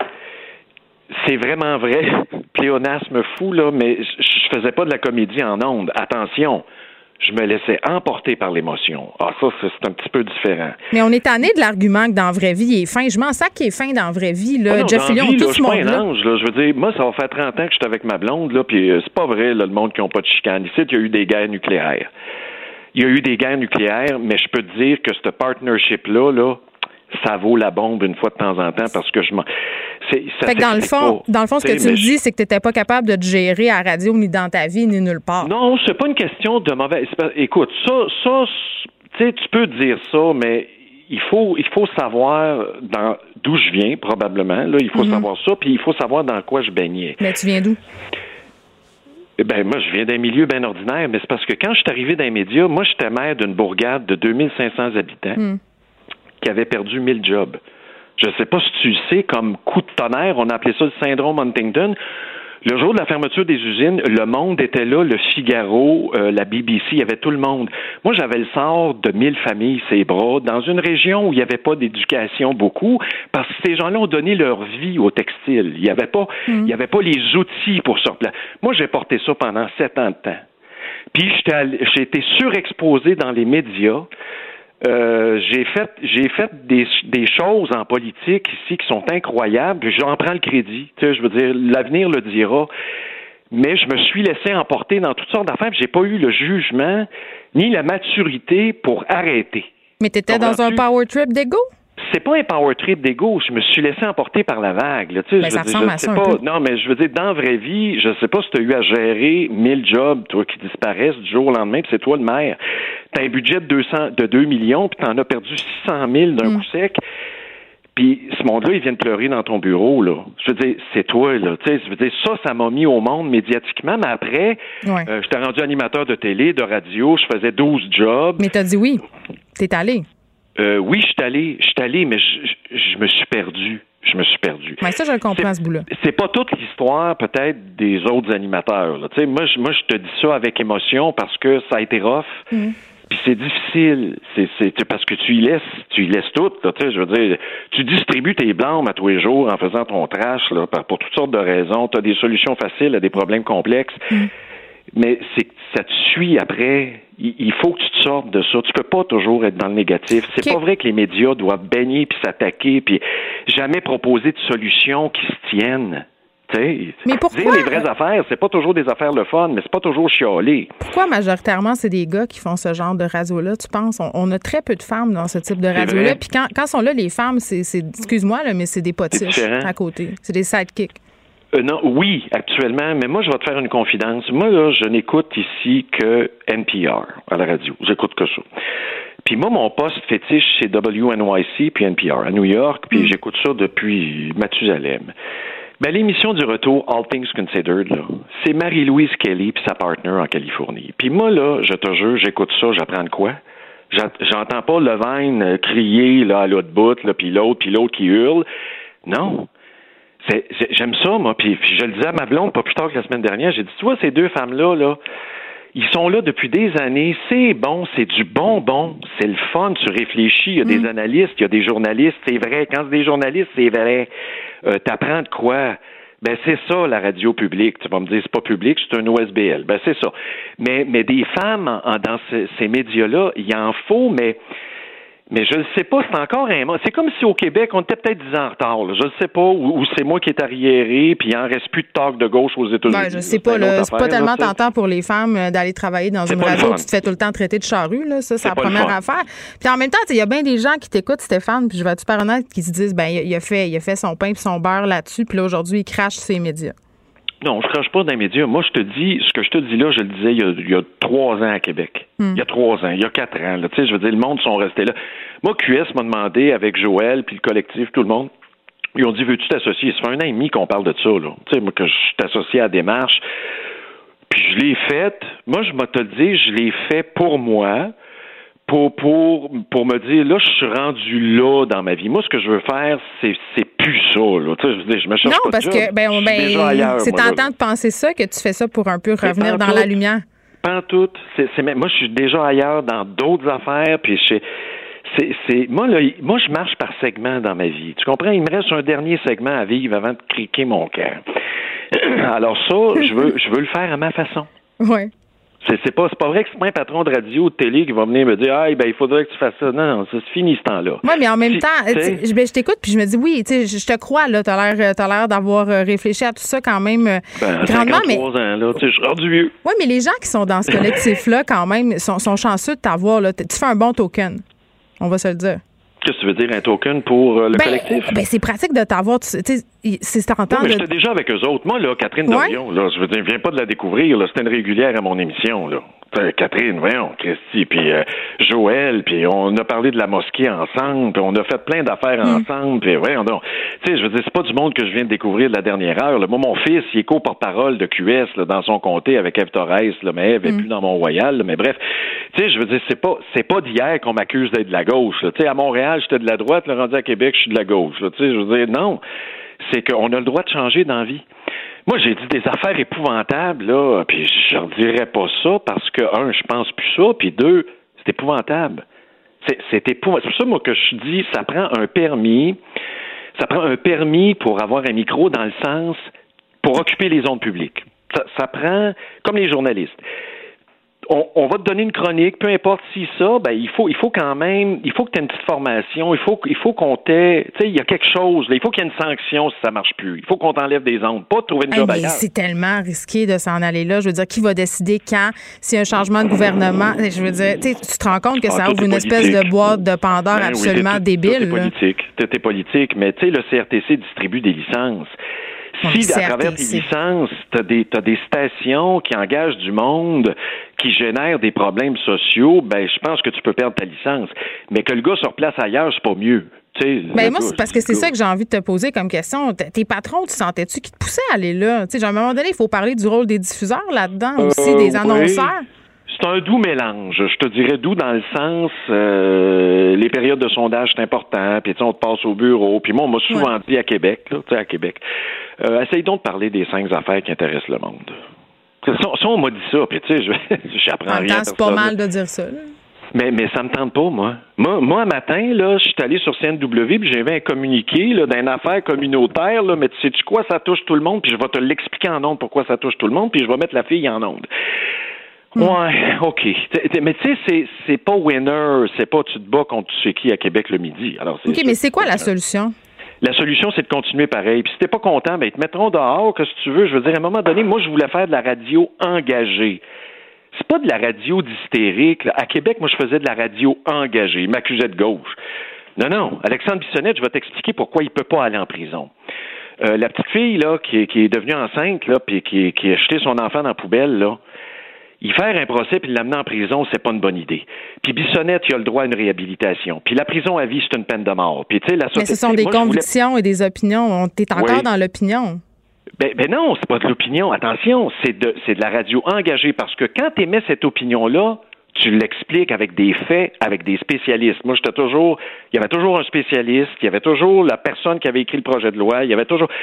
c'est vraiment vrai. Pléonasme fou, là, mais je faisais pas de la comédie en ondes. Attention. Je me laissais emporter par l'émotion. Ah, ça, c'est un petit peu différent. Mais on est tanné de l'argument que dans la vraie vie, il est fin. Je m'en sac qu'il est fin dans la vraie vie. Là. Non, Jeff Fillion, tout ce monde-là. Je suis pas un ange, là. Je veux dire, moi, ça va faire 30 ans que je suis avec ma blonde, là, puis c'est pas vrai, là, le monde qui n'a pas de chicane. Ici, il y a eu des guerres nucléaires. Il y a eu des guerres nucléaires, mais je peux te dire que ce partnership-là, là, ça vaut la bombe une fois de temps en temps parce que je m'en... Fait que dans le fond, ce que tu me dis, c'est que tu n'étais pas capable de te gérer à la radio, ni dans ta vie, ni nulle part. Non, c'est pas une question de mauvais... Écoute, ça, tu sais, tu peux dire ça, mais il faut savoir d'où je viens, probablement. Là, il faut savoir ça, puis il faut savoir dans quoi je baignais. Mais tu viens d'où? Ben moi, je viens d'un milieu bien ordinaire, mais c'est parce que quand je suis arrivé dans les médias, moi, j'étais maire d'une bourgade de 2500 habitants qui avait perdu 1000 jobs. Je ne sais pas si tu le sais, comme coup de tonnerre, on a appelé ça le syndrome Huntington. Le jour de la fermeture des usines, Le Monde était là, le Figaro, la BBC, il y avait tout le monde. Moi, j'avais le sort de 1000 familles, ses bras, dans une région où il n'y avait pas d'éducation beaucoup, parce que ces gens-là ont donné leur vie au textile. Il n'y avait pas les outils pour se replacer. Moi, j'ai porté ça pendant 7 ans de temps. Puis, j'ai été surexposé dans les médias. J'ai fait des choses en politique ici qui sont incroyables. J'en prends le crédit. Tu sais, je veux dire, l'avenir le dira. Mais je me suis laissé emporter dans toutes sortes d'affaires. J'ai pas eu le jugement ni la maturité pour arrêter. Mais t'étais dans un power trip d'ego? C'est pas un power trip d'ego. Je me suis laissé emporter par la vague. Là. Tu sais, ça ressemble à ça un peu. Non, mais je veux dire, dans la vraie vie, je sais pas si tu as eu à gérer 1000 jobs, toi, qui disparaissent du jour au lendemain, puis c'est toi le maire. T'as un budget de 2 millions, puis t'en as perdu 600 000 d'un coup sec. Puis ce monde-là, il vient de pleurer dans ton bureau, là. Je veux dire, c'est toi, là. Tu sais, je veux dire, ça m'a mis au monde médiatiquement, mais après, j'étais rendu animateur de télé, de radio, je faisais 12 jobs. Mais t'as dit oui. T'es allé. Oui, je suis allé, mais je me suis perdu. Mais ça, je le comprends, ce bout-là. C'est pas toute l'histoire, peut-être, des autres animateurs. Là. Tu sais, moi, je te dis ça avec émotion parce que ça a été rough. Puis c'est difficile. C'est parce que tu y laisses tout. Là, tu sais, je veux dire, tu distribues tes blâmes à tous les jours en faisant ton trash là, pour toutes sortes de raisons. Tu as des solutions faciles à des problèmes complexes. Mais ça te suit après. Il faut que tu te sortes de ça. Tu peux pas toujours être dans le négatif. C'est pas vrai que les médias doivent baigner puis s'attaquer puis jamais proposer de solutions qui se tiennent. T'sais, mais pourquoi? Dire les vraies affaires, c'est pas toujours des affaires le fun, mais c'est pas toujours chialer. Pourquoi majoritairement c'est des gars qui font ce genre de radio-là, tu penses? On a très peu de femmes dans ce type de radio-là. Puis quand sont là, les femmes, c'est excuse-moi, là, mais c'est des potiches à côté. C'est des sidekicks. Non, oui, actuellement, mais moi, je vais te faire une confidence. Moi, là, je n'écoute ici que NPR à la radio. J'écoute que ça. Puis moi, mon poste fétiche, c'est WNYC puis NPR à New York, puis j'écoute ça depuis Mathusalem. Ben, l'émission du retour, All Things Considered, là, c'est Marie-Louise Kelly puis sa partner en Californie. Puis moi, là, je te jure, j'écoute ça, j'apprends de quoi? J'entends pas Levine crier là, à l'autre bout, là, puis l'autre qui hurle. Non. J'aime ça, moi. Puis je le disais à ma blonde pas plus tard que la semaine dernière. J'ai dit, tu vois, ces deux femmes-là, là, ils sont là depuis des années. C'est bon, c'est du bonbon. C'est le fun. Tu réfléchis. Il y a des analystes, il y a des journalistes. C'est vrai. Quand c'est des journalistes, c'est vrai. T'apprends de quoi? Ben c'est ça, la radio publique. Tu vas me dire, c'est pas public, c'est un OSBL. Ben c'est ça. Mais des femmes dans ces médias-là, il en faut, mais je ne sais pas, c'est encore un mot. C'est comme si au Québec, on était peut-être 10 ans en retard. Là. Je ne sais pas, ou c'est moi qui est arriéré, puis il n'en reste plus de talk de gauche aux États-Unis. Ben, je sais pas, là, c'est pas tellement tentant pour les femmes d'aller travailler dans une radio où tu te fais tout le temps traiter de charrue, là. Ça, c'est la première affaire. Puis en même temps, il y a bien des gens qui t'écoutent, Stéphane, puis je vais être super honnête, qui se disent, ben il a fait son pain puis son beurre là-dessus, puis là, aujourd'hui, il crache ses médias. Non, je crache pas dans les médias. Moi, ce que je te dis là, je le disais il y a 3 ans à Québec. Il y a 3 ans, il y a 4 ans. Là. Tu sais, je veux dire, le monde sont restés là. Moi, QS m'a demandé, avec Joël, puis le collectif, tout le monde, ils ont dit, veux-tu t'associer? Ça fait 1 an et demi qu'on parle de ça, là. Tu sais, moi, que je suis associé à la démarche. Puis je l'ai faite. Moi, je vais te le dire, je l'ai fait pour moi. Pour me dire, là, je suis rendu là dans ma vie. Moi, ce que je veux faire, c'est plus ça, là. Tu sais, je veux dire, je me cherche pas de job. Non, parce que, ailleurs, c'est tentant de penser ça, que tu fais ça pour un peu revenir dans la lumière. Pas en tout. Moi, je suis déjà ailleurs dans d'autres affaires, puis moi, je marche par segment dans ma vie. Tu comprends? Il me reste un dernier segment à vivre avant de criquer mon cœur. Alors ça, je veux le faire à ma façon. Oui. C'est pas vrai que c'est pas un patron de radio ou de télé qui va venir me dire il faudrait que tu fasses ça. Non, ça c'est fini ce temps-là. Oui, mais en même temps, je t'écoute puis je me dis oui, tu sais, je te crois là, t'as l'air d'avoir réfléchi à tout ça quand même grandement, mais 53 ans là, tu sais, je suis rendu vieux. Oui, mais les gens qui sont dans ce collectif là quand même sont chanceux de t'avoir là, tu fais un bon token. On va se le dire. Qu'est-ce que tu veux dire, un token pour le collectif? Ben, c'est pratique de t'avoir, tu sais, c'est tentant mais j'étais déjà avec eux autres. Moi, là, Catherine Dorion, là, je veux dire, je viens pas de la découvrir, là, c'était une régulière à mon émission, là. Catherine, voyons, Christy, puis Joël, puis on a parlé de la mosquée ensemble, puis on a fait plein d'affaires ensemble, puis voyons donc. Tu sais, je veux dire, c'est pas du monde que je viens de découvrir de la dernière heure, là. Moi, mon fils, il est co-porte-parole de QS, là, dans son comté avec Ève Torres, là, mais Ève est plus dans Mont-Royal, là, mais bref. Tu sais, je veux dire, c'est pas d'hier qu'on m'accuse d'être de la gauche, là. Tu sais, à Montréal, j'étais de la droite, là, rendu à Québec, je suis de la gauche, là. Tu sais, je veux dire, non. C'est qu'on a le droit de changer dans la vie. Moi, j'ai dit des affaires épouvantables, là, puis je leur dirais pas ça parce que, 1, je pense plus ça, puis 2, c'est épouvantable. C'est épouvantable. C'est pour ça, moi, que je dis, ça prend un permis pour avoir un micro dans le sens, pour occuper les ondes publiques. Ça prend, comme les journalistes. On va te donner une chronique, peu importe si ça, ben il faut quand même, il faut que tu aies une petite formation, il faut qu'on t'ait, tu sais, il y a quelque chose, là, il faut qu'il y ait une sanction si ça marche plus. Il faut qu'on t'enlève des ondes, pas trouver une job ailleurs. C'est tellement risqué de s'en aller là. Je veux dire, qui va décider quand, s'il y a un changement de gouvernement? Je veux dire, tu te rends compte que ça ouvre une espèce de boîte de Pandore absolument débile. Tout est politique, mais tu sais, le CRTC distribue des licences. Si, à travers tes licences, t'as des stations qui engagent du monde, qui génèrent des problèmes sociaux, ben je pense que tu peux perdre ta licence. Mais que le gars se replace ailleurs, c'est pas mieux. Ben moi, c'est parce que c'est ça que j'ai envie de te poser comme question. Tes patrons, tu sentais-tu qu'ils te poussaient à aller là? À un moment donné, il faut parler du rôle des diffuseurs là-dedans aussi, des annonceurs. C'est un doux mélange. Je te dirais doux dans le sens, les périodes de sondage, c'est important, puis on te passe au bureau. Puis moi, on m'a souvent dit à Québec, essaye donc de parler des 5 affaires qui intéressent le monde. Ça, on m'a dit ça, puis tu sais, j'apprends rien. C'est pas mal de dire ça, là. Mais ça me tente pas, moi. Moi, un matin, là, je suis allé sur CNW, puis j'avais un communiqué là, d'une affaire communautaire, là, mais tu sais-tu quoi, ça touche tout le monde, puis je vais te l'expliquer en ondes pourquoi ça touche tout le monde, puis je vais mettre la fille en ondes. Ouais, OK. Mais tu sais, c'est pas winner, c'est pas tu te bats contre tu sais qui à Québec le midi. Alors, OK, mais c'est quoi la solution? La solution, c'est de continuer pareil. Puis si t'es pas content, ben ils te mettront dehors, que si tu veux. Je veux dire, à un moment donné, moi, je voulais faire de la radio engagée. C'est pas de la radio d'hystérique. Là. À Québec, moi, je faisais de la radio engagée. Ils m'accusaient de gauche. Non. Alexandre Bissonnette, je vais t'expliquer pourquoi il peut pas aller en prison. La petite fille, là, qui est devenue enceinte, là, puis qui a jeté son enfant dans la poubelle, là, y faire un procès puis l'amener en prison, c'est pas une bonne idée. Puis Bissonnette, il a le droit à une réhabilitation. Puis la prison à vie, c'est une peine de mort. Puis tu sais, mais ce sont des convictions et des opinions. T'es encore dans l'opinion. Ben non, c'est pas de l'opinion. Attention, c'est de la radio engagée parce que quand tu émets cette opinion-là, tu l'expliques avec des faits, avec des spécialistes. Moi, il y avait toujours un spécialiste, il y avait toujours la personne qui avait écrit le projet de loi, il y avait toujours...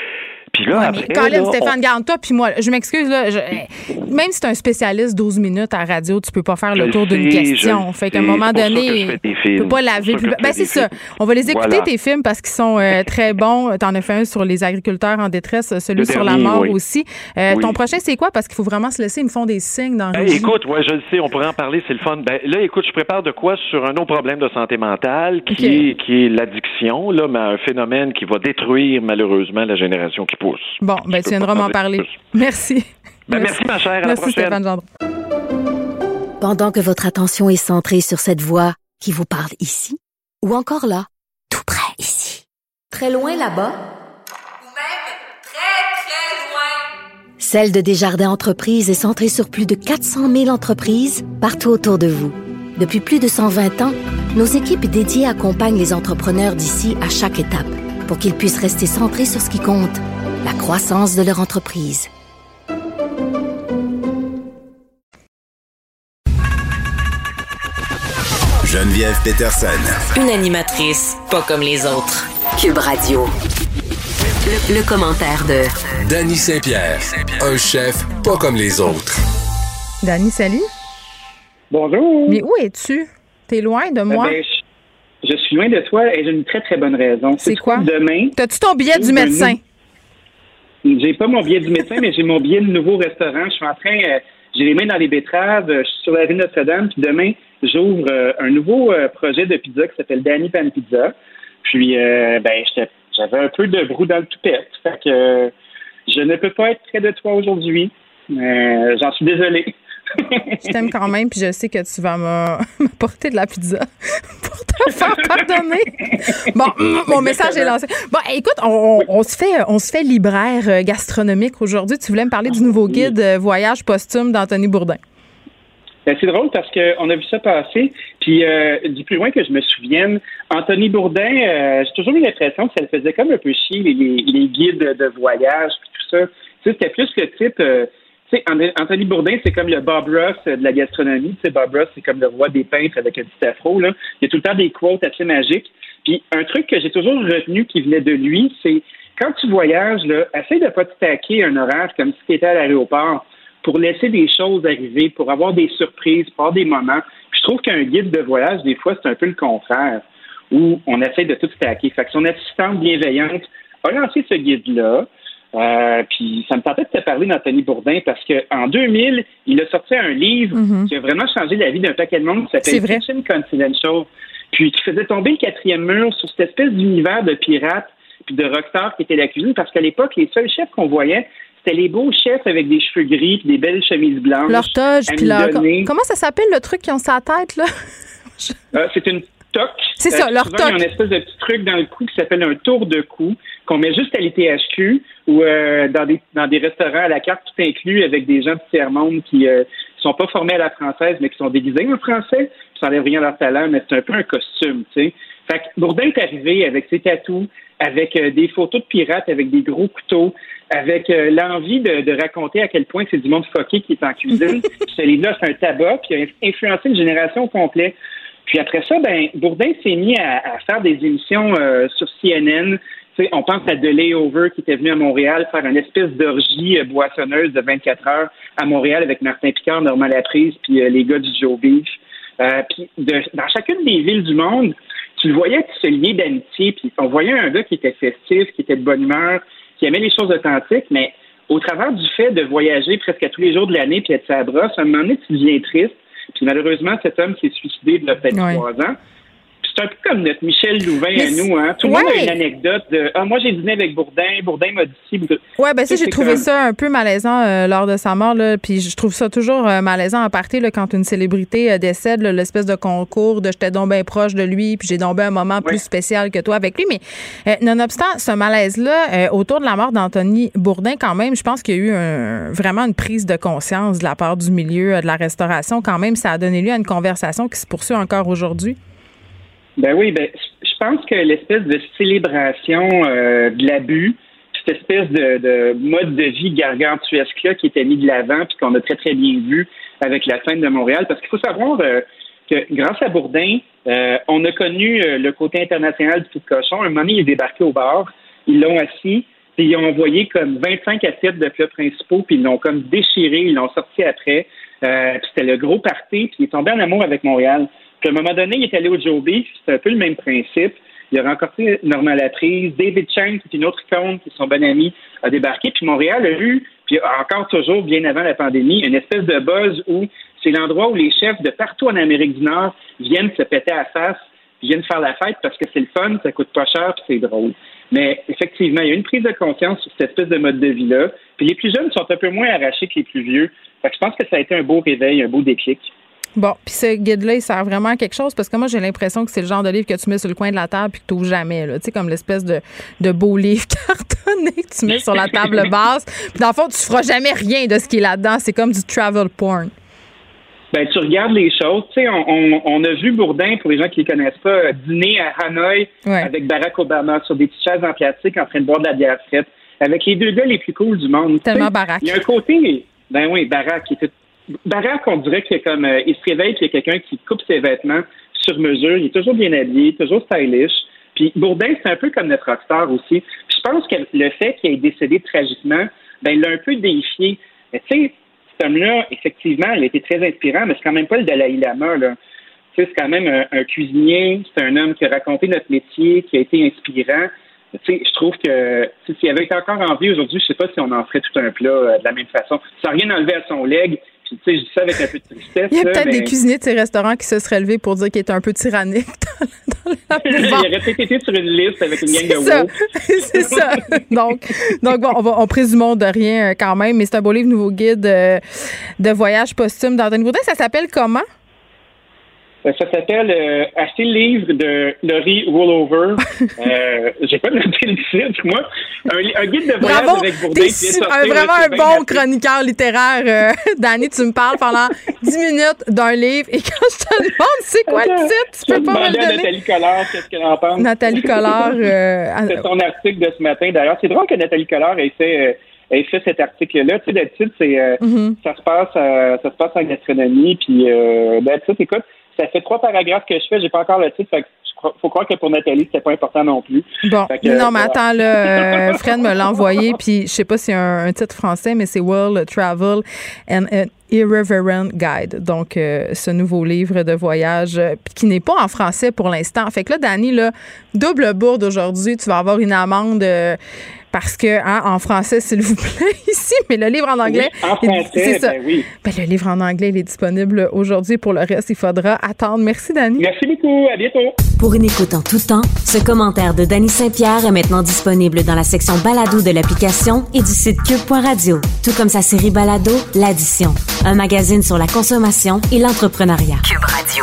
Puis là, mais Colin, Stéphane, garde toi, puis moi, je m'excuse, là, même si tu es un spécialiste 12 minutes à radio, tu peux pas faire le tour d'une question. Fait qu'à un moment donné, tu peux pas laver. C'est ça. On va les écouter, tes films, parce qu'ils sont très bons. T'en as fait un sur les agriculteurs en détresse, celui sur la mort aussi. Ton prochain, c'est quoi? Parce qu'il faut vraiment se laisser. Ils me font des signes dans le écoute, je le sais, on pourrait en parler, c'est le fun. Là, écoute, je prépare de quoi sur un autre problème de santé mentale qui est l'addiction, là, mais un phénomène qui va détruire malheureusement la génération qui pousse. Bon, tu viendras m'en parler. Merci. Merci, ma chère. À la prochaine. Stéphane Gendron. Pendant que votre attention est centrée sur cette voix qui vous parle ici, ou encore là, tout près ici, très loin là-bas, ou même très, très loin, celle de Desjardins Entreprises est centrée sur plus de 400 000 entreprises partout autour de vous. Depuis plus de 120 ans, nos équipes dédiées accompagnent les entrepreneurs d'ici à chaque étape pour qu'ils puissent rester centrés sur ce qui compte, la croissance de leur entreprise. Geneviève Peterson. Une animatrice pas comme les autres. Cube Radio. Le commentaire de Dany Saint-Pierre, un chef pas comme les autres. Dany, salut. Bonjour. Mais où es-tu? T'es loin de moi? Je suis loin de toi et j'ai une très, très bonne raison. C'est quoi? Demain. T'as-tu ton billet du médecin? J'ai pas mon billet du médecin, mais j'ai mon billet de nouveau restaurant. Je suis en train, j'ai les mains dans les betteraves, je suis sur la rue Notre-Dame, puis demain, j'ouvre un nouveau projet de pizza qui s'appelle Dany Pan Pizza. Puis, j'avais un peu de brou dans le toupette. Fait que je ne peux pas être près de toi aujourd'hui. J'en suis désolé. Je t'aime quand même, puis je sais que tu vas m'apporter de la pizza pour te faire pardonner. Bon, mon message est lancé. Bon, écoute, on se fait libraire gastronomique aujourd'hui. Tu voulais me parler du nouveau guide Voyage posthume d'Anthony Bourdin. C'est drôle parce qu'on a vu ça passer, puis du plus loin que je me souvienne, Anthony Bourdin, j'ai toujours eu l'impression que ça le faisait comme un peu chier, les guides de voyage, puis tout ça. Tu sais, c'était plus le type... Tu sais, Anthony Bourdin, c'est comme le Bob Ross de la gastronomie. Tu sais, Bob Ross, c'est comme le roi des peintres avec un petit afro, là. Il y a tout le temps des quotes assez magiques. Puis, un truc que j'ai toujours retenu qui venait de lui, c'est quand tu voyages, là, essaye de pas te taquer un horaire comme si tu étais à l'aéroport pour laisser des choses arriver, pour avoir des surprises, pour avoir des moments. Puis, je trouve qu'un guide de voyage, des fois, c'est un peu le contraire, où on essaie de tout stacker. Fait que son assistante bienveillante a lancé ce guide-là. Puis ça me tentait de te parler d'Anthony Bourdin parce qu'en 2000, il a sorti un livre qui a vraiment changé la vie d'un paquet de monde qui s'appelle Kitchen Confidential, puis qui faisait tomber le quatrième mur sur cette espèce d'univers de pirates puis de rockstars qui était la cuisine, parce qu'à l'époque, les seuls chefs qu'on voyait, c'était les beaux chefs avec des cheveux gris puis des belles chemises blanches. Leur toge, puis leur... Comment ça s'appelle le truc qui ont sa tête, là? C'est une toque. C'est ça, leur toque. Il y a une espèce de petit truc dans le cou qui s'appelle un tour de cou qu'on met juste à l'ITHQ ou dans des restaurants à la carte tout inclus avec des gens du tiers-monde qui sont pas formés à la française mais qui sont déguisés en français. Ça n'enlève rien à leur talent, mais c'est un peu un costume, tu sais. Fait que Bourdin est arrivé avec ses tatous, avec des photos de pirates, avec des gros couteaux, avec l'envie de raconter à quel point c'est du monde fucké qui est en cuisine. Ce livre-là, c'est un tabac, puis il a influencé une génération complète. Puis après ça, Bourdin s'est mis à faire des émissions sur CNN. T'sais, on pense à The Layover qui était venu à Montréal faire une espèce d'orgie boissonneuse de 24 heures à Montréal avec Martin Picard, Normand Laprise, puis les gars du Joe Beef. Puis dans chacune des villes du monde, tu le voyais se lier d'amitié, puis on voyait un gars qui était festif, qui était de bonne humeur, qui aimait les choses authentiques, mais au travers du fait de voyager presque à tous les jours de l'année puis être sa brosse, à un moment donné, tu deviens triste. Puis malheureusement, cet homme s'est suicidé il y a peut-être 3 ans. Puis c'est un peu comme notre Michel Louvain à nous, hein. Tout le monde a une anecdote de « Ah, moi, j'ai dîné avec Bourdin, Bourdin m'a dit ci. » Oui, ben ça, j'ai trouvé ça un peu malaisant lors de sa mort, là. Puis je trouve ça toujours malaisant en partie, là, quand une célébrité décède, là, l'espèce de concours de « j'étais donc bien proche de lui, puis j'ai donc bien un moment plus spécial que toi avec lui ». Mais nonobstant ce malaise-là, autour de la mort d'Anthony Bourdin, quand même, je pense qu'il y a eu vraiment une prise de conscience de la part du milieu de la restauration. Quand même, ça a donné lieu à une conversation qui se poursuit encore aujourd'hui. Ben oui, je pense que l'espèce de célébration de l'abus, cette espèce de mode de vie gargantuesque-là qui était mis de l'avant puis qu'on a très, très bien vu avec la scène de Montréal, parce qu'il faut savoir que grâce à Bourdin, on a connu le côté international du tout cochon. Un moment donné, il est débarqué au bar, ils l'ont assis, Puis ils ont envoyé comme 25 assiettes de plats principaux, puis ils l'ont comme déchiré, ils l'ont sorti après. Puis c'était le gros party, puis il est tombé en amour avec Montréal. Puis à un moment donné, il est allé au Joe Beef, c'était un peu le même principe. Il a rencontré Norma Latrice, David Chang, qui est une autre icône, qui est son bon ami, a débarqué. Puis Montréal a eu, puis encore toujours, bien avant la pandémie, une espèce de buzz où c'est l'endroit où les chefs de partout en Amérique du Nord viennent se péter à la face, viennent faire la fête parce que c'est le fun, ça coûte pas cher, puis c'est drôle. Mais effectivement, il y a une prise de conscience sur cette espèce de mode de vie-là. Puis les plus jeunes sont un peu moins arrachés que les plus vieux. Fait que je pense que ça a été un beau réveil, un beau déclic. Bon, puis ce guide-là, il sert vraiment à quelque chose parce que moi, j'ai l'impression que c'est le genre de livre que tu mets sur le coin de la table puis que tu n'ouvres jamais. Tu sais, comme l'espèce de beau livre cartonné que tu mets sur la table basse. Puis dans le fond, tu ne feras jamais rien de ce qui est là-dedans. C'est comme du travel porn. Ben, tu regardes les choses. Tu sais, on a vu Bourdin, pour les gens qui ne les connaissent pas, dîner à Hanoï avec Barack Obama sur des petites chaises en plastique en train de boire de la bière frette avec les deux gars les plus cools du monde. Tellement Barack. Il y a un côté, Barack, Barack, on dirait qu'il comme il se réveille puis il y a quelqu'un qui coupe ses vêtements sur mesure. Il est toujours bien habillé, toujours stylish. Puis Bourdin, c'est un peu comme notre rockstar aussi. Puis je pense que le fait qu'il ait décédé tragiquement, ben il l'a un peu déifié. Mais tu sais, cet homme-là, effectivement, il a été très inspirant, mais c'est quand même pas le Dalai Lama, là. Tu sais, c'est quand même un cuisinier, c'est un homme qui a raconté notre métier, qui a été inspirant. Tu sais, je trouve que s'il avait été encore en vie aujourd'hui, je sais pas si on en ferait tout un plat de la même façon. Sans rien enlever à son legs. Puis, tu sais, je dis ça avec un peu de tristesse. Il y a peut-être des cuisiniers de ces restaurants qui se seraient levés pour dire qu'il était un peu tyrannique dans la Il aurait peut-être été sur une liste avec une gang de woke. C'est ça. Donc bon, on présumons de rien quand même, mais c'est un beau livre, nouveau guide de voyage posthume d'Anthony Bourdin. Ça s'appelle comment? Ça s'appelle Acheter le livre de Laurie Rollover. J'ai pas noté le titre, moi. Un guide de voyage avec Bourdin. Vraiment un bon chroniqueur littéraire. Danny, tu me parles pendant 10 minutes d'un livre et quand je te demande c'est quoi le titre, tu peux pas me le donner. Nathalie Collard, qu'est-ce qu'elle en pense? Nathalie Collard. C'est son article de ce matin. D'ailleurs, c'est drôle que Nathalie Collard ait fait cet article-là. Tu sais, d'habitude, ça se passe en gastronomie. Puis, écoute, ça fait 3 paragraphes que je fais, j'ai pas encore le titre, fait que faut croire que pour Nathalie, c'était pas important non plus. Bon, non, mais attends, là, Fred me l'a envoyé, puis je sais pas si y a un titre français, mais c'est World Travel and Irreverent Guide. Donc, ce nouveau livre de voyage qui n'est pas en français pour l'instant. Fait que là, Dani, là, double bourde aujourd'hui, tu vas avoir une amende parce que, en français, s'il vous plaît, ici, mais le livre en anglais. Oui, en français, c'est ça. Ben oui. Ben, le livre en anglais, il est disponible aujourd'hui. Pour le reste, il faudra attendre. Merci, Dani. Merci beaucoup. À bientôt. Pour une écoute en tout temps, ce commentaire de Dany Saint-Pierre est maintenant disponible dans la section balado de l'application et du site cube.radio. Tout comme sa série balado, L'Addition. Un magazine sur la consommation et l'entrepreneuriat. Cube Radio.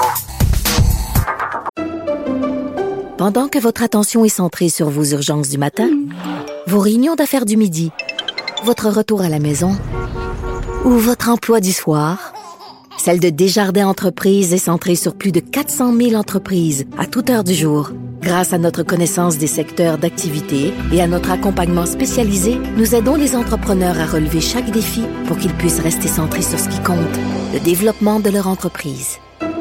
Pendant que votre attention est centrée sur vos urgences du matin, vos réunions d'affaires du midi, votre retour à la maison ou votre emploi du soir, celle de Desjardins Entreprises est centrée sur plus de 400 000 entreprises à toute heure du jour. Grâce à notre connaissance des secteurs d'activité et à notre accompagnement spécialisé, nous aidons les entrepreneurs à relever chaque défi pour qu'ils puissent rester centrés sur ce qui compte, le développement de leur entreprise.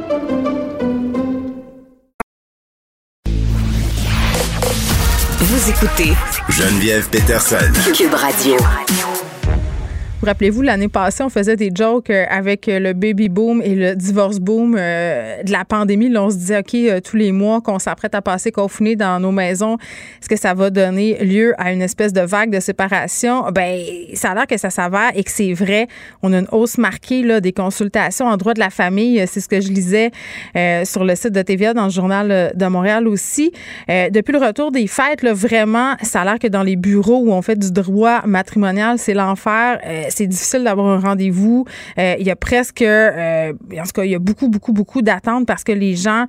Vous écoutez Geneviève Peterson. Cube Radio. Vous rappelez-vous, l'année passée, on faisait des jokes avec le baby boom et le divorce boom de la pandémie. Là, on se disait, OK, tous les mois qu'on s'apprête à passer confinés dans nos maisons, est-ce que ça va donner lieu à une espèce de vague de séparation? Ben, ça a l'air que ça s'avère et que c'est vrai. On a une hausse marquée là, des consultations en droit de la famille. C'est ce que je lisais sur le site de TVA dans le Journal de Montréal aussi. Depuis le retour des fêtes, là, vraiment, ça a l'air que dans les bureaux où on fait du droit matrimonial, c'est l'enfer. C'est difficile d'avoir un rendez-vous. Il y a presque, en tout cas, il y a beaucoup d'attentes parce que les gens,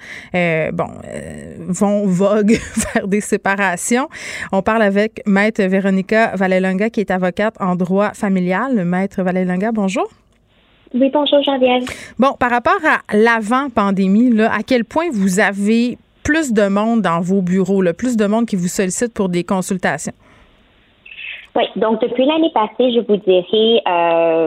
vont voguer vers des séparations. On parle avec Maître Véronica Vallelonga, qui est avocate en droit familial. Maître Vallelonga, bonjour. Oui, bonjour Geneviève. Bon, par rapport à l'avant-pandémie, là, à quel point vous avez plus de monde dans vos bureaux, là, plus de monde qui vous sollicite pour des consultations? Oui, donc depuis l'année passée, je vous dirais,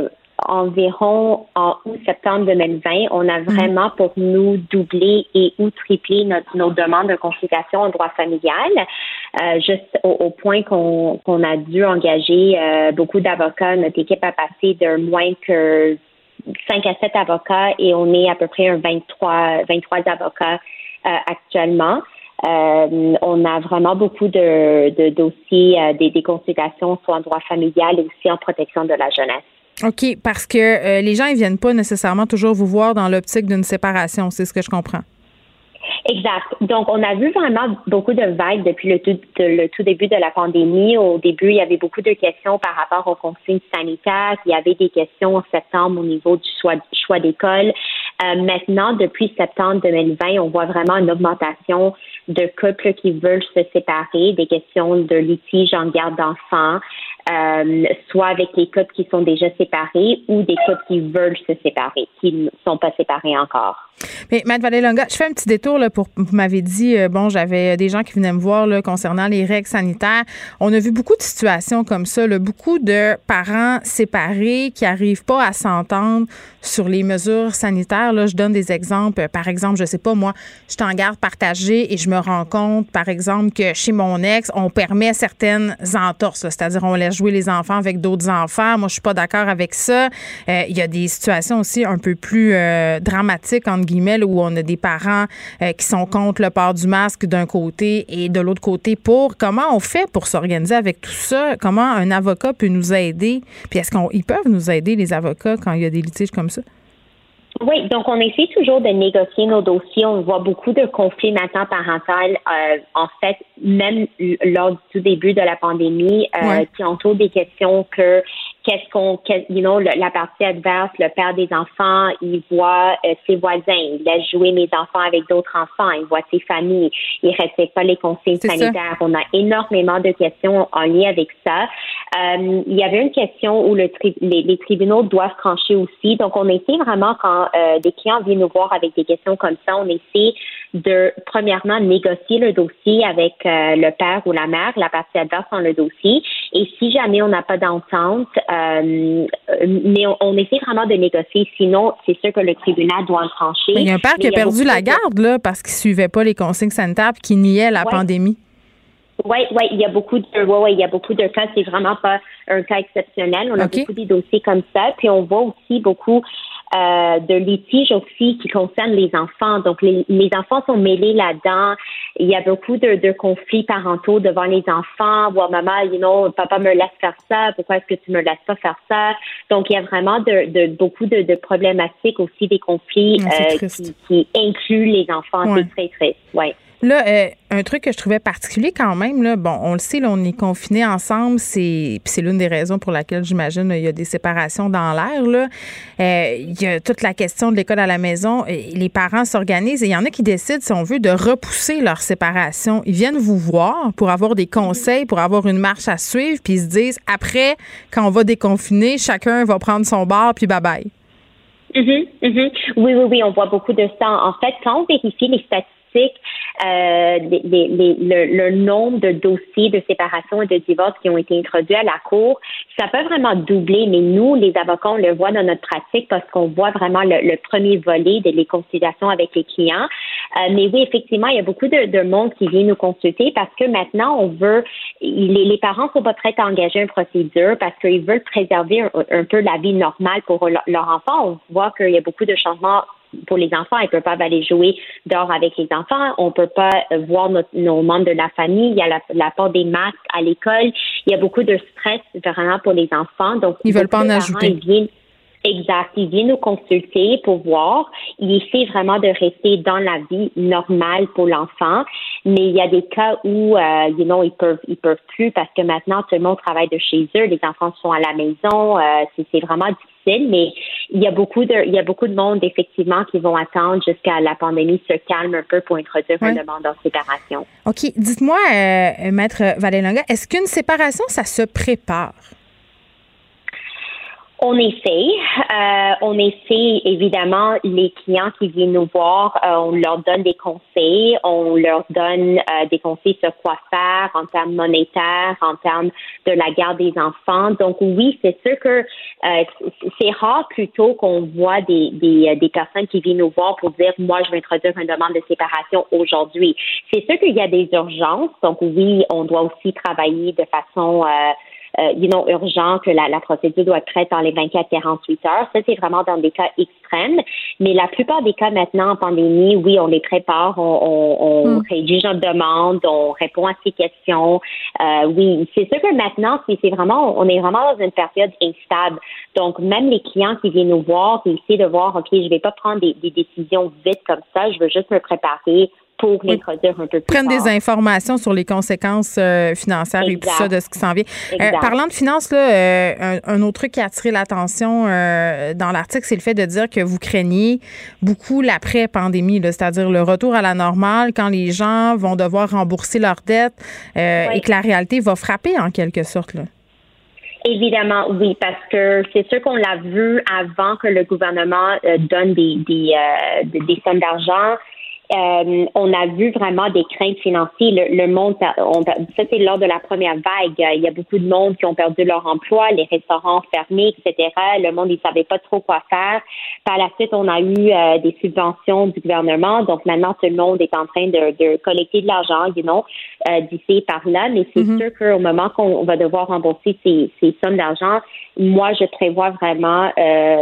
environ en août-septembre 2020, on a vraiment pour nous doublé et ou triplé nos demandes de consultation en droit familial, juste au point qu'on a dû engager beaucoup d'avocats. Notre équipe a passé de moins que 5 à 7 avocats et on est à peu près 23 avocats actuellement. On a vraiment beaucoup de dossiers, des consultations soit en droit familial et aussi en protection de la jeunesse. OK, parce que les gens ils viennent pas nécessairement toujours vous voir dans l'optique d'une séparation, c'est ce que je comprends. Exact. Donc, on a vu vraiment beaucoup de vagues depuis le tout début de la pandémie. Au début, il y avait beaucoup de questions par rapport aux consignes sanitaires. Il y avait des questions en septembre au niveau du choix d'école. Maintenant, depuis septembre 2020, on voit vraiment une augmentation de couples qui veulent se séparer, des questions de litige en garde d'enfants, soit avec les couples qui sont déjà séparés ou des couples qui veulent se séparer, qui ne sont pas séparés encore. Mais Mme Vallée-Longa, je fais un petit détour là, vous m'avez dit, j'avais des gens qui venaient me voir là, concernant les règles sanitaires. On a vu beaucoup de situations comme ça, là, beaucoup de parents séparés qui n'arrivent pas à s'entendre sur les mesures sanitaires. Là, je donne des exemples. Par exemple, je sais pas, moi, je suis en garde partagée et je me rends compte, par exemple, que chez mon ex, on permet certaines entorses, là, c'est-à-dire on laisse jouer les enfants avec d'autres enfants. Moi, je suis pas d'accord avec ça. Il y a des situations aussi un peu plus dramatiques, entre guillemets, où on a des parents qui sont contre le port du masque d'un côté et de l'autre côté pour. Comment on fait pour s'organiser avec tout ça? Comment un avocat peut nous aider? Puis est-ce qu'ils peuvent nous aider, les avocats, quand il y a des litiges comme ça? Oui, donc on essaie toujours de négocier nos dossiers. On voit beaucoup de conflits maintenant parentaux. En fait, même lors du tout début de la pandémie, qui entourent des questions que la partie adverse, le père des enfants, il voit ses voisins, il laisse jouer mes enfants avec d'autres enfants, il voit ses familles, il respecte pas les consignes sanitaires. On a énormément de questions en lien avec ça. Il y avait une question où les tribunaux doivent trancher aussi. Donc, on essaie vraiment quand des clients viennent nous voir avec des questions comme ça, on essaie de, premièrement, négocier le dossier avec le père ou la mère, la partie adverse dans le dossier. Et si jamais on n'a pas d'entente, mais on essaie vraiment de négocier. Sinon, c'est sûr que le tribunal doit trancher. Il y a un père qui a perdu la garde là, parce qu'il ne suivait pas les consignes sanitaires et qui niait la pandémie. Oui, il y a beaucoup de cas. C'est vraiment pas un cas exceptionnel. On a beaucoup de dossiers comme ça. Puis on voit aussi beaucoup de litiges aussi qui concernent les enfants. Donc, les enfants sont mêlés là-dedans. Il y a beaucoup de conflits parentaux devant les enfants. Ou maman, papa me laisse faire ça. Pourquoi est-ce que tu me laisses pas faire ça? Donc, il y a vraiment beaucoup de problématiques aussi, des conflits qui incluent les enfants. C'est très triste, oui. Là, un truc que je trouvais particulier quand même, là, on le sait, là, on est confinés ensemble, c'est l'une des raisons pour laquelle, j'imagine, il y a des séparations dans l'air, là. Il y a toute la question de l'école à la maison. Les parents s'organisent et il y en a qui décident, si on veut, de repousser leur séparation. Ils viennent vous voir pour avoir des conseils, pour avoir une marche à suivre, puis ils se disent, après, quand on va déconfiner, chacun va prendre son bar, puis bye-bye. Oui, on voit beaucoup de ça. En fait, quand on vérifie les statistiques, le nombre de dossiers de séparation et de divorce qui ont été introduits à la Cour, ça peut vraiment doubler, mais nous, les avocats, on le voit dans notre pratique parce qu'on voit vraiment le premier volet des consultations avec les clients. Mais oui, effectivement, il y a beaucoup de monde qui vient nous consulter parce que maintenant, les parents sont pas prêts à engager une procédure parce qu'ils veulent préserver un peu la vie normale pour leur enfant. On voit qu'il y a beaucoup de changements pour les enfants. Ils ne peuvent pas aller jouer dehors avec les enfants. On ne peut pas voir nos membres de la famille. Il y a l'apport des masques à l'école. Il y a beaucoup de stress vraiment pour les enfants. Donc, ils veulent pas en ajouter. Ils viennent nous consulter pour voir. Ils essaient vraiment de rester dans la vie normale pour l'enfant. Mais il y a des cas où, ils peuvent plus parce que maintenant, tout le monde travaille de chez eux. Les enfants sont à la maison. C'est vraiment difficile. Mais il y a beaucoup de monde, effectivement, qui vont attendre jusqu'à la pandémie se calme un peu pour introduire une demande en séparation. OK. Dites-moi, Maître Vallée-Longa, est-ce qu'une séparation, ça se prépare? On essaie évidemment les clients qui viennent nous voir, on leur donne des conseils, on leur donne des conseils sur quoi faire en termes monétaires, en termes de la garde des enfants. Donc oui, c'est sûr que c'est rare plutôt qu'on voit des personnes qui viennent nous voir pour dire moi je vais introduire une demande de séparation aujourd'hui. C'est sûr qu'il y a des urgences, donc oui, on doit aussi travailler de façon urgent, que la procédure doit être prête dans les 24-48 heures. Ça, c'est vraiment dans des cas extrêmes. Mais la plupart des cas maintenant en pandémie, oui, on les prépare, on rédige notre demande, on répond à ces questions. Oui, c'est sûr que maintenant, on est vraiment dans une période instable. Donc, même les clients qui viennent nous voir, qui essaient de voir, OK, je vais pas prendre des décisions vite comme ça, je veux juste me préparer pour l'introduire un peu plus prennent fort. Des informations sur les conséquences financières et tout ça de ce qui s'en vient. Parlant de finances, là, un autre truc qui a attiré l'attention dans l'article, c'est le fait de dire que vous craignez beaucoup l'après-pandémie, là, c'est-à-dire le retour à la normale quand les gens vont devoir rembourser leurs dettes et que la réalité va frapper en quelque sorte, là. Évidemment, oui, parce que c'est sûr qu'on l'a vu avant que le gouvernement donne des sommes d'argent. On a vu vraiment des craintes financières. Le monde, ça c'est lors de la première vague. Il y a beaucoup de monde qui ont perdu leur emploi, les restaurants fermés, etc. Le monde, il savait pas trop quoi faire. Par la suite, on a eu des subventions du gouvernement. Donc maintenant, tout le monde est en train de collecter de l'argent, d'ici et par là. Mais c'est sûr qu'au moment qu'on va devoir rembourser ces sommes d'argent, moi, je prévois vraiment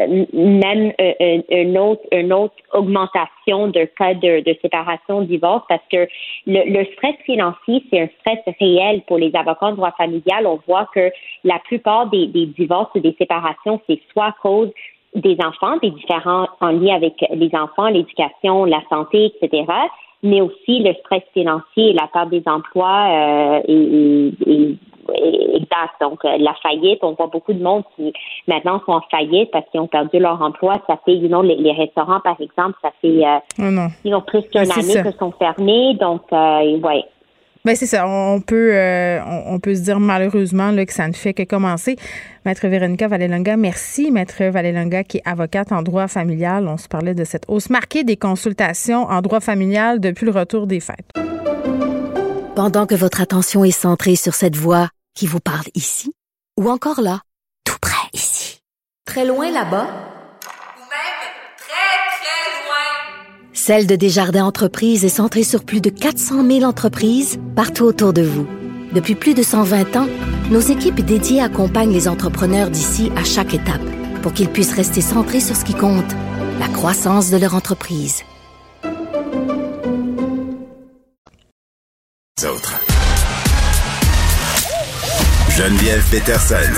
même une autre augmentation de cas de séparation, divorce, parce que le stress financier, c'est un stress réel pour les avocats en droit familial. On voit que la plupart des divorces ou des séparations, c'est soit à cause des enfants, des différends en lien avec les enfants, l'éducation, la santé, etc., mais aussi le stress financier et la perte des emplois exact. Donc, la faillite, on voit beaucoup de monde qui, maintenant, sont en faillite parce qu'ils ont perdu leur emploi. Ça fait, les restaurants, par exemple, ça fait, ils ont plus qu'une année que sont fermés. Donc, ouais. Ben c'est ça. On peut se dire malheureusement là, que ça ne fait que commencer. Maître Véronica Vallelonga, merci. Maître Vallelonga, qui est avocate en droit familial. On se parlait de cette hausse marquée des consultations en droit familial depuis le retour des fêtes. Pendant que votre attention est centrée sur cette voix qui vous parle ici, ou encore là, tout près ici, très loin là-bas, ou même très, très loin. Celle de Desjardins Entreprises est centrée sur plus de 400 000 entreprises partout autour de vous. Depuis plus de 120 ans, nos équipes dédiées accompagnent les entrepreneurs d'ici à chaque étape pour qu'ils puissent rester centrés sur ce qui compte, la croissance de leur entreprise. Autres. Geneviève Peterson.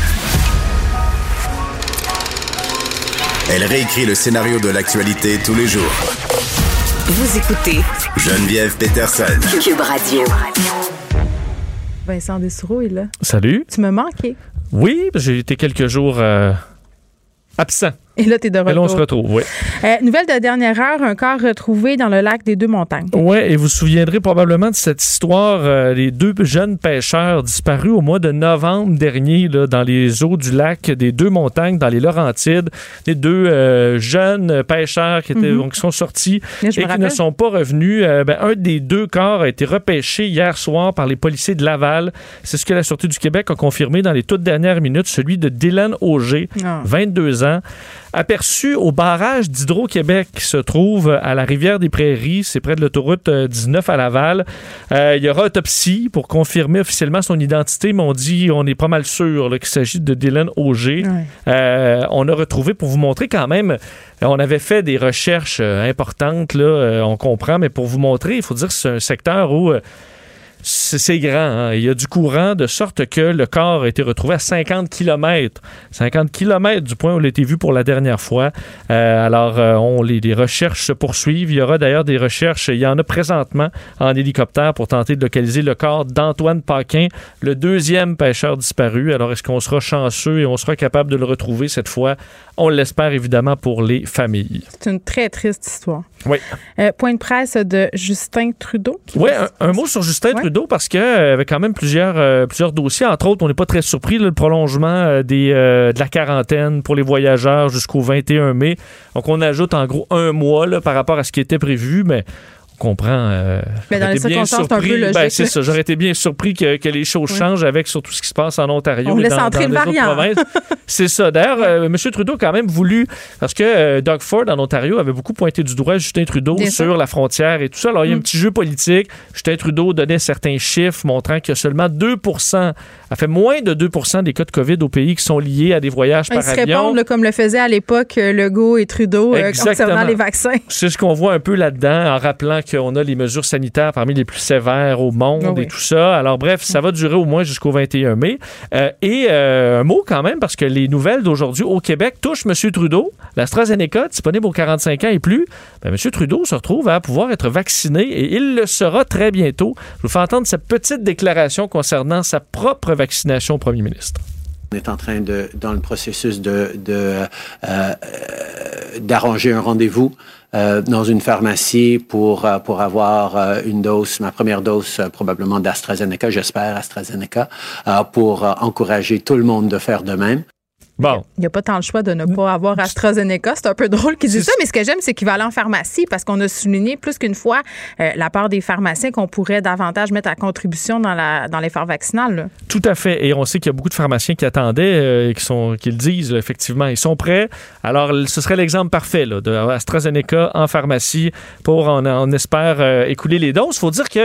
Elle réécrit le scénario de l'actualité tous les jours. Vous écoutez Geneviève Peterson. Cube Radio. Vincent Dessureau est là. Salut. Tu me manquais. Oui, j'ai été quelques jours absent. Et là, t'es de retour. Et là, on se retrouve, oui. Nouvelle de dernière heure, un corps retrouvé dans le lac des Deux-Montagnes. Oui, et vous vous souviendrez probablement de cette histoire, les deux jeunes pêcheurs disparus au mois de novembre dernier là, dans les eaux du lac des Deux-Montagnes, dans les Laurentides. Les deux jeunes pêcheurs qui sont sortis et qui ne sont pas revenus. Un des deux corps a été repêché hier soir par les policiers de Laval. C'est ce que la Sûreté du Québec a confirmé dans les toutes dernières minutes, celui de Dylan Auger, 22 ans. Aperçu au barrage d'Hydro-Québec qui se trouve à la Rivière-des-Prairies, c'est près de l'autoroute 19 à Laval. Il y aura autopsie pour confirmer officiellement son identité, mais on est pas mal sûr là, qu'il s'agit de Dylan Auger. On a retrouvé, pour vous montrer quand même, on avait fait des recherches importantes, là, on comprend, mais pour vous montrer, il faut dire que c'est un secteur où c'est grand. Hein? Il y a du courant de sorte que le corps a été retrouvé à 50 km. 50 km du point où il a été vu pour la dernière fois. Les recherches se poursuivent. Il y aura d'ailleurs des recherches. Il y en a présentement en hélicoptère pour tenter de localiser le corps d'Antoine Paquin, le deuxième pêcheur disparu. Alors, est-ce qu'on sera chanceux et on sera capable de le retrouver cette fois? On l'espère évidemment pour les familles. C'est une très triste histoire. Oui. Point de presse de Justin Trudeau. Oui, un mot sur Justin Trudeau. Trudeau parce qu'il y avait quand même plusieurs dossiers. Entre autres, on n'est pas très surpris, le prolongement de la quarantaine pour les voyageurs jusqu'au 21 mai. Donc, on ajoute en gros un mois là, par rapport à ce qui était prévu, mais on comprend. Mais dans les circonstances, c'est un peu logique. C'est ça. J'aurais été bien surpris que les choses changent avec surtout ce qui se passe en Ontario. On et laisse dans entrer les le autres variant. provinces. C'est ça. D'ailleurs, M. Trudeau a quand même voulu, parce que Doug Ford en Ontario avait beaucoup pointé du doigt Justin Trudeau sur la frontière et tout ça. Alors, il y a un petit jeu politique. Justin Trudeau donnait certains chiffres montrant qu'il y a seulement 2%, a fait moins de 2% des cas de COVID au pays qui sont liés à des voyages par avion. Ils se répondent comme le faisait à l'époque Legault et Trudeau concernant les vaccins. C'est ce qu'on voit un peu là-dedans en rappelant qu'on a les mesures sanitaires parmi les plus sévères au monde et tout ça. Alors bref, ça va durer au moins jusqu'au 21 mai. Un mot quand même, parce que les nouvelles d'aujourd'hui au Québec touchent M. Trudeau. L'AstraZeneca, disponible aux 45 ans et plus. M. Trudeau se retrouve à pouvoir être vacciné et il le sera très bientôt. Je vous fais entendre cette petite déclaration concernant sa propre vaccination au premier ministre. On est en train dans le processus d'arranger un rendez-vous dans une pharmacie pour avoir une dose, ma première dose probablement d'AstraZeneca, j'espère AstraZeneca, pour encourager tout le monde de faire de même. Bon. Il n'y a pas tant le choix de ne pas avoir AstraZeneca. C'est un peu drôle qu'ils disent ça, mais ce que j'aime, c'est qu'il va aller en pharmacie parce qu'on a souligné plus qu'une fois la part des pharmaciens qu'on pourrait davantage mettre à contribution dans l'effort vaccinal. Là. Tout à fait. Et on sait qu'il y a beaucoup de pharmaciens qui attendaient, qui le disent, là, effectivement. Ils sont prêts. Alors, ce serait l'exemple parfait là, de AstraZeneca en pharmacie pour, on espère, écouler les doses. Il faut dire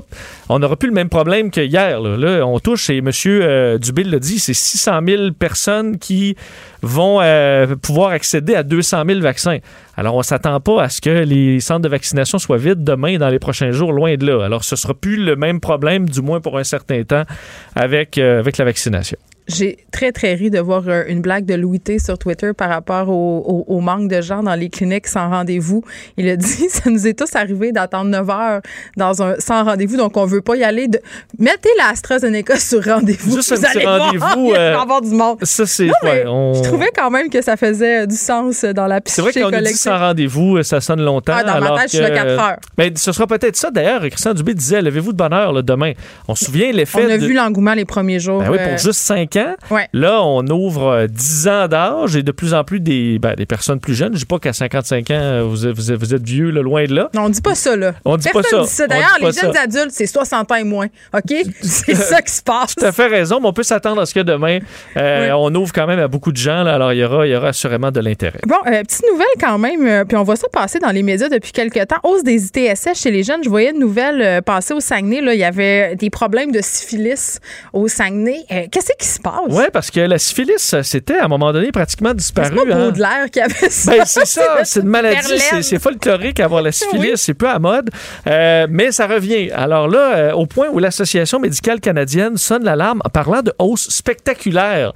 on n'aura plus le même problème qu'hier. Là, on touche, et M. Dubé l'a dit, c'est 600 000 personnes qui vont pouvoir accéder à 200 000 vaccins. Alors, on ne s'attend pas à ce que les centres de vaccination soient vides demain dans les prochains jours, loin de là. Alors, ce ne sera plus le même problème, du moins pour un certain temps, avec la vaccination. J'ai très, très ri de voir une blague de Louis T sur Twitter par rapport au manque de gens dans les cliniques sans rendez-vous. Il a dit, ça nous est tous arrivé d'attendre 9 heures sans rendez-vous, donc on veut pas y aller. Mettez la AstraZeneca sur rendez-vous. Juste un petit rendez-vous. Il va avoir du monde. Ça, c'est... Je trouvais quand même que ça faisait du sens dans la psyché collective. C'est vrai qu'on dit sans rendez-vous, ça sonne longtemps. Dans ma tête, je suis là 4 heures. Mais ce sera peut-être ça, d'ailleurs. Christian Dubé disait, levez-vous de bonne heure là, demain. On se souvient l'effet On a vu l'engouement les premiers jours. Ben oui, pour juste 5 ans. Ouais. Là, on ouvre 10 ans d'âge et de plus en plus des personnes plus jeunes. Je ne dis pas qu'à 55 ans, vous êtes vieux, là, loin de là. Non, on ne dit pas ça, là. On dit Personne pas ça. Dit ça. D'ailleurs, les jeunes adultes, c'est 60 ans et moins. OK? C'est ça qui se passe. Tu as fait raison, mais on peut s'attendre à ce que demain, on ouvre quand même à beaucoup de gens. Là, alors, il y aura assurément de l'intérêt. Bon, petite nouvelle quand même, puis on voit ça passer dans les médias depuis quelques temps. Hausse des ITSS chez les jeunes. Je voyais une nouvelle passer au Saguenay. Là, il y avait des problèmes de syphilis au Saguenay. Qu'est-ce qui se passe? Oui, parce que la syphilis, c'était à un moment donné pratiquement disparu. C'est pas Baudelaire qui avait ça. Ben, c'est ça, c'est une maladie, c'est folklorique avoir la syphilis, c'est peu à mode, mais ça revient. Alors là, au point où l'Association médicale canadienne sonne l'alarme en parlant de hausse spectaculaire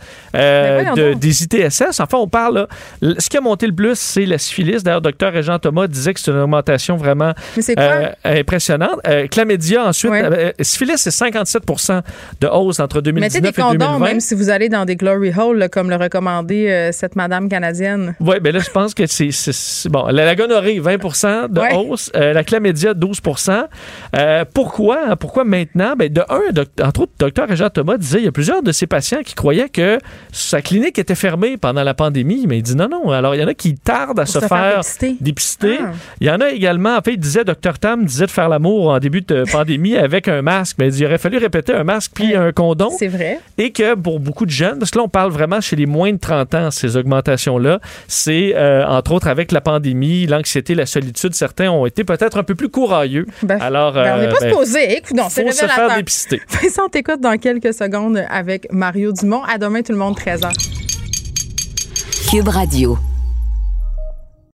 des ITSS. Enfin, on parle, là, ce qui a monté le plus, c'est la syphilis. D'ailleurs, Dr. Régent Thomas disait que c'est une augmentation vraiment impressionnante. Chlamydia, ensuite, syphilis, c'est 57% de hausse entre 2019 Mettez des et 2020. condoms, même si vous allez dans des glory holes, là, comme le recommandait cette madame canadienne. Oui, bien là, je pense que c'est bon. La gonorrhée, 20% de hausse. La chlamydia, 12%. Pourquoi maintenant? Bien, entre autres, Dr. Régent Thomas disait il y a plusieurs de ses patients qui croyaient que sa clinique était fermée pendant la pandémie, mais il dit non. Alors, il y en a qui tardent à se faire dépister. Il y en a également, en fait, Dr. Tam disait de faire l'amour en début de pandémie avec un masque, mais il aurait fallu répéter un masque puis un condom. C'est vrai. Et que pour beaucoup de jeunes, parce que là, on parle vraiment chez les moins de 30 ans, ces augmentations-là, c'est entre autres avec la pandémie, l'anxiété, la solitude, certains ont été peut-être un peu plus courageux. Alors, on n'est pas supposé. Écoute, c'est se faire dépister. Vincent, t'écoute dans quelques secondes avec Mario Dumont. À demain, tout le monde, 13h. Cube Radio.